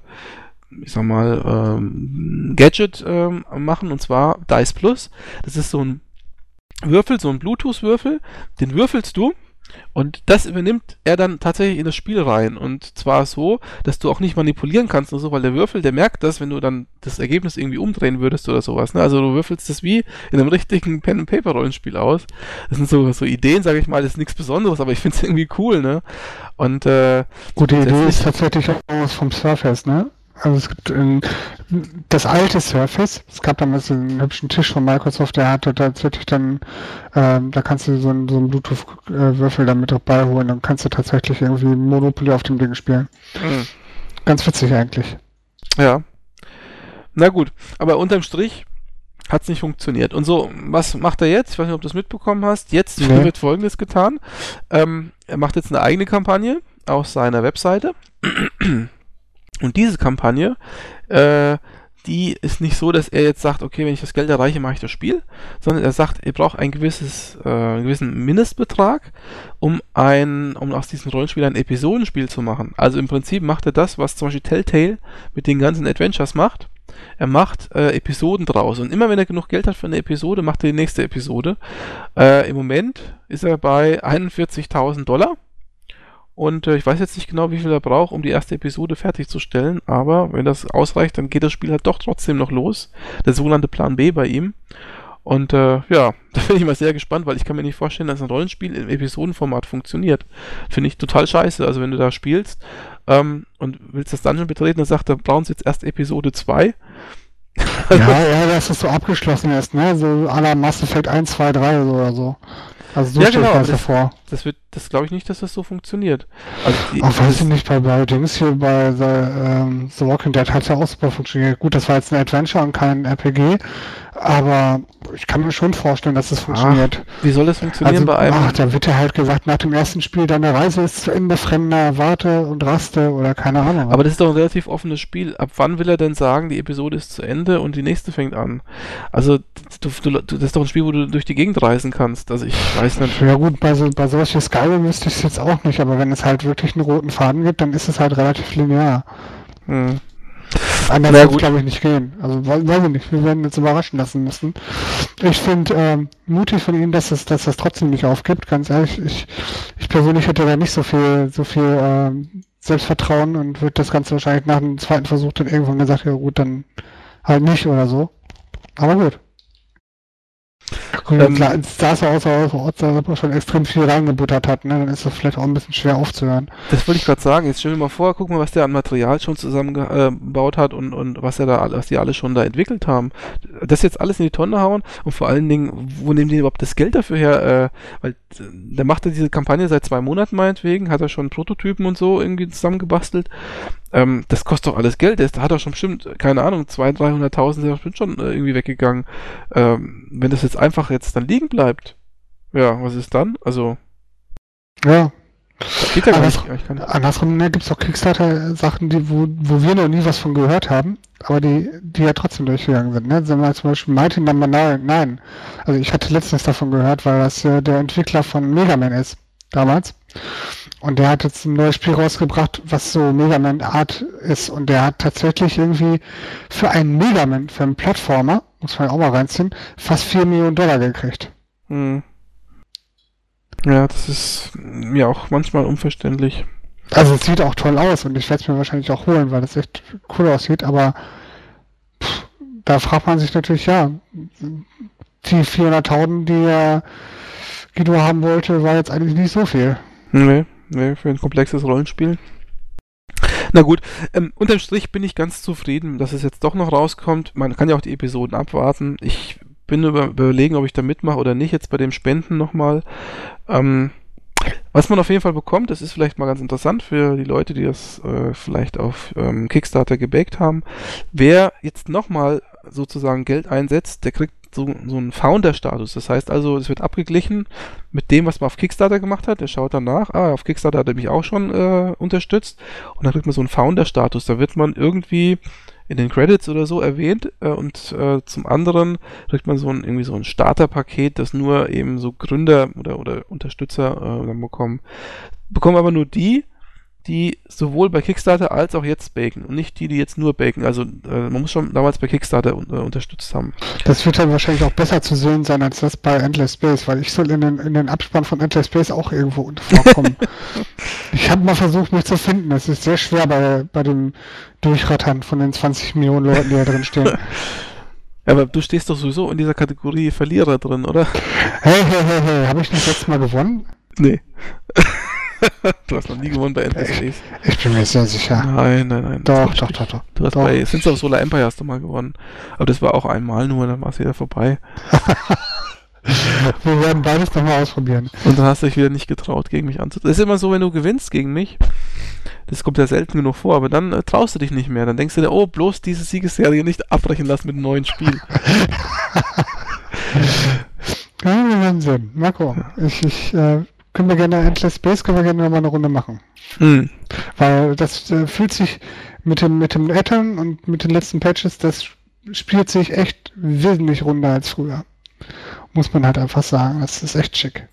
Gadget machen, und zwar Dice Plus. Das ist so ein Würfel, so ein Bluetooth-Würfel, den würfelst du und das übernimmt er dann tatsächlich in das Spiel rein. Und zwar so, dass du auch nicht manipulieren kannst oder so, weil der Würfel, der merkt das, wenn du dann das Ergebnis irgendwie umdrehen würdest oder sowas. Ne? Also du würfelst das wie in einem richtigen Pen-and-Paper-Rollenspiel aus. Das sind so Ideen, sage ich mal, das ist nichts Besonderes, aber ich finde es irgendwie cool, ne? Und gute Idee ist tatsächlich auch was vom Surface, ne? Also es gibt das alte Surface, es gab damals einen hübschen Tisch von Microsoft, der hatte tatsächlich dann, da kannst du so einen Bluetooth-Würfel damit dabei holen, dann kannst du tatsächlich irgendwie Monopoly auf dem Ding spielen. Mhm. Ganz witzig eigentlich. Ja. Na gut, aber unterm Strich hat es nicht funktioniert. Und so, was macht er jetzt? Ich weiß nicht, ob du das mitbekommen hast. Jetzt wird Folgendes getan. Er macht jetzt eine eigene Kampagne aus seiner Webseite. Und diese Kampagne, die ist nicht so, dass er jetzt sagt, okay, wenn ich das Geld erreiche, mache ich das Spiel, sondern er sagt, er braucht einen gewissen Mindestbetrag, um aus diesem Rollenspiel ein Episodenspiel zu machen. Also im Prinzip macht er das, was zum Beispiel Telltale mit den ganzen Adventures macht. Er macht Episoden draus. Und immer wenn er genug Geld hat für eine Episode, macht er die nächste Episode. Im Moment ist er bei $41.000. Und ich weiß jetzt nicht genau, wie viel er braucht, um die erste Episode fertigzustellen, aber wenn das ausreicht, dann geht das Spiel halt doch trotzdem noch los. Der sogenannte Plan B bei ihm. Und ja, da bin ich mal sehr gespannt, weil ich kann mir nicht vorstellen, dass ein Rollenspiel im Episodenformat funktioniert. Finde ich total scheiße. Also wenn du da spielst und willst das Dungeon betreten, dann sagt er, brauchen sie jetzt erst Episode 2. Ja, dass es so abgeschlossen ist, ne? So à la Mass Effect 1, 2, 3 oder so. Also so Ja, stelle ich genau, mir das ja vor. das glaube ich nicht, dass das so funktioniert. Also Auch weiß ich nicht, bei Dings hier bei The Walking Dead hat es ja auch super funktioniert. Gut, das war jetzt ein Adventure und kein RPG, aber ich kann mir schon vorstellen, dass es funktioniert. Wie soll das funktionieren bei einem? Da wird ja halt gesagt, nach dem ersten Spiel, deine Reise ist zu Ende, Fremder, warte und raste oder keine Ahnung. Aber das ist doch ein relativ offenes Spiel. Ab wann will er denn sagen, die Episode ist zu Ende und die nächste fängt an? Also, das ist doch ein Spiel, wo du durch die Gegend reisen kannst. Also, ich weiß nicht. Ja gut, bei sowas wie Skyrim wüsste ich es jetzt auch nicht, aber wenn es halt wirklich einen roten Faden gibt, dann ist es halt relativ linear. Anders wird es, glaube ich, nicht gehen. Also, weiß ich nicht, wir werden uns überraschen lassen müssen. Ich finde mutig von Ihnen, dass das trotzdem nicht aufgibt, ganz ehrlich. Ich persönlich hätte da nicht so viel Selbstvertrauen und würde das Ganze wahrscheinlich nach dem zweiten Versuch dann irgendwann gesagt, ja gut, dann halt nicht oder so. Aber gut. Klar, da es außer schon extrem viel reingebuttert hat, ne, dann ist das vielleicht auch ein bisschen schwer aufzuhören. Das wollte ich gerade sagen. Jetzt stell dir mal vor, guck mal, was der an Material schon zusammengebaut hat und was die alle schon da entwickelt haben. Das jetzt alles in die Tonne hauen und vor allen Dingen, wo nehmen die überhaupt das Geld dafür her? Weil der macht ja diese Kampagne seit 2 Monaten meinetwegen, hat er schon Prototypen und so irgendwie zusammengebastelt. Das kostet doch alles Geld. Da hat er schon bestimmt, keine Ahnung, 200.000, 300.000 sind bestimmt schon irgendwie weggegangen. Wenn das jetzt einfach jetzt dann liegen bleibt, ja, was ist dann? Also, ja. Das geht ja gar nicht. Andersrum gibt es auch Kickstarter-Sachen, wo wir noch nie was von gehört haben, aber die ja trotzdem durchgegangen sind. Ne? Sagen wir zum Beispiel Mighty Number 9. Also ich hatte letztens davon gehört, weil das der Entwickler von Mega Man ist, damals. Und der hat jetzt ein neues Spiel rausgebracht, was so Mega Man Art ist. Und der hat tatsächlich irgendwie für einen Mega Man, für einen Plattformer, muss man ja auch mal reinziehen, fast $4 Millionen gekriegt. Ja, das ist mir auch manchmal unverständlich. Also es sieht auch toll aus und ich werde es mir wahrscheinlich auch holen, weil das echt cool aussieht, aber da fragt man sich natürlich, ja, die 400.000, die Guido haben wollte, war jetzt eigentlich nicht so viel. Nee, für ein komplexes Rollenspiel. Na gut, unterm Strich bin ich ganz zufrieden, dass es jetzt doch noch rauskommt. Man kann ja auch die Episoden abwarten. Ich bin überlegen, ob ich da mitmache oder nicht, jetzt bei dem Spenden nochmal. Was man auf jeden Fall bekommt, das ist vielleicht mal ganz interessant für die Leute, die das vielleicht auf Kickstarter gebackt haben. Wer jetzt nochmal sozusagen Geld einsetzt, der kriegt so einen Founder-Status. Das heißt also, es wird abgeglichen mit dem, was man auf Kickstarter gemacht hat. Der schaut dann nach, auf Kickstarter hat er mich auch schon unterstützt und dann kriegt man so einen Founder-Status. Da wird man irgendwie in den Credits oder so erwähnt und zum anderen kriegt man irgendwie so ein Starterpaket, das nur eben so Gründer oder Unterstützer dann bekommen. Bekommen aber nur die sowohl bei Kickstarter als auch jetzt baken und nicht die jetzt nur baken. Also man muss schon damals bei Kickstarter unterstützt haben. Das wird dann wahrscheinlich auch besser zu sehen sein als das bei Endless Space, weil ich soll in den Abspann von Endless Space auch irgendwo vorkommen. Ich habe mal versucht, mich zu finden. Es ist sehr schwer bei dem Durchrattern von den 20 Millionen Leuten, die da drin stehen. Ja, aber du stehst doch sowieso in dieser Kategorie Verlierer drin, oder? Hey, habe ich nicht letztes Mal gewonnen? Nee. Du hast noch nie gewonnen bei Endless Space. Ich bin mir sehr sicher. Nein. Doch. Du hast bei Sins of Solar Empire hast du mal gewonnen. Aber das war auch einmal nur, dann war es wieder vorbei. Wir werden beides nochmal ausprobieren. Und dann hast du dich wieder nicht getraut, gegen mich anzutreten. Das ist immer so, wenn du gewinnst gegen mich. Das kommt ja selten genug vor, aber dann traust du dich nicht mehr. Dann denkst du dir, oh, bloß diese Siegesserie nicht abbrechen lassen mit einem neuen Spiel. Ja, wir werden sehen. Marco, können wir gerne Endless Space, können wir gerne nochmal eine Runde machen. Weil das fühlt sich mit dem Add-on und mit den letzten Patches, das spielt sich echt wesentlich runder als früher. Muss man halt einfach sagen, das ist echt schick.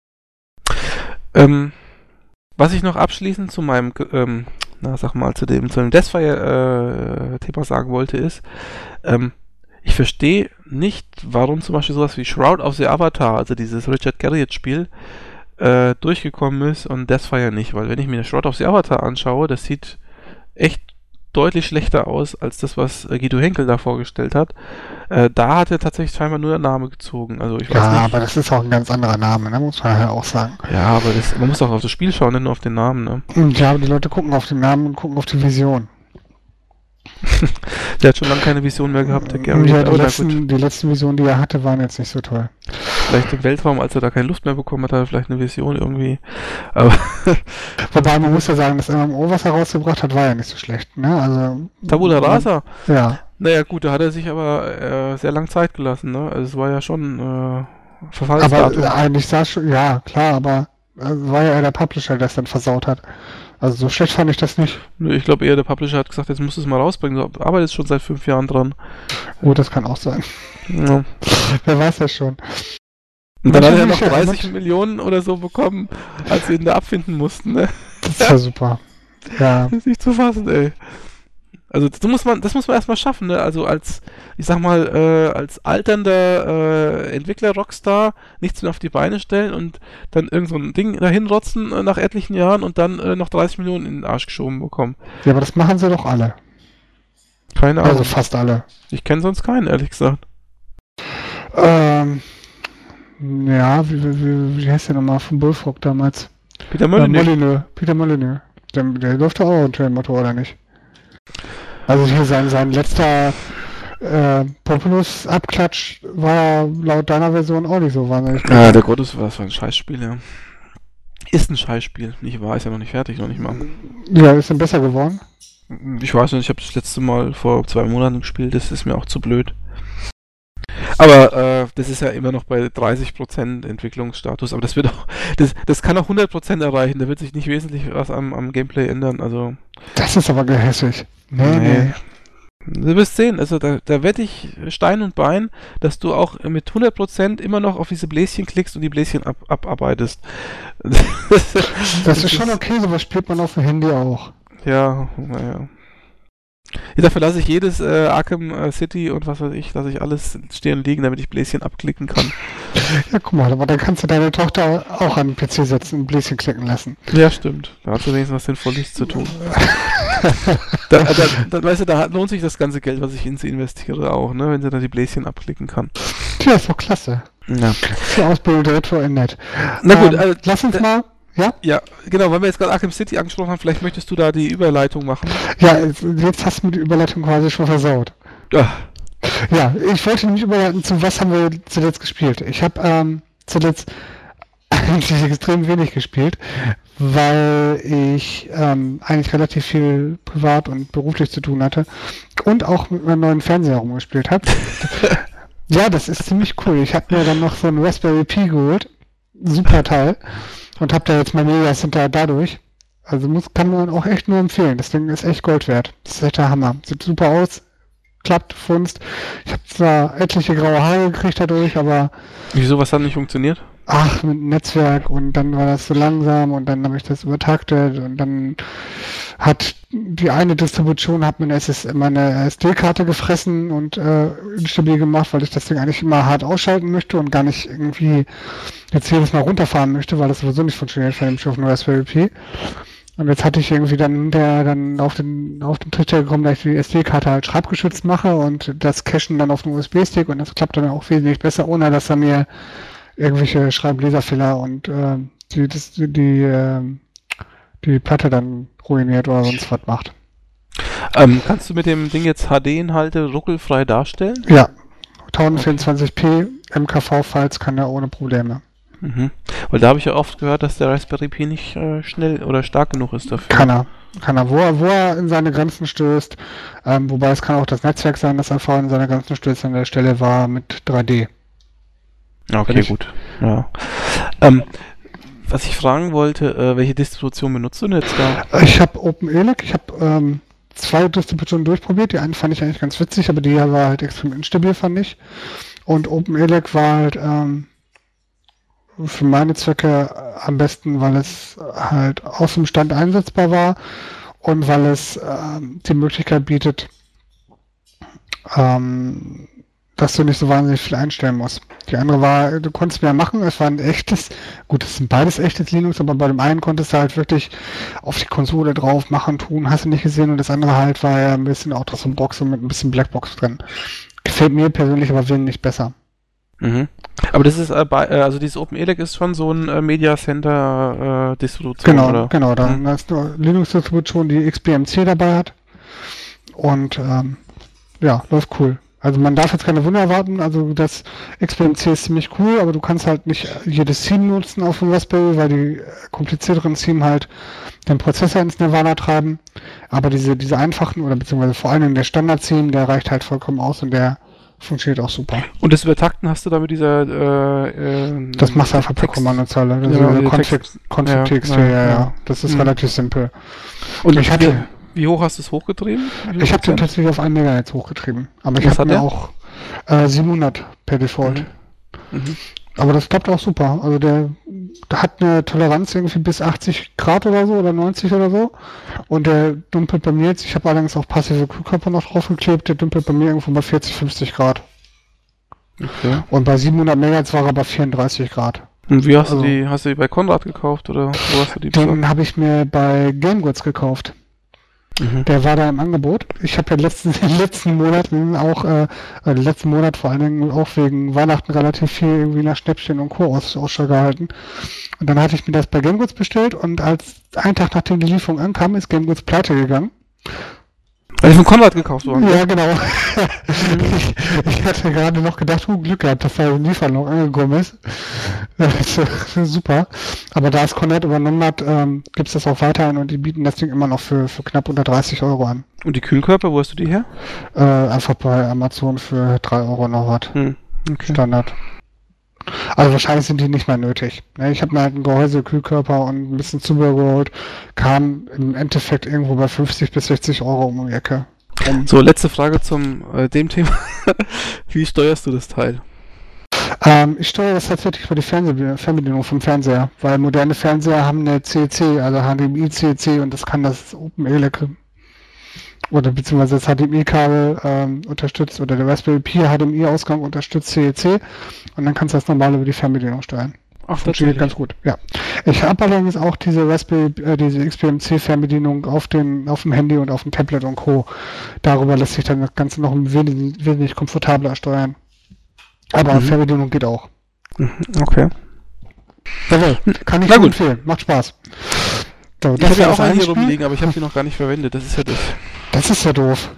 Was ich noch abschließend zu meinem, zu dem Deathfire-Thema sagen wollte, ist, ich verstehe nicht, warum zum Beispiel sowas wie Shroud of the Avatar, also dieses Richard Garriott-Spiel, durchgekommen ist und das war ja nicht, weil wenn ich mir das Shroud of the Avatar anschaue, das sieht echt deutlich schlechter aus als das, was Guido Henkel da vorgestellt hat. Da hat er tatsächlich scheinbar nur der Name gezogen. Also ich weiß Ja, nicht. aber das ist auch ein ganz anderer Name, ne? Muss man halt auch sagen. Ja, aber man muss auch auf das Spiel schauen, nicht nur auf den Namen, ne? Und ja, aber die Leute gucken auf den Namen und gucken auf die Vision. Der hat schon lange keine Vision mehr gehabt, der Gary. Ja, Aber na gut, die letzten Visionen, die er hatte, waren jetzt nicht so toll. vielleicht im Weltraum, als er da keine Luft mehr bekommen hat, hat er vielleicht eine Vision irgendwie. Aber Wobei man muss ja sagen, das MMO, was er rausgebracht hat, war ja nicht so schlecht, ne? Also. Tabula Rasa. Ja. Naja gut, da hat er sich aber sehr lang Zeit gelassen, ne? Also es war ja schon Aber Verfallsdatum. eigentlich sah schon, ja, klar, aber war ja eher der Publisher, der es dann versaut hat. Also so schlecht fand ich das nicht. Nö, ich glaube eher, der Publisher hat gesagt, jetzt musst du es mal rausbringen. Du arbeitest schon seit 5 Jahren dran. Oh, das kann auch sein. Ja. Wer weiß das schon. Und dann hat er Manchmal noch nicht, 30 Millionen oder so bekommen, als sie ihn da abfinden mussten, ne? Das ist ja super. Ja. Das ist nicht zu fassen, ey. Also das muss man erstmal schaffen, ne? Also als, ich sag mal, als alternder Entwickler-Rockstar nichts mehr auf die Beine stellen und dann irgend so ein Ding dahin rotzen nach etlichen Jahren und dann noch 30 Millionen in den Arsch geschoben bekommen. Ja, aber das machen sie doch alle. Keine Ahnung. Also fast alle. Ich kenne sonst keinen, ehrlich gesagt. Ja, wie heißt der nochmal von Bullfrog damals? Peter Molyneux. Molyneux. Peter Molyneux. Der durfte auch ein Trailmotor, oder nicht? Also hier sein letzter Populous-Abklatsch war laut deiner Version auch nicht so wahnsinnig. Ja, der Gottes war ein Scheißspiel, ja. Ist ein Scheißspiel, nicht wahr? Ist ja noch nicht fertig, noch nicht mal. Ja, ist denn besser geworden? Ich weiß nicht, ich habe das letzte Mal vor 2 Monaten gespielt, das ist mir auch zu blöd. Aber das ist ja immer noch bei 30% Entwicklungsstatus, aber das wird auch, das kann auch 100% erreichen, da wird sich nicht wesentlich was am Gameplay ändern, also. Das ist aber gehässig. Nee. Du wirst sehen, also da wette ich Stein und Bein, dass du auch mit 100% immer noch auf diese Bläschen klickst und die Bläschen abarbeitest. Das ist schon okay, sowas spielt man auf dem Handy auch. Ja, naja. Dafür lasse ich jedes Arkham City und was weiß ich, lasse ich alles stehen liegen, damit ich Bläschen abklicken kann. Ja, guck mal, aber dann kannst du deine Tochter auch an den PC setzen und Bläschen klicken lassen. Ja, stimmt. Da hat sie wenigstens was Sinnvolles zu tun. Weißt du, da lohnt sich das ganze Geld, was ich in sie investiere, auch, ne? Wenn sie dann die Bläschen abklicken kann. Ja, ist doch klasse. Ja. Die Ausbildung direkt vor Internet. Na gut, lass uns mal. Ja? Ja, genau, weil wir jetzt gerade Arkham City angesprochen haben, vielleicht möchtest du da die Überleitung machen. Ja, jetzt hast du mir die Überleitung quasi schon versaut. Ja. Ja, ich wollte nämlich überleiten zu was haben wir zuletzt gespielt. Ich habe zuletzt eigentlich extrem wenig gespielt, weil ich eigentlich relativ viel privat und beruflich zu tun hatte und auch mit meinem neuen Fernseher rumgespielt habe. Ja, das ist ziemlich cool. Ich habe mir dann noch so einen Raspberry Pi geholt. Super Teil. Und hab da jetzt mein Mega Center dadurch. Also kann man auch echt nur empfehlen. Das Ding ist echt Gold wert. Das ist echt der Hammer. Sieht super aus. Klappt, funzt. Ich habe zwar etliche graue Haare gekriegt dadurch, aber... Wieso, was hat nicht funktioniert? Ach, mit Netzwerk und dann war das so langsam und dann habe ich das übertaktet und dann hat die eine Distribution meine SD-Karte gefressen und instabil gemacht, weil ich das Ding eigentlich immer hart ausschalten möchte und gar nicht irgendwie jetzt jedes Mal runterfahren möchte, weil das sowieso nicht funktioniert von dem Schiff nur Raspberry Pi. Und jetzt hatte ich irgendwie dann auf den Trichter gekommen, dass ich die SD-Karte halt schreibgeschützt mache und das Cachen dann auf den USB-Stick und das klappt dann auch wesentlich besser, ohne dass er mir irgendwelche Schreib-Leserfehler und die Platte dann ruiniert oder sonst was macht. Kannst du mit dem Ding jetzt HD-Inhalte ruckelfrei darstellen? Ja, 1024p MKV-Files kann er ohne Probleme. Mhm. Weil da habe ich ja oft gehört, dass der Raspberry Pi nicht schnell oder stark genug ist dafür. Kann er, wo er in seine Grenzen stößt, wobei es kann auch das Netzwerk sein, dass er vorhin in seine Grenzen stößt, an der Stelle war mit 3D. Okay, gut. Ja. Was ich fragen wollte, welche Distribution benutzt du denn jetzt da? Ich habe OpenELEC, ich habe 2 Distributionen durchprobiert. Die eine fand ich eigentlich ganz witzig, aber die war halt extrem instabil, fand ich. Und OpenELEC war halt für meine Zwecke am besten, weil es halt aus dem Stand einsetzbar war und weil es die Möglichkeit bietet, dass du nicht so wahnsinnig viel einstellen musst. Die andere war, du konntest mehr machen, es war ein echtes, gut, es sind beides echtes Linux, aber bei dem einen konntest du halt wirklich auf die Konsole drauf machen, tun, hast du nicht gesehen, und das andere halt war ja ein bisschen out of the box und mit ein bisschen Blackbox drin. Gefällt mir persönlich aber wesentlich besser. Mhm. Aber das ist, also dieses OpenELEC ist schon so ein Media Center Distribution, Genau, oder? genau, da ist eine Linux-Distribution, die XBMC dabei hat, und ja, läuft cool. Also man darf jetzt keine Wunder erwarten, also das XBMC ist ziemlich cool, aber du kannst halt nicht jedes Theme nutzen auf dem Raspberry, weil die komplizierteren Theme halt den Prozessor ins Nirvana treiben. Aber diese einfachen, oder beziehungsweise vor allem der Standard-Theme, der reicht halt vollkommen aus, und der funktioniert auch super. Und das Übertakten hast du da mit dieser Das machst du einfach per Kommandozeile. Also Config-TXT, ja. Das ist relativ simpel. Und wie hoch hast du es hochgetrieben? Ich habe den tatsächlich auf 1 Megahertz hochgetrieben. Aber ich habe mir auch 700 per Default. Mhm. Aber das klappt auch super. Also der hat eine Toleranz irgendwie bis 80 Grad oder so, oder 90 oder so. Und der dümpelt bei mir jetzt, ich habe allerdings auch passive Kühlkörper noch draufgeklebt, der dümpelt bei mir irgendwo bei 40, 50 Grad. Okay. Und bei 700 Megahertz war er bei 34 Grad. Und wie hast du die bei Konrad gekauft, oder wo hast du die besorgt? Den habe ich mir bei GameGoods gekauft. Der war da im Angebot. Ich habe ja in den letzten Monaten auch, letzten Monat vor allen Dingen auch wegen Weihnachten relativ viel irgendwie nach Schnäppchen und Co. Ausschau gehalten. Und dann hatte ich mir das bei GameGoods bestellt, und als einen Tag nachdem die Lieferung ankam, ist GameGoods pleite gegangen. Weil die von Konrad gekauft worden. Ja, genau. Ich hatte gerade noch gedacht, Glück gehabt, dass da die Lieferung noch angekommen ist. Das ist super. Aber da es Konrad übernommen hat, gibt es das auch weiterhin, und die bieten das Ding immer noch für knapp unter 30 Euro an. Und die Kühlkörper, wo hast du die her? Einfach bei Amazon für 3 Euro noch was. Okay. Standard. Also wahrscheinlich sind die nicht mehr nötig. Ich habe mir halt ein Gehäuse, Kühlkörper und ein bisschen Zubehör geholt. Kam im Endeffekt irgendwo bei 50 bis 60 Euro um die Ecke. So, letzte Frage zum dem Thema. Wie steuerst du das Teil? Ich steuere das tatsächlich über die Fernbedienung vom Fernseher, weil moderne Fernseher haben eine CEC, also HDMI CEC, und das kann das OpenELEC oder beziehungsweise das HDMI-Kabel unterstützt, oder der Raspberry Pi HDMI-Ausgang unterstützt CEC, und dann kannst du das normal über die Fernbedienung steuern. Ach, funktioniert ganz gut, ja. Ich habe allerdings auch diese diese XBMC-Fernbedienung auf dem Handy und auf dem Tablet und Co. Darüber lässt sich dann das Ganze noch wesentlich komfortabler steuern. Aber Fernbedienung geht auch. Okay. Jawohl, kann ich nur empfehlen. Macht Spaß. So, ich habe ja auch eine hier rumliegen, aber ich habe sie noch gar nicht verwendet. Das ist ja das. Das ist ja doof.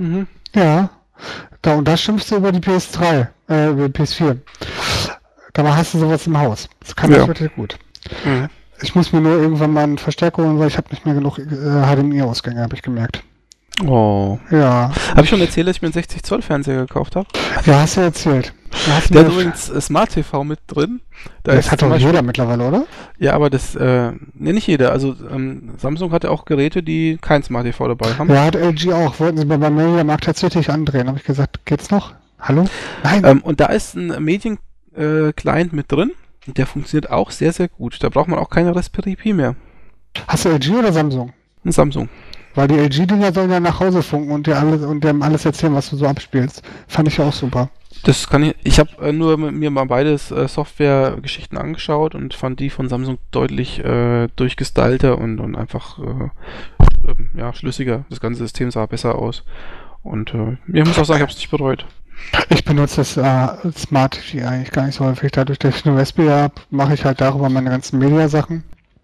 Ja. Und da schimpfst du über die PS3, über die PS4. Dabei hast du sowas im Haus. Das kann ich wirklich gut. Ich muss mir nur irgendwann mal einen Verstärker holen, weil ich habe nicht mehr genug HDMI-Ausgänge, habe ich gemerkt. Oh. Ja. Habe ich schon erzählt, dass ich mir einen 60 Zoll Fernseher gekauft habe? Ja, hast du erzählt. Der hat übrigens Smart TV mit drin. Das hat doch jeder mittlerweile, oder? Ja, aber das, nicht jeder. Also Samsung hatte auch Geräte, die kein Smart TV dabei haben. Ja, hat LG auch. Wollten sie beim Mediamarkt tatsächlich andrehen. Habe ich gesagt, geht's noch? Hallo? Nein. Und da ist ein Medien-Client mit drin. Und der funktioniert auch sehr, sehr gut. Da braucht man auch keine Raspberry Pi mehr. Hast du LG oder Samsung? Ein Samsung. Weil die LG-Dinger sollen ja nach Hause funken und dir alles erzählen, was du so abspielst. Fand ich ja auch super. Das kann ich. Ich habe nur mir mal beides Software-Geschichten angeschaut und fand die von Samsung deutlich durchgestylter und einfach schlüssiger. Das ganze System sah besser aus. Und ich muss auch sagen, ich habe es nicht bereut. Ich benutze das Smart TV eigentlich gar nicht so häufig. Dadurch, dass ich eine Raspberry habe, mache ich halt darüber meine ganzen Media-Sachen.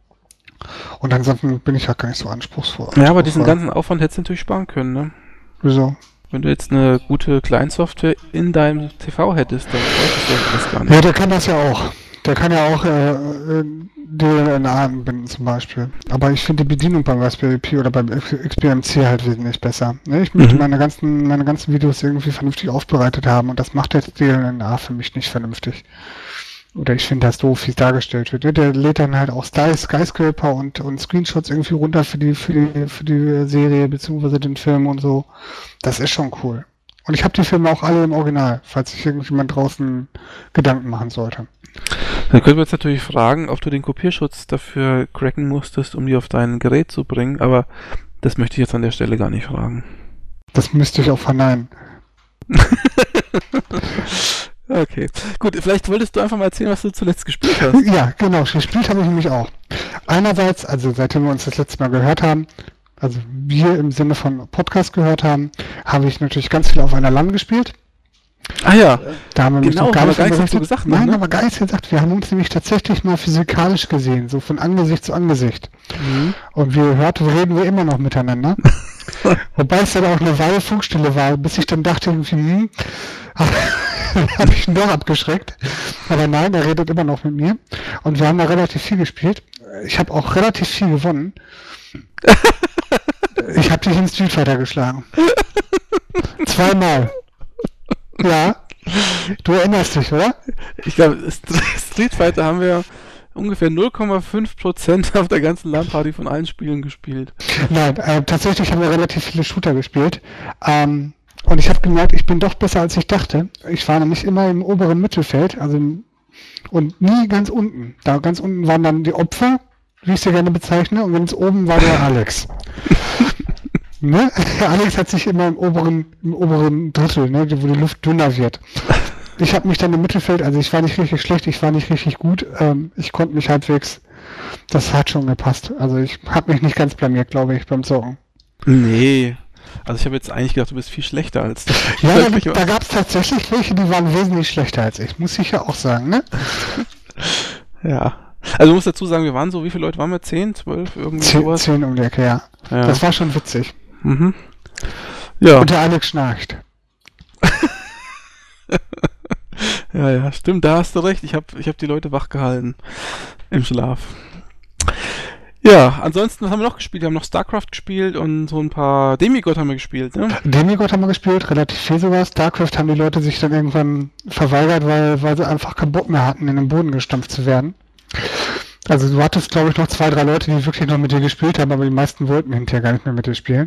Und ansonsten bin ich halt gar nicht so anspruchsvoll. Ja, aber diesen ganzen Aufwand hättest du natürlich sparen können, ne? Wieso? Wenn du jetzt eine gute Client-Software in deinem TV hättest, dann bräuchtest du das gar nicht. Ja, der kann das ja auch. Der kann ja auch DLNA anbinden zum Beispiel. Aber ich finde die Bedienung beim Raspberry Pi oder beim XBMC halt wesentlich besser. Ne? Ich möchte meine ganzen Videos irgendwie vernünftig aufbereitet haben, und das macht jetzt DLNA für mich nicht vernünftig. Oder ich finde das doof, wie es dargestellt wird. Der lädt dann halt auch Skyscraper und Screenshots irgendwie runter für die Serie beziehungsweise den Film und so. Das ist schon cool. Und ich habe die Filme auch alle im Original, falls sich irgendjemand draußen Gedanken machen sollte. Dann können wir jetzt natürlich fragen, ob du den Kopierschutz dafür cracken musstest, um die auf dein Gerät zu bringen, aber das möchte ich jetzt an der Stelle gar nicht fragen. Das müsste ich auch verneinen. Okay, gut, vielleicht wolltest du einfach mal erzählen, was du zuletzt gespielt hast. Ja, genau, gespielt habe ich nämlich auch. Einerseits, also seitdem wir uns das letzte Mal gehört haben, also wir im Sinne von Podcast gehört haben, habe ich natürlich ganz viel auf einer LAN gespielt. Ah ja, Da haben wir genau, noch gar aber nicht gar nichts berichtet. dazu gesagt. Nein, Ne? aber gar nichts gesagt. Wir haben uns nämlich tatsächlich mal physikalisch gesehen, so von Angesicht zu Angesicht. Mhm. Und wie ihr hört, reden wir immer noch miteinander. Wobei es dann auch eine Weile Funkstille war, bis ich dann dachte, irgendwie, habe ich ihn doch abgeschreckt. Aber nein, er redet immer noch mit mir. Und wir haben da relativ viel gespielt. Ich habe auch relativ viel gewonnen. Ich habe dich in Street Fighter geschlagen. 2-mal. Ja. Du erinnerst dich, oder? Ich glaube, Street Fighter haben wir ungefähr 0,5% auf der ganzen LAN-Party von allen Spielen gespielt. Nein, tatsächlich haben wir relativ viele Shooter gespielt. Und ich habe gemerkt, ich bin doch besser, als ich dachte. Ich war nämlich immer im oberen Mittelfeld, und nie ganz unten. Da ganz unten waren dann die Opfer, wie ich sie gerne bezeichne, und ganz oben war der Alex. Ne? Alex hat sich immer im oberen Drittel, ne, wo die Luft dünner wird. Ich habe mich dann im Mittelfeld, also ich war nicht richtig schlecht, ich war nicht richtig gut. Ich konnte mich halbwegs, das hat schon gepasst. Also ich habe mich nicht ganz blamiert, glaube ich, beim Zocken. Nee. Also ich habe jetzt eigentlich gedacht, du bist viel schlechter als du. Ja, da gab es tatsächlich welche, die waren wesentlich schlechter als ich, muss ich ja auch sagen, ne? Ja. Also du musst dazu sagen, wir waren so, wie viele Leute waren wir? 10, 12, irgendwie sowas? 10 um die Ecke, ja. Das war schon witzig. Mhm. Ja. Und der Alex schnarcht. Ja, stimmt, da hast du recht. Ich hab die Leute wach gehalten. Im Schlaf. Ja, ansonsten, was haben wir noch gespielt? Wir haben noch StarCraft gespielt und so ein paar Demigod haben wir gespielt, ne? Demigod haben wir gespielt, relativ viel sogar. StarCraft haben die Leute sich dann irgendwann verweigert, weil sie einfach keinen Bock mehr hatten, in den Boden gestampft zu werden. Also du hattest, glaube ich, noch 2, 3 Leute, die wirklich noch mit dir gespielt haben, aber die meisten wollten hinterher gar nicht mehr mit dir spielen.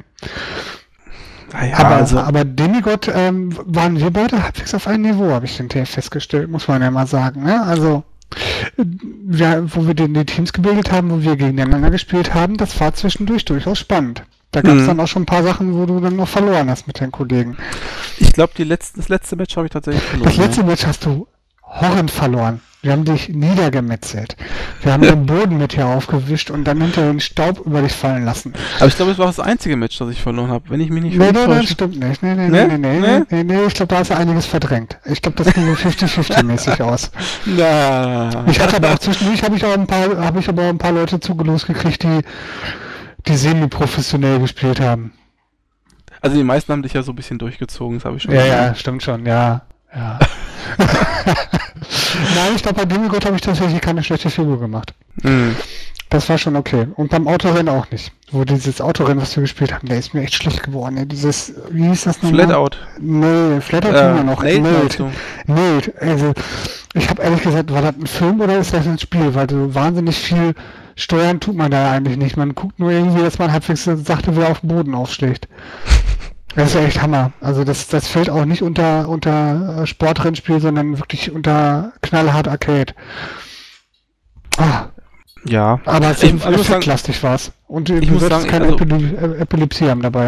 Ja, aber Demigod waren wir beide halbwegs auf einem Niveau, habe ich hinterher festgestellt, muss man ja mal sagen. Ne? Also, wo wir die Teams gebildet haben, wo wir gegeneinander gespielt haben, das war zwischendurch durchaus spannend. Da gab es dann auch schon ein paar Sachen, wo du dann noch verloren hast mit den Kollegen. Ich glaube, das letzte Match habe ich tatsächlich verloren. Das letzte Match hast du horrend verloren. Wir haben dich niedergemetzelt. Wir haben den Boden mit dir aufgewischt und dann hinterher den Staub über dich fallen lassen. Aber ich glaube, es war das einzige Match, das ich verloren habe, wenn ich mich nicht täusche. Nee, stimmt nicht. Nee, ich glaube, da hast du einiges verdrängt. Ich glaube, das ging so 50-50-mäßig aus. Na. Ich hatte aber auch zwischendurch habe ich aber ein paar Leute zugelost gekriegt, die semi-professionell gespielt haben. Also die meisten haben dich ja so ein bisschen durchgezogen, das habe ich schon gesagt. Ja, stimmt schon, ja. Nein, ich glaube, bei Demigod habe ich tatsächlich keine schlechte Figur gemacht. Mhm. Das war schon okay. Und beim Autorennen auch nicht. Wo dieses Autorennen, was wir gespielt haben, der ist mir echt schlecht geworden. Ja, wie hieß das nochmal? Flatout. Nee, Flatout immer noch. Nate. Also, ich habe ehrlich gesagt, war das ein Film oder ist das ein Spiel? Weil so wahnsinnig viel steuern tut man da eigentlich nicht. Man guckt nur irgendwie, dass man halbwegs sachte, wer auf dem Boden aufschlägt. Das ist ja echt Hammer. Also das fällt auch nicht unter Sportrennspiel, sondern wirklich unter knallhart Arcade. Ja. Aber effektlastig war es. Und ich muss sagen, keine Epilepsie haben dabei.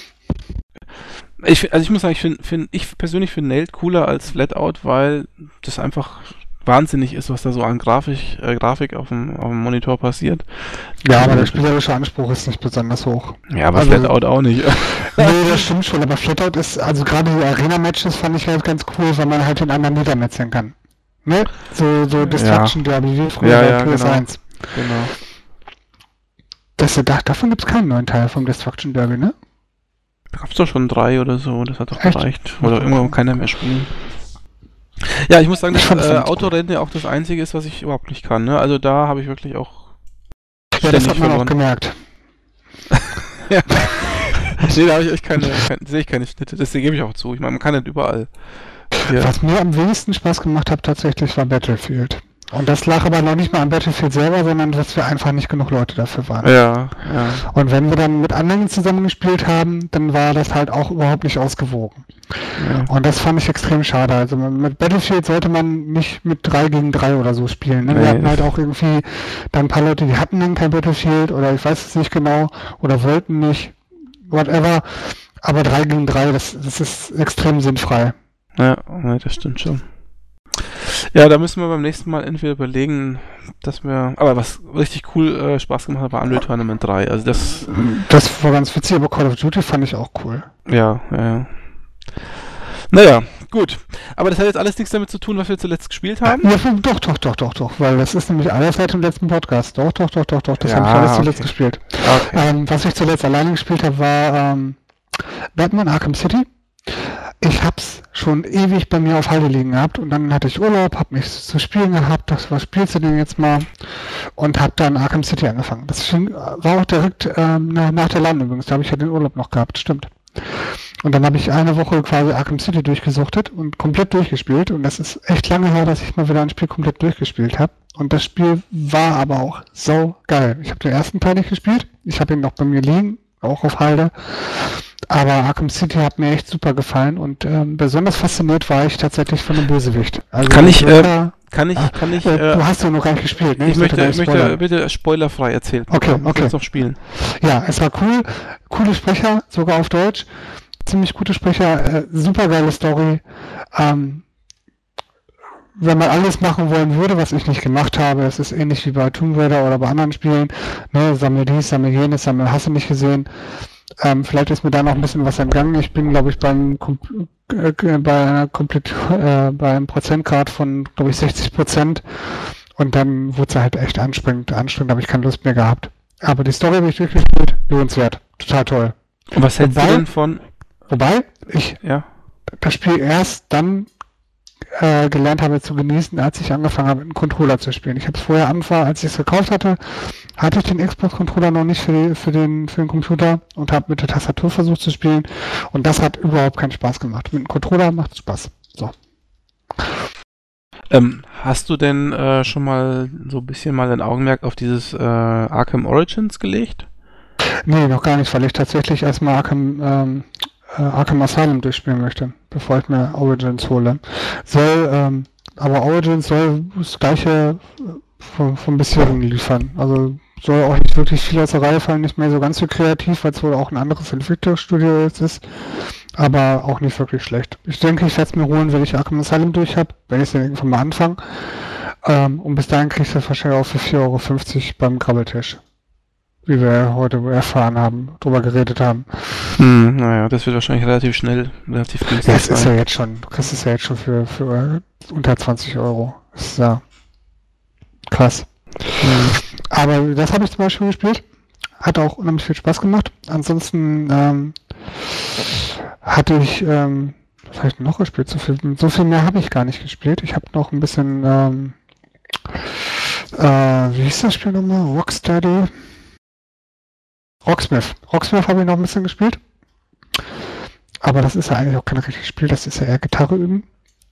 Ich muss sagen, ich persönlich finde Nailed cooler als Flatout, weil das einfach wahnsinnig ist, was da so an Grafik auf dem Monitor passiert. Ja, aber der spielerische Anspruch ist nicht besonders hoch. Ja, aber Flatout auch nicht. Nee, das stimmt schon, aber Flatout ist, also gerade die Arena-Matches fand ich halt ganz cool, weil man halt den anderen niedermetzeln kann. Ne? So Destruction Derby, wie früher bei PS1. Genau. Davon gibt es keinen neuen Teil vom Destruction Derby, ne? Da gab es doch schon 3 oder so, das hat doch gereicht. Oder irgendwann keiner mehr spielen. Ja, ich muss sagen, dass Autorennen ja auch das Einzige ist, was ich überhaupt nicht kann. Ne? Also da habe ich wirklich auch. Ja, das hat man auch gemerkt. Ja. Nee, da habe ich echt sehe ich keine Schnitte. Das gebe ich auch zu. Ich meine, man kann nicht überall. Ja. Was mir am wenigsten Spaß gemacht hat, tatsächlich war Battlefield. Und das lag aber noch nicht mal am Battlefield selber, sondern dass wir einfach nicht genug Leute dafür waren. Ja. Und wenn wir dann mit anderen zusammengespielt haben, dann war das halt auch überhaupt nicht ausgewogen. Ja. Und das fand ich extrem schade. Also mit Battlefield sollte man nicht mit 3 gegen 3 oder so spielen. Ne? Wir hatten halt auch irgendwie dann ein paar Leute, die hatten dann kein Battlefield oder ich weiß es nicht genau oder wollten nicht, whatever. Aber 3 gegen 3, das ist extrem sinnfrei. Ja, das stimmt schon. Ja, da müssen wir beim nächsten Mal entweder überlegen, dass wir. Aber was richtig cool Spaß gemacht hat, war Unreal Tournament 3. Also das war ganz witzig, aber Call of Duty fand ich auch cool. Ja. Naja, gut. Aber das hat jetzt alles nichts damit zu tun, was wir zuletzt gespielt haben? Ja, doch, weil das ist nämlich alles seit dem letzten Podcast. Doch, das habe ich alles zuletzt gespielt. Okay. Was ich zuletzt alleine gespielt habe, war Batman Arkham City. Ich hab's schon ewig bei mir auf Halde liegen gehabt und dann hatte ich Urlaub, hab mich zu spielen gehabt, was spielst du denn jetzt mal? Und hab dann Arkham City angefangen. Das war auch direkt nach der Landung übrigens, da habe ich ja den Urlaub noch gehabt, stimmt. Und dann habe ich eine Woche quasi Arkham City durchgesuchtet und komplett durchgespielt und das ist echt lange her, dass ich mal wieder ein Spiel komplett durchgespielt habe. Und das Spiel war aber auch so geil. Ich habe den ersten Teil nicht gespielt, ich habe ihn noch bei mir liegen, auch auf Halde. Aber Arkham City hat mir echt super gefallen und besonders fasziniert war ich tatsächlich von dem Bösewicht. Also Kann ich, du hast ja noch gar nicht gespielt, ne? Ich möchte bitte spoilerfrei erzählen. Okay. Jetzt noch spielen. Ja, es war cool. Coole Sprecher, sogar auf Deutsch. Ziemlich gute Sprecher, super geile Story. Wenn man alles machen wollen würde, was ich nicht gemacht habe, es ist ähnlich wie bei Tomb Raider oder bei anderen Spielen, ne? Sammel dies, sammel jenes, hast du nicht gesehen. Vielleicht ist mir da noch ein bisschen was entgangen. Ich bin, glaube ich, beim Prozentgrad von, glaube ich, 60%. Und dann wurde es halt echt anstrengend, habe ich keine Lust mehr gehabt. Aber die Story habe ich durchgespielt, lohnenswert. Total toll. Und was hältst du denn von? Wobei ich das Spiel erst dann gelernt habe zu genießen, als ich angefangen habe, mit einem Controller zu spielen. Ich habe es vorher als ich es gekauft hatte ich den Xbox-Controller noch nicht für den Computer und habe mit der Tastatur versucht zu spielen und das hat überhaupt keinen Spaß gemacht. Mit dem Controller macht es Spaß. So. Hast du denn schon mal so ein bisschen dein Augenmerk auf dieses Arkham Origins gelegt? Nee, noch gar nicht, weil ich tatsächlich erstmal Arkham Asylum durchspielen möchte, bevor ich mir Origins hole. Aber Origins soll das gleiche vom bisherigen liefern. Also soll auch nicht wirklich viel aus der Reihe fallen, nicht mehr so ganz so kreativ, weil es wohl auch ein anderes Entwicklerstudio ist. Aber auch nicht wirklich schlecht. Ich denke, ich werde es mir holen, wenn ich Arkham Asylum durch habe, wenn ich es dann irgendwann mal anfange. Und bis dahin kriege ich das wahrscheinlich auch für 4,50 € beim Grabbeltisch. Wie wir heute drüber geredet haben. Naja, das wird wahrscheinlich relativ günstig sein. Das ist ja jetzt schon, du kriegst es ja jetzt schon für unter 20 €. Das ist ja krass. Aber das habe ich zum Beispiel gespielt. Hat auch unheimlich viel Spaß gemacht. Ansonsten hatte ich, was habe ich noch gespielt? So viel mehr habe ich gar nicht gespielt. Ich habe noch ein bisschen, wie hieß das Spiel nochmal? Rocksmith habe ich noch ein bisschen gespielt. Aber das ist ja eigentlich auch kein richtiges Spiel, das ist ja eher Gitarre üben.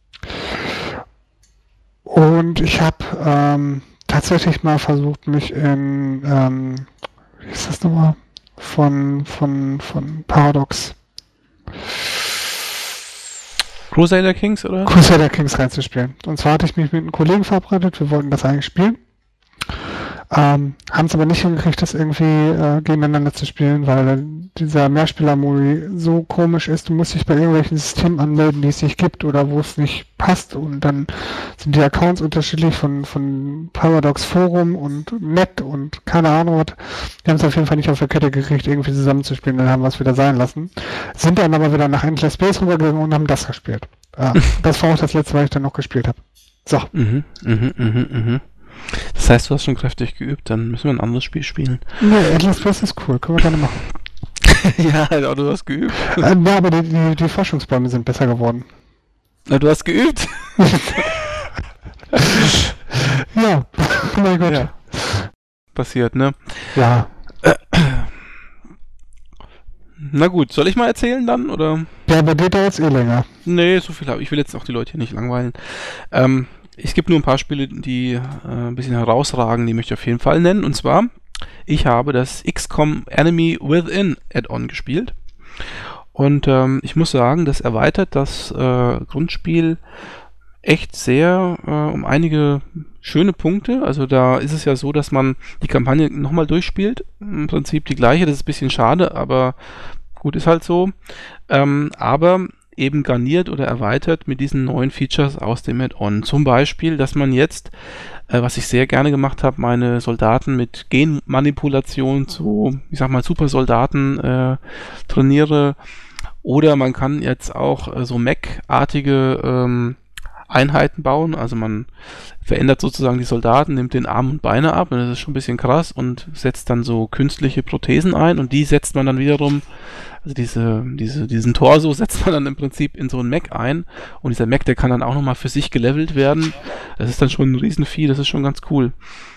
Und ich habe tatsächlich mal versucht, mich in, wie ist das nochmal? Von Paradox. Crusader Kings, oder? Crusader Kings reinzuspielen. Und zwar hatte ich mich mit einem Kollegen verabredet, wir wollten das eigentlich spielen. Haben es aber nicht hingekriegt, das irgendwie gegeneinander zu spielen, weil dieser Mehrspieler-Modi so komisch ist. Du musst dich bei irgendwelchen Systemen anmelden, die es nicht gibt oder wo es nicht passt und dann sind die Accounts unterschiedlich von Paradox Forum und Net und keine Ahnung was. Die haben es auf jeden Fall nicht auf der Kette gekriegt, irgendwie zusammenzuspielen, dann haben wir es wieder sein lassen. Sind dann aber wieder nach Endless Space rübergegangen und haben das gespielt. Das war auch das letzte, was ich dann noch gespielt habe. So. Das heißt, du hast schon kräftig geübt, dann müssen wir ein anderes Spiel spielen. Nee, Endless Space ist cool, können wir gerne machen. Ja, aber du hast geübt. Ja, aber die Forschungsbäume sind besser geworden. Na, du hast geübt? Ja, oh mein Gott. Ja. Passiert, ne? Ja. Na gut, soll ich mal erzählen dann, oder? Ja, bei dir dauert es länger. Nee, so viel habe ich. Ich will jetzt auch die Leute hier nicht langweilen. Es gibt nur ein paar Spiele, die ein bisschen herausragen, die möchte ich auf jeden Fall nennen. Und zwar, ich habe das XCOM Enemy Within Add-on gespielt. Und ich muss sagen, das erweitert das Grundspiel echt sehr um einige schöne Punkte. Also da ist es ja so, dass man die Kampagne nochmal durchspielt. Im Prinzip die gleiche, das ist ein bisschen schade, aber gut, ist halt so. Aber eben garniert oder erweitert mit diesen neuen Features aus dem Add-on. Zum Beispiel, dass man jetzt, was ich sehr gerne gemacht habe, meine Soldaten mit Genmanipulation zu, ich sag mal, Supersoldaten trainiere. Oder man kann jetzt auch so Mech-artige Einheiten bauen. Also man verändert sozusagen die Soldaten, nimmt den Arm und Beine ab, und das ist schon ein bisschen krass, und setzt dann so künstliche Prothesen ein, und die setzt man dann wiederum, also diesen Torso setzt man dann im Prinzip in so einen Mech ein, und dieser Mech, der kann dann auch nochmal für sich gelevelt werden. Das ist dann schon ein Riesenvieh, das ist schon ganz cool.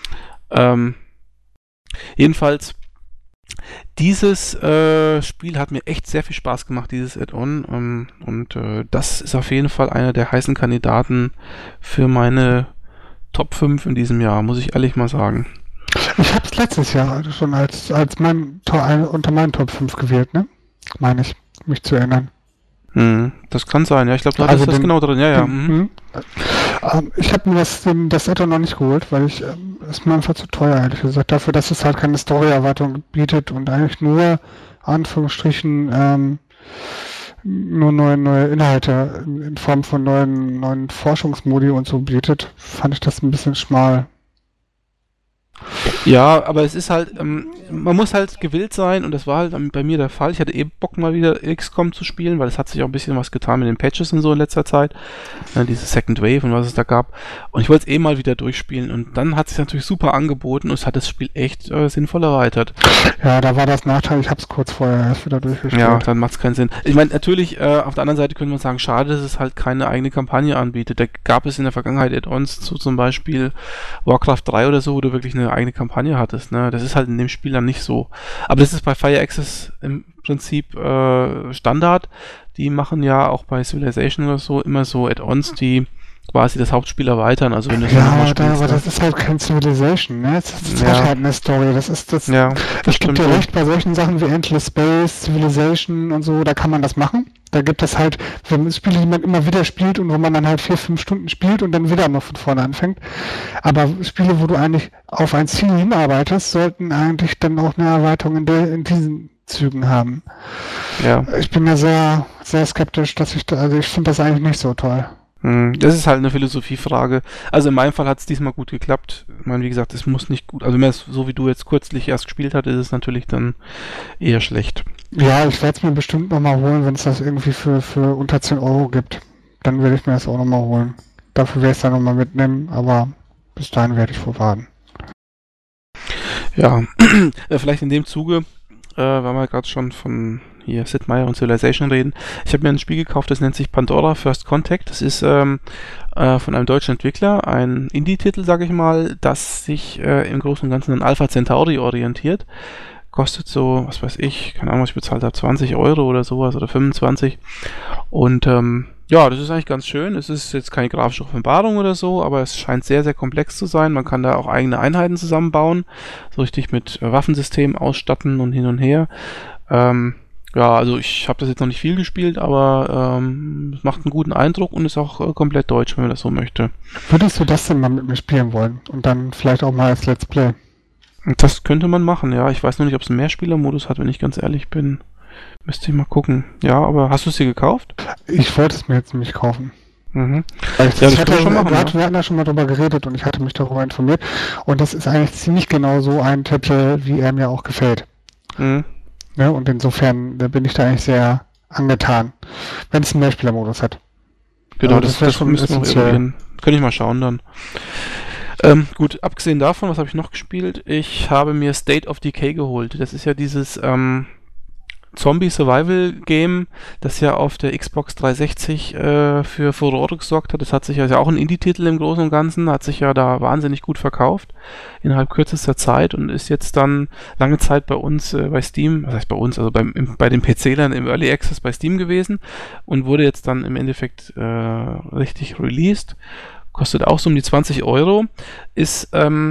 Jedenfalls, dieses Spiel hat mir echt sehr viel Spaß gemacht, dieses Add-on, und das ist auf jeden Fall einer der heißen Kandidaten für meine Top 5 in diesem Jahr, muss ich ehrlich mal sagen. Ich habe es letztes Jahr schon als unter meinen Top 5 gewählt, ne? Meine ich, mich zu erinnern. Das kann sein, ja. Ich glaube, du hattest das genau drin, ja. Ich habe mir das Add-on noch nicht geholt, weil ist mir einfach zu teuer, ehrlich gesagt. Dafür, dass es halt keine Story-Erweiterung bietet und eigentlich nur, Anführungsstrichen, nur neue Inhalte in Form von neuen Forschungsmodi und so bietet, fand ich das ein bisschen schmal. Ja, aber es ist halt, man muss halt gewillt sein, und das war halt bei mir der Fall. Ich hatte eben Bock, mal wieder XCOM zu spielen, weil es hat sich auch ein bisschen was getan mit den Patches und so in letzter Zeit. Diese Second Wave und was es da gab. Und ich wollte es mal wieder durchspielen, und dann hat es sich natürlich super angeboten, und es hat das Spiel echt sinnvoll erweitert. Ja, da war das Nachteil, ich habe es kurz vorher erst wieder durchgespielt. Ja, dann macht es keinen Sinn. Ich meine, natürlich, auf der anderen Seite könnte man sagen, schade, dass es halt keine eigene Kampagne anbietet. Da gab es in der Vergangenheit Add-ons zu zum Beispiel Warcraft 3 oder so, wo du wirklich eine eigene Kampagne hattest, ne? Das ist halt in dem Spiel dann nicht so. Aber das ist bei Fire Access im Prinzip Standard. Die machen ja auch bei Civilization oder so immer so Add-ons, die quasi das Hauptspiel erweitern. Also wenn du aber das ist halt kein Civilization, ne? Das hat halt eine Story. Das ist das. Ja, ich gebe dir recht, bei solchen Sachen wie Endless Space, Civilization und so, da kann man das machen. Da gibt es halt, wenn Spiele, die man immer wieder spielt und wo man dann halt 4-5 Stunden spielt und dann wieder noch von vorne anfängt. Aber Spiele, wo du eigentlich auf ein Ziel hinarbeitest, sollten eigentlich dann auch eine Erweiterung in diesen Zügen haben. Ja. Ich bin ja sehr, sehr skeptisch, also ich finde das eigentlich nicht so toll. Das ist halt eine Philosophiefrage. Also in meinem Fall hat es diesmal gut geklappt. Ich meine, wie gesagt, es muss nicht gut, also wenn es so wie du jetzt kürzlich erst gespielt hast, ist es natürlich dann eher schlecht. Ja, ich werde es mir bestimmt nochmal holen, wenn es das irgendwie für unter 10 Euro gibt. Dann werde ich mir das auch nochmal holen. Dafür werde ich es dann nochmal mitnehmen, aber bis dahin werde ich wohl warten. Ja, vielleicht in dem Zuge, weil wir gerade schon von hier Sid Meier und Civilization reden. Ich habe mir ein Spiel gekauft, das nennt sich Pandora First Contact. Das ist von einem deutschen Entwickler, ein Indie-Titel, sage ich mal, das sich im Großen und Ganzen an Alpha Centauri orientiert. Kostet so, was weiß ich, keine Ahnung, was ich bezahlt habe, 20 Euro oder sowas oder 25. Und ja, das ist eigentlich ganz schön. Es ist jetzt keine grafische Offenbarung oder so, aber es scheint sehr, sehr komplex zu sein. Man kann da auch eigene Einheiten zusammenbauen, so richtig mit Waffensystemen ausstatten und hin und her. Ja, also ich habe das jetzt noch nicht viel gespielt, aber es macht einen guten Eindruck und ist auch komplett deutsch, wenn man das so möchte. Würdest du das denn mal mit mir spielen wollen? Und dann vielleicht auch mal als Let's Play? Das könnte man machen, ja. Ich weiß noch nicht, ob es einen Mehrspieler-Modus hat, wenn ich ganz ehrlich bin. Müsste ich mal gucken. Ja, aber hast du es dir gekauft? Ich wollte es mir jetzt nämlich kaufen. Mhm. Ja, das hatte schon machen, wir hatten ja schon mal drüber geredet und ich hatte mich darüber informiert. Und das ist eigentlich ziemlich genau so ein Titel, wie er mir auch gefällt. Mhm. Ja, und insofern bin ich da eigentlich sehr angetan, wenn es einen Mehrspielermodus hat. Genau, also das schon müssen wir evaluieren. Könnte ich mal schauen dann. Gut, abgesehen davon, was habe ich noch gespielt? Ich habe mir State of Decay geholt. Das ist ja dieses Zombie-Survival-Game, das ja auf der Xbox 360 für Furore gesorgt hat. Das hat sich ja auch ein Indie-Titel im Großen und Ganzen, hat sich ja da wahnsinnig gut verkauft innerhalb kürzester Zeit und ist jetzt dann lange Zeit bei uns bei Steam, was heißt bei uns, also bei den PC-Lern im Early Access bei Steam gewesen und wurde jetzt dann im Endeffekt richtig released. Kostet auch so um die 20 Euro. Ist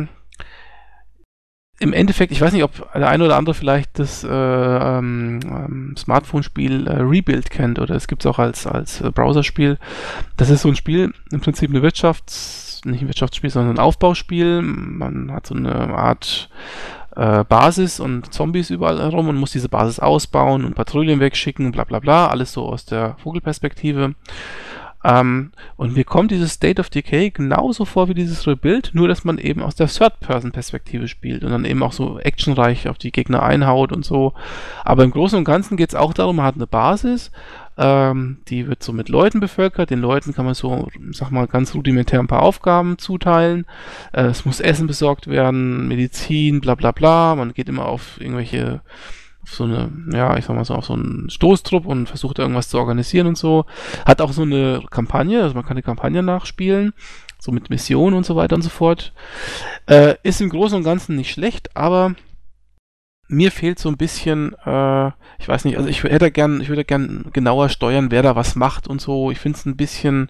im Endeffekt, ich weiß nicht, ob der eine oder andere vielleicht das Smartphone-Spiel Rebuild kennt oder es gibt es auch als Browserspiel. Das ist so ein Spiel, im Prinzip eine nicht ein Wirtschaftsspiel, sondern ein Aufbauspiel. Man hat so eine Art Basis und Zombies überall herum und muss diese Basis ausbauen und Patrouillen wegschicken, bla bla bla, alles so aus der Vogelperspektive. Und mir kommt dieses State of Decay genauso vor wie dieses Rebuild, nur dass man eben aus der Third-Person-Perspektive spielt und dann eben auch so actionreich auf die Gegner einhaut und so. Aber im Großen und Ganzen geht es auch darum, man hat eine Basis, die wird so mit Leuten bevölkert. Den Leuten kann man so, sag mal, ganz rudimentär ein paar Aufgaben zuteilen. Es muss Essen besorgt werden, Medizin, bla bla bla. Man geht immer auf irgendwelche, auf so eine, ja, ich sag mal so, auf so einen Stoßtrupp und versucht irgendwas zu organisieren und so. Hat auch so eine Kampagne, also man kann die Kampagne nachspielen, so mit Missionen und so weiter und so fort. Ist im Großen und Ganzen nicht schlecht, aber mir fehlt so ein bisschen, ich weiß nicht, also ich würde gern genauer steuern, wer da was macht und so. Ich finde es ein bisschen,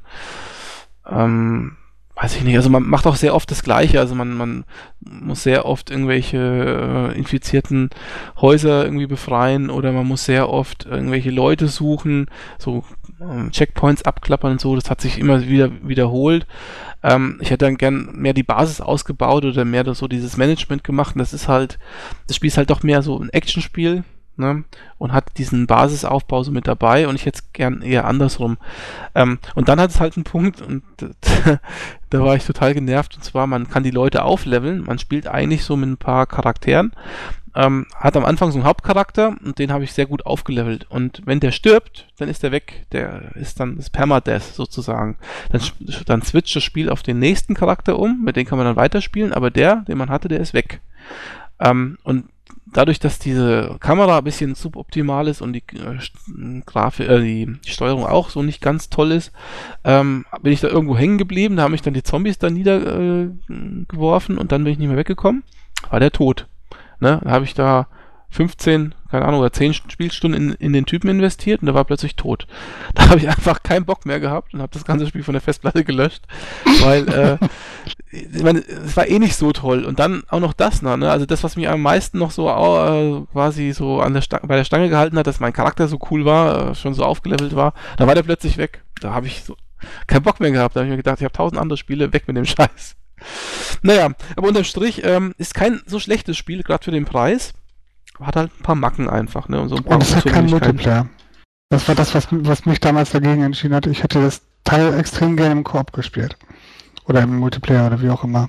weiß ich nicht, also man macht auch sehr oft das Gleiche, also man muss sehr oft irgendwelche infizierten Häuser irgendwie befreien oder man muss sehr oft irgendwelche Leute suchen, so Checkpoints abklappern und so, das hat sich immer wieder wiederholt. Ich hätte dann gern mehr die Basis ausgebaut oder mehr so dieses Management gemacht und das Spiel ist halt doch mehr so ein Actionspiel, ne? Und hat diesen Basisaufbau so mit dabei und ich hätte es gern eher andersrum. Und dann hat es halt einen Punkt und da war ich total genervt und zwar, man kann die Leute aufleveln, man spielt eigentlich so mit ein paar Charakteren, hat am Anfang so einen Hauptcharakter und den habe ich sehr gut aufgelevelt und wenn der stirbt, dann ist der weg, der ist dann das Permadeath sozusagen. Dann switcht das Spiel auf den nächsten Charakter um, mit dem kann man dann weiterspielen, aber den man hatte, der ist weg. Und dadurch, dass diese Kamera ein bisschen suboptimal ist und die die Steuerung auch so nicht ganz toll ist, bin ich da irgendwo hängen geblieben, da haben mich dann die Zombies da niedergeworfen und dann bin ich nicht mehr weggekommen, war der tot. Ne? Dann habe ich da 15, keine Ahnung, oder 10 Spielstunden in den Typen investiert und der war plötzlich tot. Da habe ich einfach keinen Bock mehr gehabt und habe das ganze Spiel von der Festplatte gelöscht, weil ich meine, es war eh nicht so toll. Und dann auch noch das, ne? Also das, was mich am meisten noch so quasi so bei der Stange gehalten hat, dass mein Charakter so cool war, schon so aufgelevelt war, da war der plötzlich weg. Da habe ich so keinen Bock mehr gehabt. Da habe ich mir gedacht, ich habe 1000 andere Spiele, weg mit dem Scheiß. Naja, aber unterm Strich ist kein so schlechtes Spiel, gerade für den Preis. Hat halt ein paar Macken einfach, ne? Und so ein paar Und es hat keinen Multiplayer. Das war das, was mich damals dagegen entschieden hat. Ich hätte das Teil extrem gerne im Koop gespielt. Oder im Multiplayer oder wie auch immer.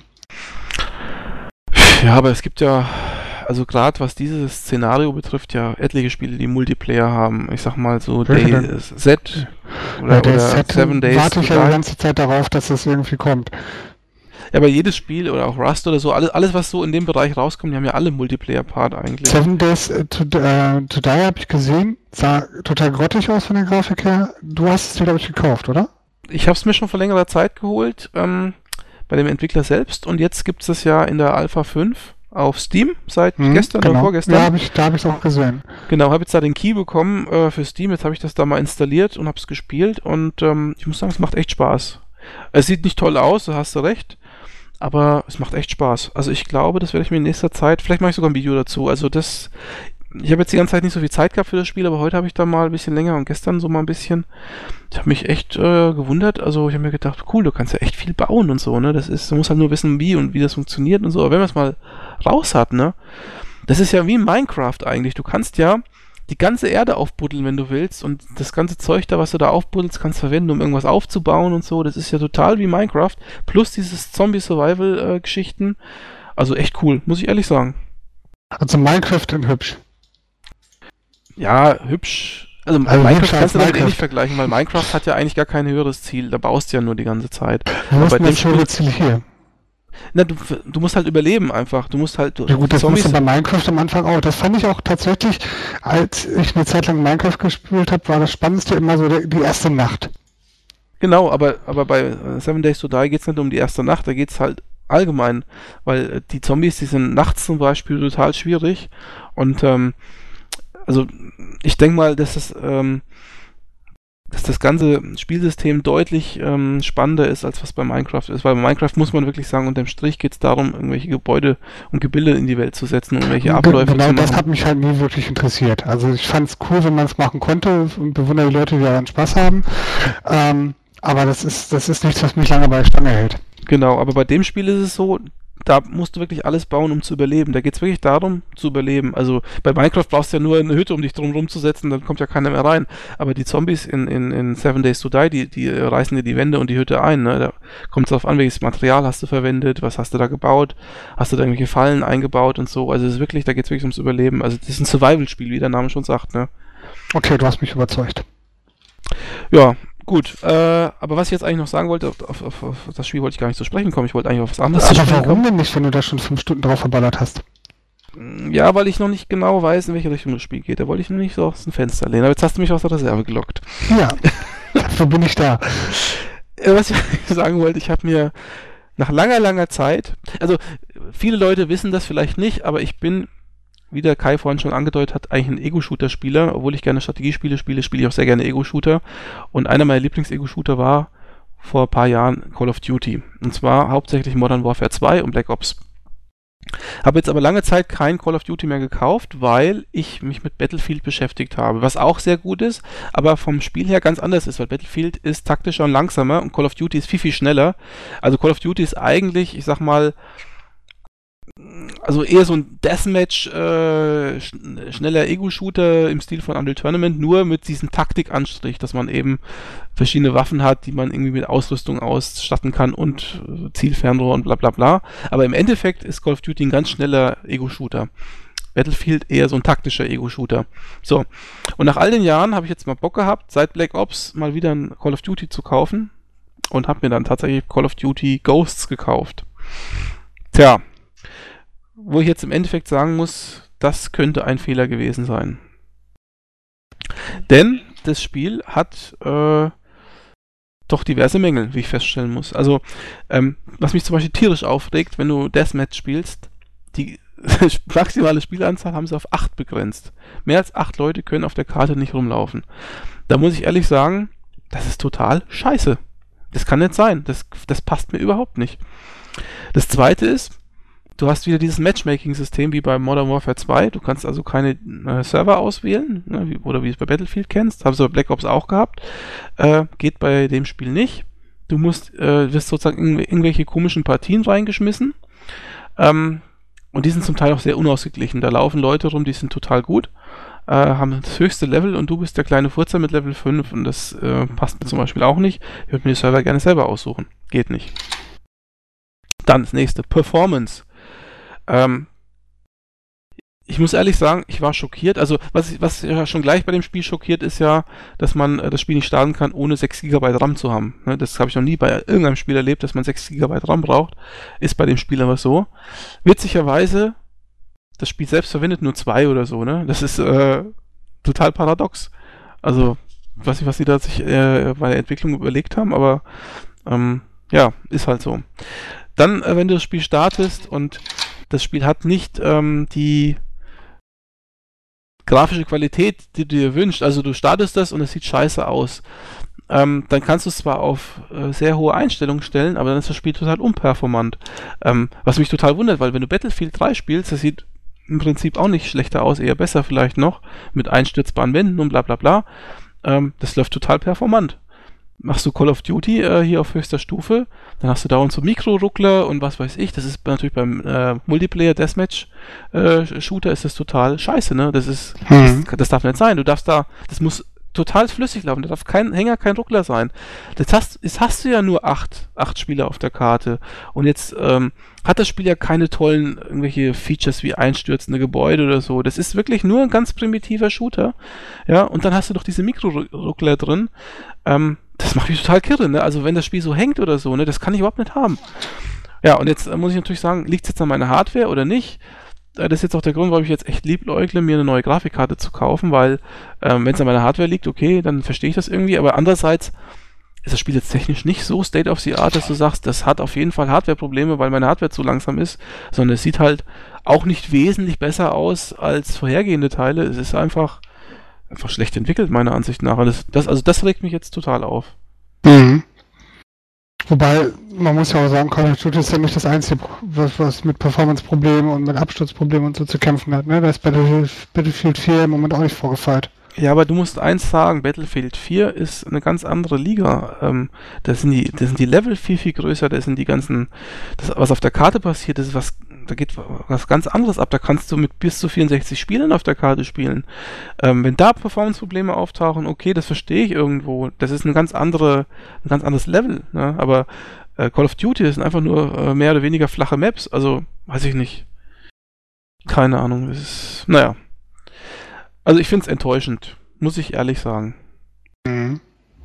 Ja, aber es gibt ja, also gerade was dieses Szenario betrifft, ja etliche Spiele, die Multiplayer haben. Ich sag mal so DayZ oder 7 Days. Warte ich ja die ganze Zeit darauf, dass das irgendwie kommt. Ja, aber jedes Spiel oder auch Rust oder so, alles was so in dem Bereich rauskommt, die haben ja alle Multiplayer-Part eigentlich. 7 Days to Die habe ich gesehen, sah total grottig aus von der Grafik her. Du hast es dir, glaube ich, gekauft, oder? Ich habe es mir schon vor längerer Zeit geholt, bei dem Entwickler selbst und jetzt gibt es das ja in der Alpha 5 auf Steam seit gestern oder vorgestern. Ja, da habe ich es auch gesehen. Genau, habe jetzt da den Key bekommen für Steam, jetzt habe ich das da mal installiert und habe es gespielt und ich muss sagen, es macht echt Spaß. Es sieht nicht toll aus, da hast du recht, aber es macht echt Spaß. Also ich glaube, das werde ich mir in nächster Zeit, vielleicht mache ich sogar ein Video dazu, also ich habe jetzt die ganze Zeit nicht so viel Zeit gehabt für das Spiel, aber heute habe ich da mal ein bisschen länger und gestern so mal ein bisschen. Ich habe mich echt gewundert, also ich habe mir gedacht, cool, du kannst ja echt viel bauen und so, ne, du musst halt nur wissen, wie das funktioniert und so, aber wenn man es mal raus hat, ne, das ist ja wie Minecraft eigentlich, du kannst ja die ganze Erde aufbuddeln, wenn du willst und das ganze Zeug da, was du da aufbuddelst, kannst verwenden, um irgendwas aufzubauen und so, das ist ja total wie Minecraft, plus dieses Zombie-Survival-Geschichten, also echt cool, muss ich ehrlich sagen. Also Minecraft in hübsch. Ja, hübsch. Also Minecraft kannst du damit eh nicht vergleichen, weil Minecraft hat ja eigentlich gar kein höheres Ziel. Da baust du ja nur die ganze Zeit. Was ist das höhere Ziel hier? Na, du musst halt überleben einfach. Du musst halt... Ja gut, das musst du bei Minecraft am Anfang auch. Das fand ich auch tatsächlich, als ich eine Zeit lang Minecraft gespielt habe, war das Spannendste immer so die erste Nacht. Genau, aber bei 7 Days to Die geht es nicht um die erste Nacht, da geht es halt allgemein, weil die Zombies, die sind nachts zum Beispiel total schwierig und also ich denke mal, dass das ganze Spielsystem deutlich spannender ist, als was bei Minecraft ist. Weil bei Minecraft muss man wirklich sagen, unterm Strich geht es darum, irgendwelche Gebäude und Gebilde in die Welt zu setzen und irgendwelche Abläufe zu machen. Das hat mich halt nie wirklich interessiert. Also ich fand es cool, wenn man es machen konnte und bewundere die Leute, die daran Spaß haben. Aber das ist nichts, was mich lange bei der Stange hält. Genau, aber bei dem Spiel ist es so, da musst du wirklich alles bauen, um zu überleben. Da geht es wirklich darum, zu überleben. Also bei Minecraft brauchst du ja nur eine Hütte, um dich drum rumzusetzen, dann kommt ja keiner mehr rein. Aber die Zombies in 7 Days to Die, die reißen dir die Wände und die Hütte ein. Ne? Da kommt es darauf an, welches Material hast du verwendet, was hast du da gebaut, hast du da irgendwelche Fallen eingebaut und so. Also es ist wirklich, da geht es wirklich ums Überleben. Also das ist ein Survival-Spiel, wie der Name schon sagt. Ne? Okay, du hast mich überzeugt. Ja, gut. Aber was ich jetzt eigentlich noch sagen wollte, auf das Spiel wollte ich gar nicht zu sprechen kommen. Ich wollte eigentlich auf was anderes zu Aber sprechen warum kommen. denn nicht, wenn du da schon 5 Stunden drauf verballert hast? Ja, weil ich noch nicht genau weiß, in welche Richtung das Spiel geht. Da wollte ich noch nicht so aus dem Fenster lehnen. Aber jetzt hast du mich aus der Reserve gelockt. Ja, dafür bin ich da. Was ich sagen wollte, ich habe mir nach langer, langer Zeit, also viele Leute wissen das vielleicht nicht, aber ich bin, wie der Kai vorhin schon angedeutet hat, eigentlich ein Ego-Shooter-Spieler. Obwohl ich gerne Strategiespiele spiele, spiele ich auch sehr gerne Ego-Shooter. Und einer meiner Lieblings-Ego-Shooter war vor ein paar Jahren Call of Duty. Und zwar hauptsächlich Modern Warfare 2 und Black Ops. Habe jetzt aber lange Zeit kein Call of Duty mehr gekauft, weil ich mich mit Battlefield beschäftigt habe, was auch sehr gut ist, aber vom Spiel her ganz anders ist, weil Battlefield ist taktischer und langsamer und Call of Duty ist viel, viel schneller. Also Call of Duty ist eigentlich, ich sag mal, also eher so ein Deathmatch, schneller Ego-Shooter im Stil von Unreal Tournament, nur mit diesem Taktikanstrich, dass man eben verschiedene Waffen hat, die man irgendwie mit Ausrüstung ausstatten kann und Zielfernrohr und bla bla bla. Aber im Endeffekt ist Call of Duty ein ganz schneller Ego-Shooter. Battlefield eher so ein taktischer Ego-Shooter. So, und nach all den Jahren habe ich jetzt mal Bock gehabt, seit Black Ops mal wieder ein Call of Duty zu kaufen und habe mir dann tatsächlich Call of Duty Ghosts gekauft. Tja, wo ich jetzt im Endeffekt sagen muss, das könnte ein Fehler gewesen sein. Denn das Spiel hat doch diverse Mängel, wie ich feststellen muss. Also, was mich zum Beispiel tierisch aufregt, wenn du Deathmatch spielst, die maximale Spielanzahl haben sie auf 8 begrenzt. Mehr als 8 Leute können auf der Karte nicht rumlaufen. Da muss ich ehrlich sagen, das ist total scheiße. Das kann nicht sein. Das passt mir überhaupt nicht. Das zweite ist, du hast wieder dieses Matchmaking-System wie bei Modern Warfare 2. Du kannst also keine Server auswählen, ne, oder wie du es bei Battlefield kennst. Haben sie bei Black Ops auch gehabt. Geht bei dem Spiel nicht. Du wirst sozusagen irgendwelche komischen Partien reingeschmissen. Und die sind zum Teil auch sehr unausgeglichen. Da laufen Leute rum, die sind total gut, haben das höchste Level und du bist der kleine Furzer mit Level 5 und das passt mir zum Beispiel auch nicht. Ich würde mir die Server gerne selber aussuchen. Geht nicht. Dann das nächste, Performance. Ich muss ehrlich sagen, ich war schockiert. Also, was ja schon gleich bei dem Spiel schockiert, ist ja, dass man das Spiel nicht starten kann, ohne 6 GB RAM zu haben. Ne, das habe ich noch nie bei irgendeinem Spiel erlebt, dass man 6 GB RAM braucht. Ist bei dem Spiel aber so. Witzigerweise, das Spiel selbst verwendet nur 2 oder so. Ne? Das ist total paradox. Also, ich weiß nicht, was sie da sich bei der Entwicklung überlegt haben, aber ja, ist halt so. Dann, wenn du das Spiel startest und das Spiel hat nicht die grafische Qualität, die du dir wünschst. Also du startest das und es sieht scheiße aus. Dann kannst du es zwar auf sehr hohe Einstellungen stellen, aber dann ist das Spiel total unperformant. Was mich total wundert, weil wenn du Battlefield 3 spielst, das sieht im Prinzip auch nicht schlechter aus, eher besser vielleicht noch, mit einstürzbaren Wänden und bla bla bla. Das läuft total performant. Machst du Call of Duty hier auf höchster Stufe, dann hast du dauernd so Mikro-Ruckler und was weiß ich. Das ist natürlich beim Multiplayer-Deathmatch-Shooter ist das total scheiße, ne? Das darf nicht sein. Das muss total flüssig laufen. Da darf kein Hänger, kein Ruckler sein. Jetzt hast du ja nur 8 Spieler auf der Karte. Und jetzt hat das Spiel ja keine tollen irgendwelche Features wie einstürzende Gebäude oder so. Das ist wirklich nur ein ganz primitiver Shooter. Ja, und dann hast du doch diese Mikro-Ruckler drin. Das macht mich total kirre, ne? Also wenn das Spiel so hängt oder so, ne, das kann ich überhaupt nicht haben. Ja, und jetzt muss ich natürlich sagen, liegt es jetzt an meiner Hardware oder nicht? Das ist jetzt auch der Grund, warum ich jetzt echt liebäugle, mir eine neue Grafikkarte zu kaufen, weil wenn es an meiner Hardware liegt, okay, dann verstehe ich das irgendwie, aber andererseits ist das Spiel jetzt technisch nicht so State of the Art, dass du sagst, das hat auf jeden Fall Hardware-Probleme, weil meine Hardware zu langsam ist, sondern es sieht halt auch nicht wesentlich besser aus als vorhergehende Teile. Es ist einfach schlecht entwickelt, meiner Ansicht nach. Und das regt mich jetzt total auf. Mhm. Wobei, man muss ja auch sagen, Call of Duty ist ja nicht das Einzige, was mit Performance-Problemen und mit Absturzproblemen und so zu kämpfen hat. Ne? Da ist Battlefield 4 im Moment auch nicht vorgefeilt. Ja, aber du musst eins sagen, Battlefield 4 ist eine ganz andere Liga. Da sind die Level viel, viel größer, da sind die ganzen, was auf der Karte passiert, da geht was ganz anderes ab. Da kannst du mit bis zu 64 Spielern auf der Karte spielen. Wenn da Performance-Probleme auftauchen, okay, das verstehe ich irgendwo. Das ist ein ganz anderes Level, ne? Aber Call of Duty, das sind einfach nur mehr oder weniger flache Maps, also weiß ich nicht. Keine Ahnung, das ist, naja. Also ich finde es enttäuschend, muss ich ehrlich sagen. Mhm.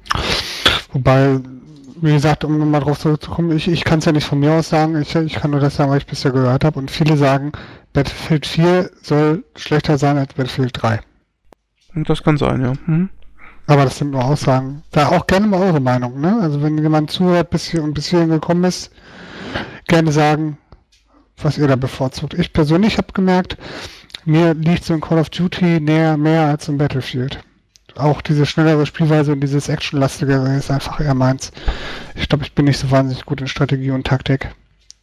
Wobei, wie gesagt, um nochmal drauf zurückzukommen, ich kann es ja nicht von mir aus sagen, ich kann nur das sagen, was ich bisher gehört habe. Und viele sagen, Battlefield 4 soll schlechter sein als Battlefield 3. Und das kann sein, ja. Aber das sind nur Aussagen. Da auch gerne mal eure Meinung, ne? Also wenn jemand zuhört bis hierhin gekommen ist, gerne sagen, was ihr da bevorzugt. Ich persönlich habe gemerkt, mir liegt so ein Call of Duty mehr als ein Battlefield. Auch diese schnellere Spielweise und dieses Actionlastigere ist einfach eher meins. Ich glaube, ich bin nicht so wahnsinnig gut in Strategie und Taktik.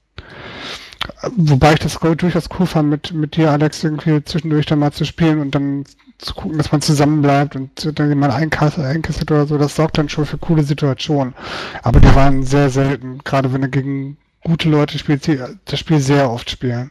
Wobei ich das durchaus cool fand, mit dir, Alex, irgendwie zwischendurch dann mal zu spielen und dann zu gucken, dass man zusammenbleibt und dann jemand einkastet oder so. Das sorgt dann schon für coole Situationen. Aber die waren sehr selten. Gerade wenn du gegen gute Leute spielst, die das Spiel sehr oft spielen.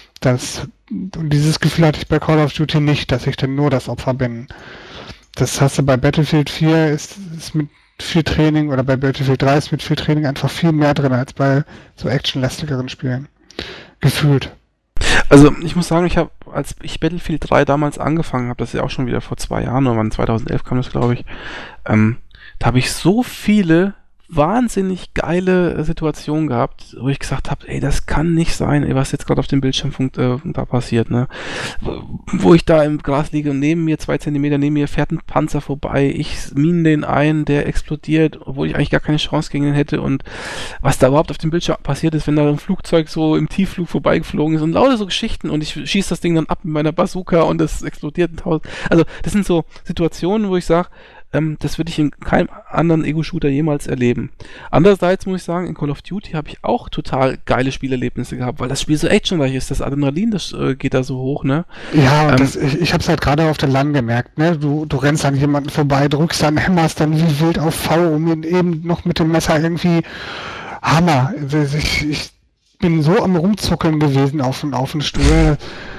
Und dieses Gefühl hatte ich bei Call of Duty nicht, dass ich dann nur das Opfer bin. Das hast du bei Battlefield 4 ist mit viel Training oder bei Battlefield 3 ist mit viel Training einfach viel mehr drin als bei so actionlastigeren Spielen. Gefühlt. Also ich muss sagen, als ich Battlefield 3 damals angefangen habe, das ist ja auch schon wieder vor 2 Jahren, oder wann 2011 kam das, glaube ich, da habe ich so viele wahnsinnig geile Situationen gehabt, wo ich gesagt habe, ey, das kann nicht sein, ey, was jetzt gerade auf dem Bildschirm da passiert, ne? Wo ich da im Gras liege und neben mir, 2 Zentimeter neben mir, fährt ein Panzer vorbei, ich mine den ein, der explodiert, obwohl ich eigentlich gar keine Chance gegen den hätte, und was da überhaupt auf dem Bildschirm passiert ist, wenn da ein Flugzeug so im Tiefflug vorbeigeflogen ist und lauter so Geschichten, und ich schieße das Ding dann ab mit meiner Bazooka und das explodiert in tausend. Also das sind so Situationen, wo ich sage, das würde ich in keinem anderen Ego-Shooter jemals erleben. Andererseits muss ich sagen, in Call of Duty habe ich auch total geile Spielerlebnisse gehabt, weil das Spiel so actionreich ist. Das Adrenalin, das geht da so hoch, ne? Ja, und ich habe es halt gerade auf der LAN gemerkt, ne? Du rennst an jemanden vorbei, drückst dann, hämmerst dann wie wild auf V, um ihn eben noch mit dem Messer irgendwie Hammer. Ich bin so am Rumzuckeln gewesen auf den Stuhl.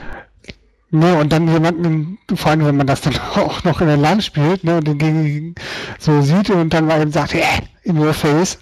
Ne, und dann jemanden, vor allem wenn man das dann auch noch in der LAN spielt, ne, und den gegen so sieht und dann mal eben sagt, in your face.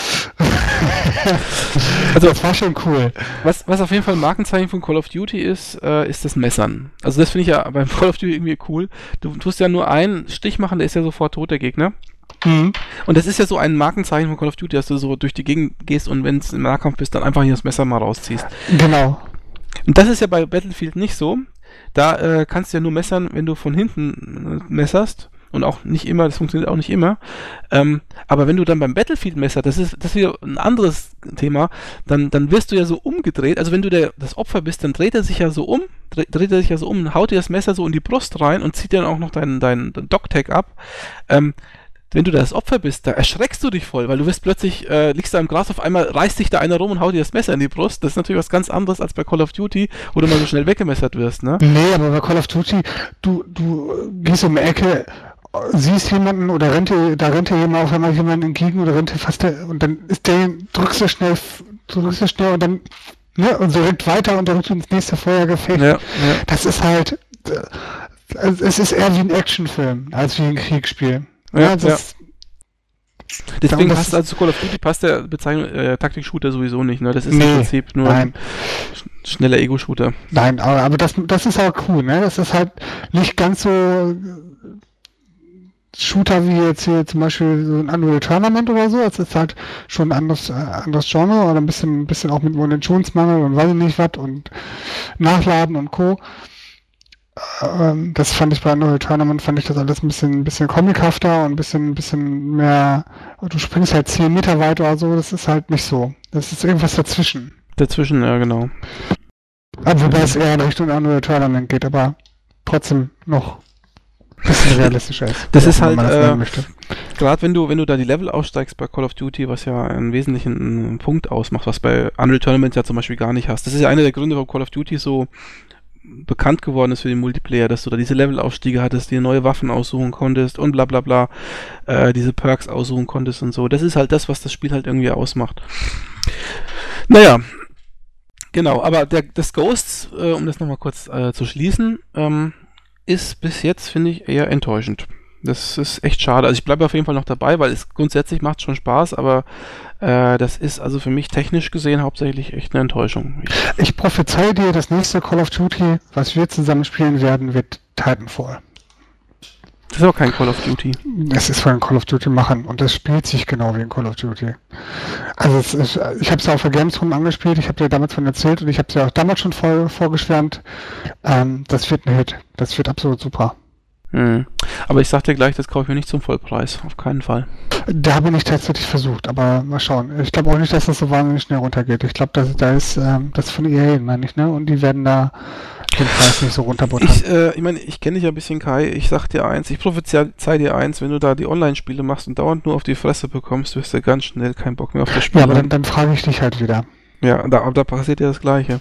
Also das war schon cool. Was auf jeden Fall ein Markenzeichen von Call of Duty ist das Messern. Also das finde ich ja beim Call of Duty irgendwie cool. Du tust ja nur einen Stich machen, der ist ja sofort tot, der Gegner. Mhm. Und das ist ja so ein Markenzeichen von Call of Duty, dass du so durch die Gegend gehst und wenn es im Nahkampf bist, dann einfach hier das Messer mal rausziehst. Genau. Und das ist ja bei Battlefield nicht so. Da kannst du ja nur messern, wenn du von hinten messerst. Und auch nicht immer, das funktioniert auch nicht immer. Aber wenn du dann beim Battlefield messerst, das ist wieder ein anderes Thema, dann wirst du ja so umgedreht. Also wenn du das Opfer bist, dann dreht er sich ja so um, haut dir das Messer so in die Brust rein und zieht dann auch noch dein Dogtag ab. Wenn du das Opfer bist, da erschreckst du dich voll, weil du wirst plötzlich, liegst da im Gras, auf einmal reißt dich da einer rum und haut dir das Messer in die Brust. Das ist natürlich was ganz anderes als bei Call of Duty, wo du mal so schnell weggemessert wirst, ne? Nee, aber bei Call of Duty, du gehst um die Ecke, siehst jemanden oder da rennt dir jemand auf einmal jemand entgegen oder rennt dir fast und dann drückst du schnell und dann, ne, und so rennt weiter und dann rückt ins nächste Feuergefecht. Ja. Das ist halt, es ist eher wie ein Actionfilm als wie ein Kriegsspiel. Ja. Deswegen passt also zu Call of Duty passt der Bezeichnung Taktik-Shooter sowieso nicht, ne? Das ist im Prinzip nur ein schneller Ego-Shooter. Nein, aber das ist auch cool, ne? Das ist halt nicht ganz so Shooter wie jetzt hier zum Beispiel so ein Unreal Tournament oder so. Das ist halt schon ein anderes Genre oder ein bisschen auch mit Munitionsmangel und weiß ich nicht was und Nachladen und Co. Das fand ich bei Unreal Tournament, das alles ein bisschen comichafter und ein bisschen mehr, du springst halt 10 Meter weit oder so, das ist halt nicht so. Das ist irgendwas dazwischen. Dazwischen, ja, genau. Aber wobei es eher in Richtung Unreal Tournament geht, aber trotzdem noch ein bisschen realistischer ist. Das ist halt, gerade wenn du da die Level aussteigst bei Call of Duty, was ja einen wesentlichen Punkt ausmacht, was bei Unreal Tournament ja zum Beispiel gar nicht hast. Das ist ja einer der Gründe, warum Call of Duty so bekannt geworden ist für den Multiplayer, dass du da diese Levelaufstiege hattest, dir neue Waffen aussuchen konntest und bla bla bla, diese Perks aussuchen konntest und so. Das ist halt das, was das Spiel halt irgendwie ausmacht. Naja, genau, aber das Ghosts, um das nochmal kurz zu schließen, ist bis jetzt, finde ich, eher enttäuschend. Das ist echt schade. Also ich bleibe auf jeden Fall noch dabei, weil es grundsätzlich macht schon Spaß, aber das ist also für mich technisch gesehen hauptsächlich echt eine Enttäuschung. Ich prophezeie dir, das nächste Call of Duty, was wir zusammen spielen werden, wird Titanfall. Das ist aber kein Call of Duty. Es ist von den Call of Duty machen und das spielt sich genau wie ein Call of Duty. Also ich habe es auf der Gamescom angespielt, ich habe dir damals von erzählt und ich habe es ja auch damals schon vorgeschwärmt. Das wird ein Hit. Das wird absolut super. Aber ich sag dir gleich, das kaufe ich mir nicht zum Vollpreis. Auf keinen Fall. Da habe ich tatsächlich versucht, aber mal schauen. Ich glaube auch nicht, dass das so wahnsinnig schnell runtergeht. Ich glaube, da ist das von EA, meine ich, ne? Und die werden da den Preis nicht so runterbuttern. Ich meine, ich kenne dich ja ein bisschen, Kai. Ich sag dir eins, ich prophezei dir eins, wenn du da die Online-Spiele machst und dauernd nur auf die Fresse bekommst, wirst du ganz schnell keinen Bock mehr auf das Spiel. Ja, aber dann frage ich dich halt wieder. Ja, da passiert ja das Gleiche.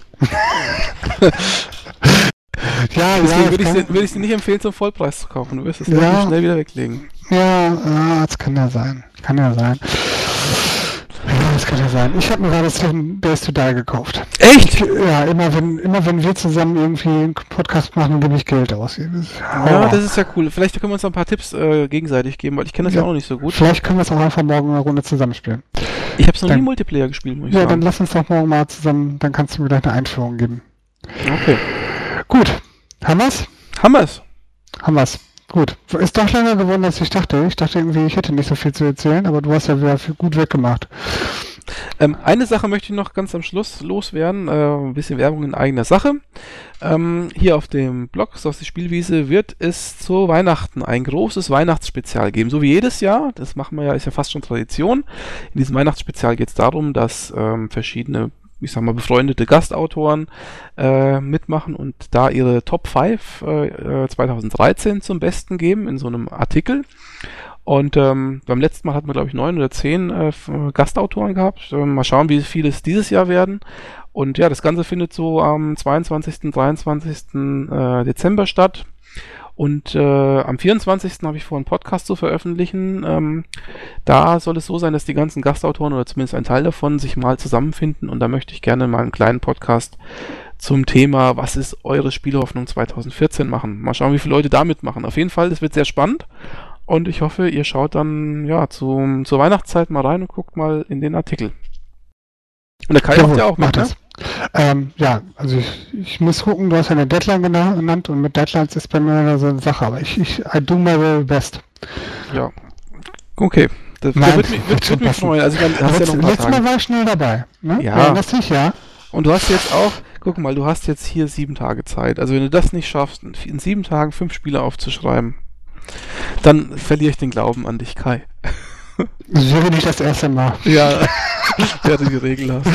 Ja, deswegen würde ich dir nicht empfehlen, zum Vollpreis zu kaufen. Du wirst es schnell wieder weglegen. Ja, das kann ja sein. Ja, das kann ja sein. Ich habe mir gerade Days to Die gekauft. Echt? Immer wenn wir zusammen irgendwie einen Podcast machen, gebe ich Geld aus. Ja, das ist ja cool. Vielleicht können wir uns noch ein paar Tipps gegenseitig geben, weil ich kenne das ja auch nicht so gut. Vielleicht können wir es auch einfach morgen eine Runde zusammenspielen. Ich habe es noch nie Multiplayer gespielt, muss ich sagen. Ja, dann lass uns doch morgen mal zusammen, dann kannst du mir gleich eine Einführung geben. Okay. Gut. Haben wir's? Haben wir's. Gut. Ist doch länger geworden, als ich dachte. Ich dachte irgendwie, ich hätte nicht so viel zu erzählen, aber du hast ja wieder gut weggemacht. Eine Sache möchte ich noch ganz am Schluss loswerden. Ein bisschen Werbung in eigener Sache. Hier auf dem Blog, aus der Spielwiese, wird es zu Weihnachten ein großes Weihnachtsspezial geben. So wie jedes Jahr. Das machen wir ja, ist ja fast schon Tradition. In diesem Weihnachtsspezial geht es darum, dass verschiedene, ich sag mal, befreundete Gastautoren mitmachen und da ihre Top 5 2013 zum Besten geben in so einem Artikel. Und beim letzten Mal hatten wir, glaube ich, 9 oder 10 Gastautoren gehabt. Mal schauen, wie viele es dieses Jahr werden. Und ja, das Ganze findet so am 22., 23. Dezember statt. Und am 24. habe ich vor, einen Podcast zu veröffentlichen. Da soll es so sein, dass die ganzen Gastautoren oder zumindest ein Teil davon sich mal zusammenfinden. Und da möchte ich gerne mal einen kleinen Podcast zum Thema, was ist eure Spielehoffnung 2014 machen. Mal schauen, wie viele Leute da mitmachen. Auf jeden Fall, das wird sehr spannend. Und ich hoffe, ihr schaut dann ja zur Weihnachtszeit mal rein und guckt mal in den Artikel. Und der Kai macht ja auch mit, ne? Ja, also ich muss gucken, du hast ja eine Deadline genannt und mit Deadlines ist bei mir so eine Sache, aber I do my very best. Ja, okay. Das würde mich freuen. Also dann hast ja noch ein paar Letztes Mal war ich schnell dabei. Ne? Ja. Ja. Und du hast jetzt auch, guck mal, du hast jetzt hier 7 Tage Zeit. Also wenn du das nicht schaffst, in 7 Tagen 5 Spiele aufzuschreiben, dann verliere ich den Glauben an dich, Kai. Das wäre nicht das erste Mal. Ja, wäre die Regel hast.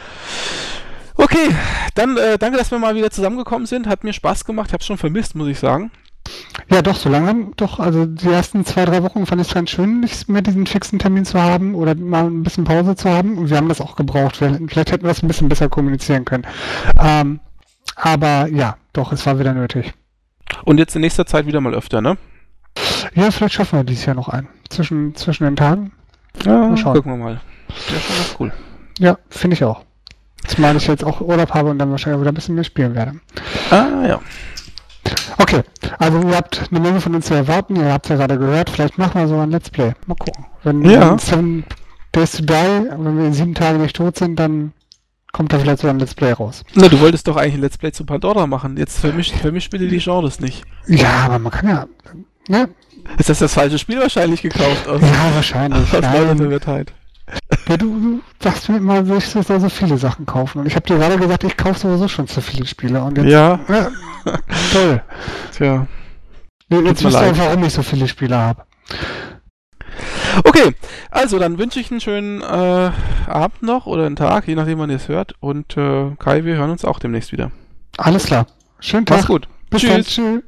Okay, dann danke, dass wir mal wieder zusammengekommen sind. Hat mir Spaß gemacht. Ich habe es schon vermisst, muss ich sagen. Ja, doch, so lange. Doch, also die ersten 2-3 Wochen fand ich es ganz schön, nicht mehr diesen fixen Termin zu haben oder mal ein bisschen Pause zu haben. Und wir haben das auch gebraucht. Vielleicht hätten wir das ein bisschen besser kommunizieren können. Aber ja, doch, es war wieder nötig. Und jetzt in nächster Zeit wieder mal öfter, ne? Ja, vielleicht schaffen wir dieses Jahr noch einen. Zwischen den Tagen. Ja, mal schauen. Gucken wir mal. Ja, schon ganz cool. Ja, finde ich auch. Zumal ich jetzt auch Urlaub habe und dann wahrscheinlich wieder ein bisschen mehr spielen werde. Ja. Okay, also ihr habt eine Menge von uns zu erwarten. Ihr habt ja gerade gehört. Vielleicht machen wir so ein Let's Play. Mal gucken. Wenn 7 Days to Die, wenn wir in 7 Tagen nicht tot sind, dann kommt da vielleicht so ein Let's Play raus. Na, du wolltest doch eigentlich ein Let's Play zu Pandora machen. Jetzt vermischt bitte die Genres nicht. Ja, aber man kann ja... Ne? Ist das falsche Spiel wahrscheinlich gekauft? Ja, wahrscheinlich. Aus lauter Verwirrtheit. Ja, du sagst mir immer, ich soll so viele Sachen kaufen. Und ich habe dir gerade gesagt, ich kaufe sowieso schon zu viele Spiele. Und jetzt, ja. Toll. Tja. Jetzt wisst ihr, warum ich so viele Spiele habe. Okay, also dann wünsche ich einen schönen Abend noch oder einen Tag, je nachdem wann ihr es hört. Und Kai, wir hören uns auch demnächst wieder. Alles klar. Schönen Tag. Mach's gut. Bis dann. Tschüss.